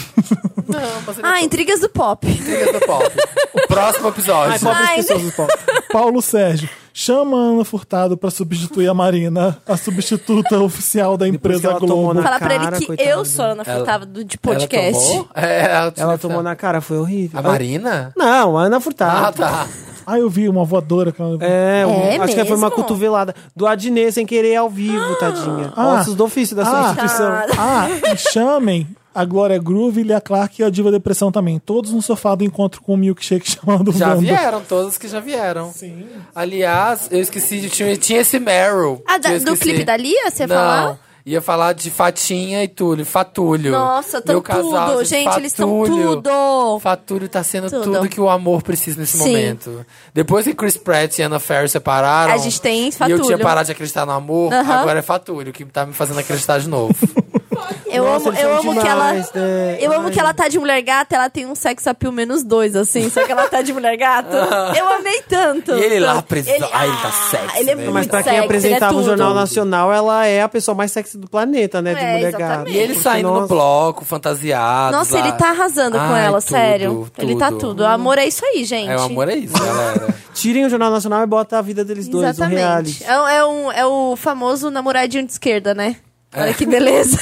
mas ele Ah, intrigas do pop. Intrigas do Pop. O próximo episódio. Ai, pobres Ai, pessoas do pop. Paulo Sérgio, chama a Ana Furtado pra substituir a Marina, a substituta oficial da que empresa ela tomou Globo. na- Fala pra ele cara, que coitada. eu sou a Ana Furtado do- de podcast. Ela tomou? É, ela, Ela tomou na cara, foi horrível. A Marina? Não, a Ana Ah, Furtado. tá. Ah, eu vi uma voadora. que ela- É, um- É acho que foi uma mesmo? cotovelada. Do Adnê, sem querer, ao vivo, tadinha. Ah. Ossos do ofício da sua Ah. instituição. Ah, e chamem a Glória Groove, Lia Clark e a Diva Depressão também. Todos no sofá do encontro com o milkshake chamado Já Wanda. vieram, todos que já vieram. Sim. Aliás, eu esqueci de. Tinha, tinha esse Meryl. Ah, da- que eu do esqueci. clipe da Lia, você ia Não. falar? Ia falar de Fatinha e Túlio. Fatúlio. Nossa, tão Meu casal, tudo. Gente, eles estão Fatúlio. tudo. Fatúlio tá sendo Tudo. tudo. que o amor precisa nesse Sim. momento. Depois que Chris Pratt e Anna Faris separaram. A gente tem E eu Fatúlio. tinha parado de acreditar no amor. Aham. Agora é Fatúlio, que tá me fazendo acreditar de novo. Eu Nossa, amo, eles eu são amo que ela. demais, né? Eu amo Ai. que ela tá de mulher gata, ela tem um sex appeal menos dois, assim. Só que ela tá de mulher gata. Eu amei tanto. E ele lá Tanto. preso. Ah, ele tá sexy, Ele é né? muito Mas pra quem sexy, apresentava ele é o Jornal tudo. Nacional, ela é a pessoa mais sexy do planeta, né? De É, mulher gata. exatamente. E ele Porque, saindo no nossa, bloco, fantasiado. Nossa, lá. ele tá arrasando com Ai, ela, tudo, sério. Ele tá tudo. O amor é isso aí, gente. É, o amor é isso, galera. Tirem o Jornal Nacional e bota a vida deles dois, um Exatamente. reality. É, um- é, um, é o famoso namoradinho de esquerda, né? Olha que beleza.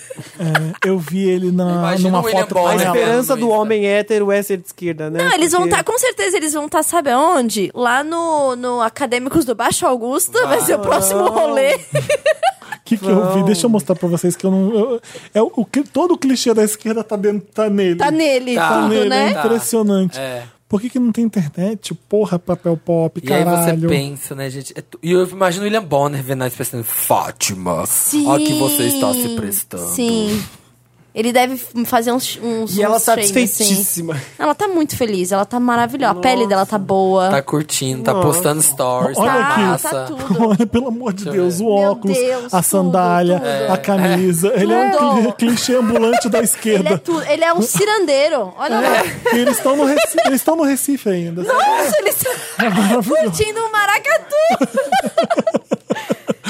É, eu vi ele na, Imagina numa o William foto A Bonner com ela. esperança do Isso. homem hétero é ser de esquerda, né? Não, eles vão Porque- estar, com certeza, eles vão estar, sabe aonde? Lá no, no Acadêmicos do Baixo Augusta, vai ser o próximo rolê. O que, que eu vi? Deixa eu mostrar pra vocês que eu não. eu- é o, o que- todo o clichê da esquerda tá, dentro, tá nele. Tá nele, Tá. Tá tudo, nele, né? é impressionante. É. Por que, que não tem internet? Porra, papel pop, E aí caralho. você pensa, né, gente? É tu- E eu imagino o William Bonner vendo a pensando, Fátima, Sim. ó que você está se prestando. Sim. Ele deve f- fazer uns, uns E ela uns trends, satisfeitíssima. assim. Ela tá muito feliz, ela tá maravilhosa. A pele dela tá boa. Tá curtindo, tá Nossa. postando stories, Olha tá aqui. massa. Tá tudo. Olha, pelo amor de Deixa eu Deus, ver. o Meu óculos, Deus, a tudo, sandália, tudo. a camisa. Ele é um Tudo. cli- clichê ambulante da Ele é esquerda. tudo. Ele é um cirandeiro. Olha lá. E eles estão no, Recife, eles estão no Recife ainda. Nossa, eles estão curtindo um maracatu.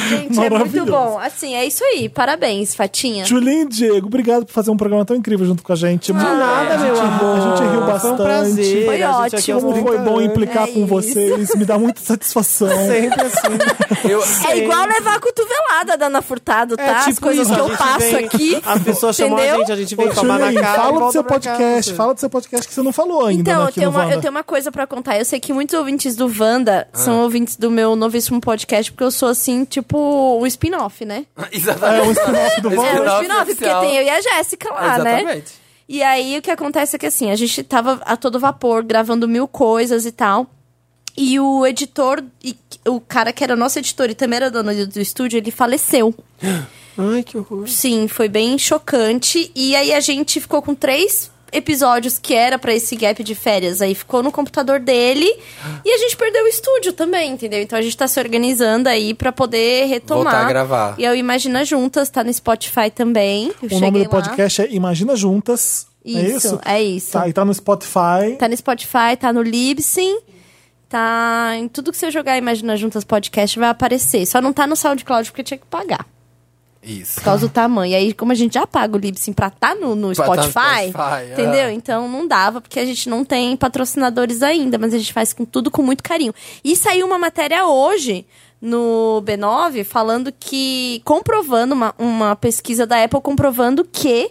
Gente, é muito Maravilhoso. bom. Assim, é isso aí. Parabéns, Fatinha. Julinho e Diego, obrigado por fazer um programa tão incrível junto com a gente. De nada, meu amor. A gente riu Foi bastante. um prazer. Foi A gente aqui aos ótimo. Como foi trinta bom anos. implicar É com isso. vocês. Me dá muita satisfação. Sempre assim. Eu, É igual levar a cotovelada da Ana Furtado, tá? É As tipo coisas isso, que a eu gente passo vem- aqui. As pessoas chamam Entendeu? a gente, a gente vem Ô, tomar na Julinho, cara. e fala do volta seu pra podcast. casa. Fala do seu podcast que você não falou ainda, Então, né, eu aqui tenho, no uma, Wanda. eu tenho uma coisa pra contar. Eu sei que muitos ouvintes do Wanda são ouvintes do meu novíssimo podcast, porque eu sou, assim, tipo, um spin-off, né? exatamente. É um spin-off do É Wanda. um Spin-off spin-off, porque oficial. tem eu e a Jéssica lá, né? Exatamente. E aí, o que acontece é que, assim, a gente tava a todo vapor, gravando mil coisas e tal. E o editor, e o cara que era nosso editor e também era dono do estúdio, ele faleceu. Ai, que horror. Sim, foi bem chocante. E aí a gente ficou com três episódios que era pra esse gap de férias. Aí ficou no computador dele e a gente perdeu o estúdio também, entendeu? Então a gente tá se organizando aí pra poder retomar. Voltar a gravar. E é o Imagina Juntas, tá no Spotify também. Eu O nome cheguei do podcast é Imagina Juntas. lá. É Isso, isso? é isso. Tá, e tá no Spotify. Tá no Spotify, tá no Libsyn, tá em tudo que você jogar Imagina Juntas Podcast vai aparecer. Só não tá no SoundCloud porque tinha que pagar. Isso. Por causa do tamanho. E aí, como a gente já paga o Libsyn pra tá no, no Pra tá no Spotify, Spotify, entendeu? é. Então não dava, porque a gente não tem patrocinadores ainda, mas a gente faz com tudo com muito carinho. E saiu uma matéria hoje no B nove falando que, comprovando, uma, uma pesquisa da Apple comprovando que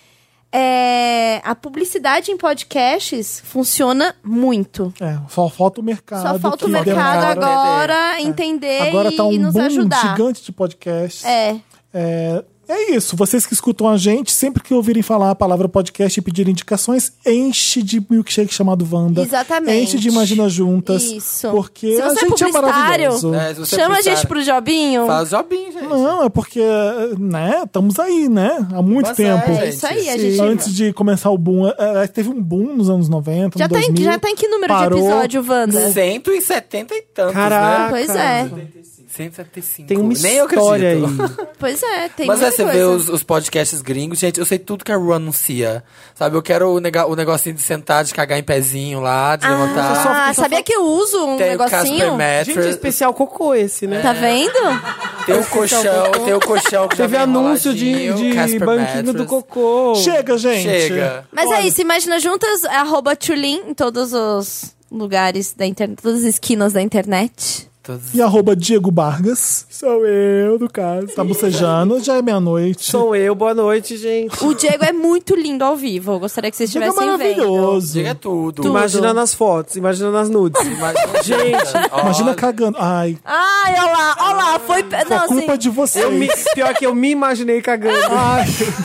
é, a publicidade em podcasts funciona muito. É, só falta o mercado. Só falta o que mercado demora. agora entender Agora e, tá um e nos boom ajudar. gigante de podcasts. É. É, é isso. Vocês que escutam a gente, sempre que ouvirem falar a palavra podcast e pedirem indicações, enche de milkshake chamado Wanda. Exatamente. Enche de Imagina Juntas. Isso. Porque Se a você é gente é publicitário, maravilhoso. É, se você Chama a precisar- gente pro jobinho. Faz jobinho, gente. Não, é porque, né, estamos aí, né? Há muito Mas é, tempo. gente. É isso aí, a E gente... antes de começar o boom, é, é, teve um boom nos anos noventa, Já no tá, em, dois mil. já tá em que número parou. de episódio, Wanda? cento e setenta e tantos, Caraca. né? Pois é, cento e setenta e cinco. Tem uma Nem eu história aí. acredito. pois é, tem Mas é, muita você coisa. vê os, os podcasts gringos, gente, eu sei tudo que a Ru anuncia. Sabe, eu quero o, nega, o negocinho de sentar, de cagar em pezinho lá, de levantar. Ah, sabia que eu uso um Tem o Casper negocinho? Mattress, Gente, é especial cocô esse, né? Tá vendo? tem o colchão, tem o colchão que já Teve vem anúncio de, enroladinho, de Casper banquinho do Mattress. cocô. Chega, gente. Chega. Mas é isso, Imagina Juntas, é arroba Tulin em todos os lugares da internet, todas as esquinas da internet. Todos- E arroba Diego Vargas. Sou eu, no caso. Tá bocejando, já é meia-noite. Sou eu, boa noite, gente. O Diego é muito lindo ao vivo, eu gostaria que vocês Diego é estivessem vendo. maravilhoso. Diga tudo. Tudo. Imagina nas fotos, imagina nas nudes. Imagina, Gente, Imagina olha, cagando. Ai, Ai, olha lá, olha lá, foi... foi Não, culpa assim, de vocês. eu me, pior que eu me imaginei cagando. Ai,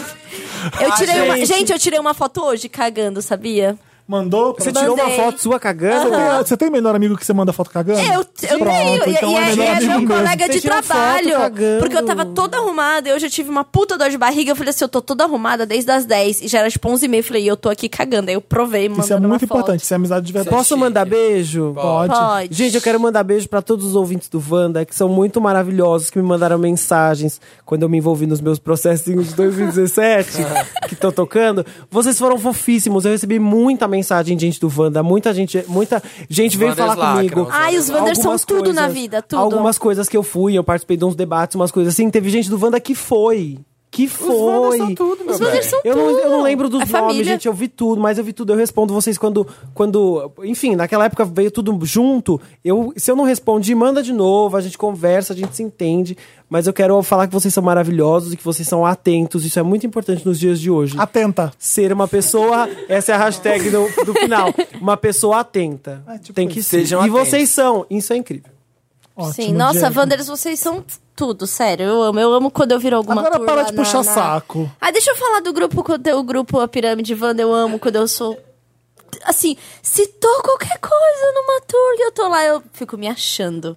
eu tirei Ah, uma... gente. Gente, eu tirei uma foto hoje cagando, sabia? mandou pra Você tirou uma Mandei. foto sua cagando? Você- Você tem melhor amigo que você manda foto cagando? Eu, eu Pronto, tenho, e- então e, é é, melhor e é amigo meu mesmo. colega Você de tira foto trabalho. cagando. Porque eu tava toda arrumada, eu já tive uma puta dor de barriga. Eu falei assim, eu tô toda arrumada desde as dez. E já era tipo onze e meia. Eu falei, eu tô aqui cagando. Aí eu provei, mandando Isso é uma muito foto. importante, isso é amizade de verdade. Posso chique. mandar beijo? Pode. Pode. Gente, eu quero mandar beijo pra todos os ouvintes do Wanda, que são muito maravilhosos, que me mandaram mensagens quando eu me envolvi nos meus processinhos de dois mil e dezessete, que estão tocando. Vocês foram fofíssimos. Eu recebi muita mensagem de gente do Wanda, muita gente, muita gente veio Wanders falar comigo. lacram. Ai, os Wanders são Algumas tudo na coisas- vida, tudo. Algumas coisas que eu fui, eu participei de uns debates, umas coisas assim. Teve gente do Wanda que foi. Que foi. são tudo, meu Os Wanders são Eu não, eu não lembro dos É nomes, família. gente. Eu vi tudo, mas eu vi tudo. Eu respondo vocês quando. quando enfim, naquela época veio tudo junto. Eu, se eu não respondi, manda de novo. A gente conversa, a gente se entende. Mas eu quero falar que vocês são maravilhosos e que vocês são atentos. Isso é muito importante nos dias de hoje. Atenta. Ser uma pessoa. Essa é a hashtag do, do final. Uma pessoa atenta. É, tipo Tem que isso. ser. Sejam E atentos. vocês são. Isso é incrível. Ótimo, Sim, nossa, Diego. Wanders, vocês são tudo, sério. Eu amo. Eu amo quando eu viro alguma Agora tour para lá de na- puxar na- saco. Ah, deixa eu falar do grupo, quando eu- o grupo A Pirâmide Wanda, eu amo quando eu sou... Assim, citou qualquer coisa numa tour que eu tô lá, eu fico me achando.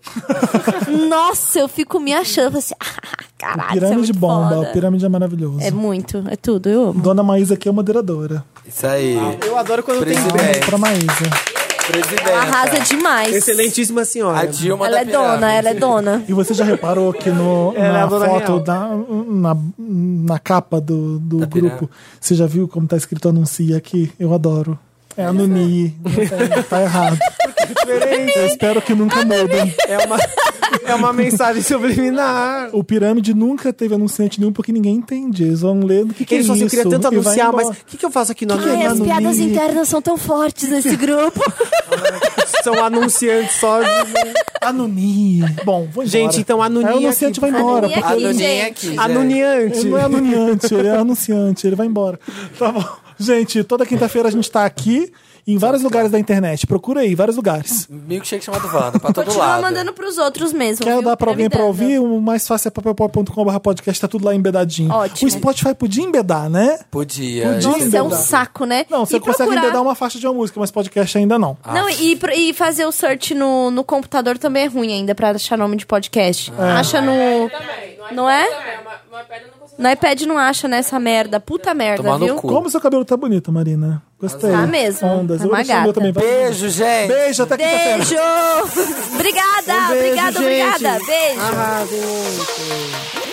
Nossa, eu fico me achando. Eu falo assim, ah, caralho, isso é Pirâmide muito bomba, foda. a pirâmide é maravilhoso. É muito, é tudo, eu amo. Dona Maísa aqui é moderadora. Isso aí. Eu adoro quando tem. Presidente. Pra Maísa. Presidenta. Ela arrasa demais. Excelentíssima senhora. A Dilma Ela da é dona, pirâmide. ela é dona. E você já reparou que no, Ela é na a dona foto, real. da, na, na capa do, do Da grupo, pirâmide. você já viu como tá escrito anuncia aqui? Eu adoro. É a Nuni. Não tá, tá errado. Eu espero que nunca mudem. É uma, É uma mensagem subliminar. O Pirâmide nunca teve anunciante nenhum porque ninguém entende. Eles vão lendo o que, que é Eles isso. falam assim, eu queria tanto e vai anunciar, mas embora. o que, que eu faço aqui no Que que é Ai, as anúncio? Manu piadas Nick? internas são tão fortes nesse grupo. São anunciantes só de... Anuni. Bom, vou embora. Gente, então Anuni Aí o anunciante vai aqui. embora. Anuni porque aqui, A Nuninha gente. aqui, gente. Anuniante. Ele não é anunciante, ele é anunciante. Ele vai embora. Tá bom. Gente, toda quinta-feira a gente tá aqui em vários lugares da internet. Procura aí, vários lugares. Milkshake chamado Wanda, pra todo Continua lado. mandando pros outros mesmo. Quer viu? dar pra alguém pra Piramidando. ouvir? O mais fácil é papelpop ponto com barra podcast, tá tudo lá embedadinho. Ótimo. O Spotify podia embedar, né? Podia. Podia. Nossa, é um embedar. saco, né? Não, você E consegue procurar- embedar uma faixa de uma música, mas podcast ainda não. Não, e, pro- e fazer o search no, no computador também é ruim ainda pra achar nome de podcast. Acha no. Não é? No iPad não acha nessa merda. Puta merda, Tomar no viu? cu. Como seu cabelo tá bonito, Marina. Gostei. Tá mesmo. Ondas. Tá Eu vou uma deixar o meu gata. também. Vai. Beijo, gente. Beijo, até quinta-feira. Beijo! Obrigada, Um beijo, obrigada, gente. obrigada. Beijo. Arrasem muito.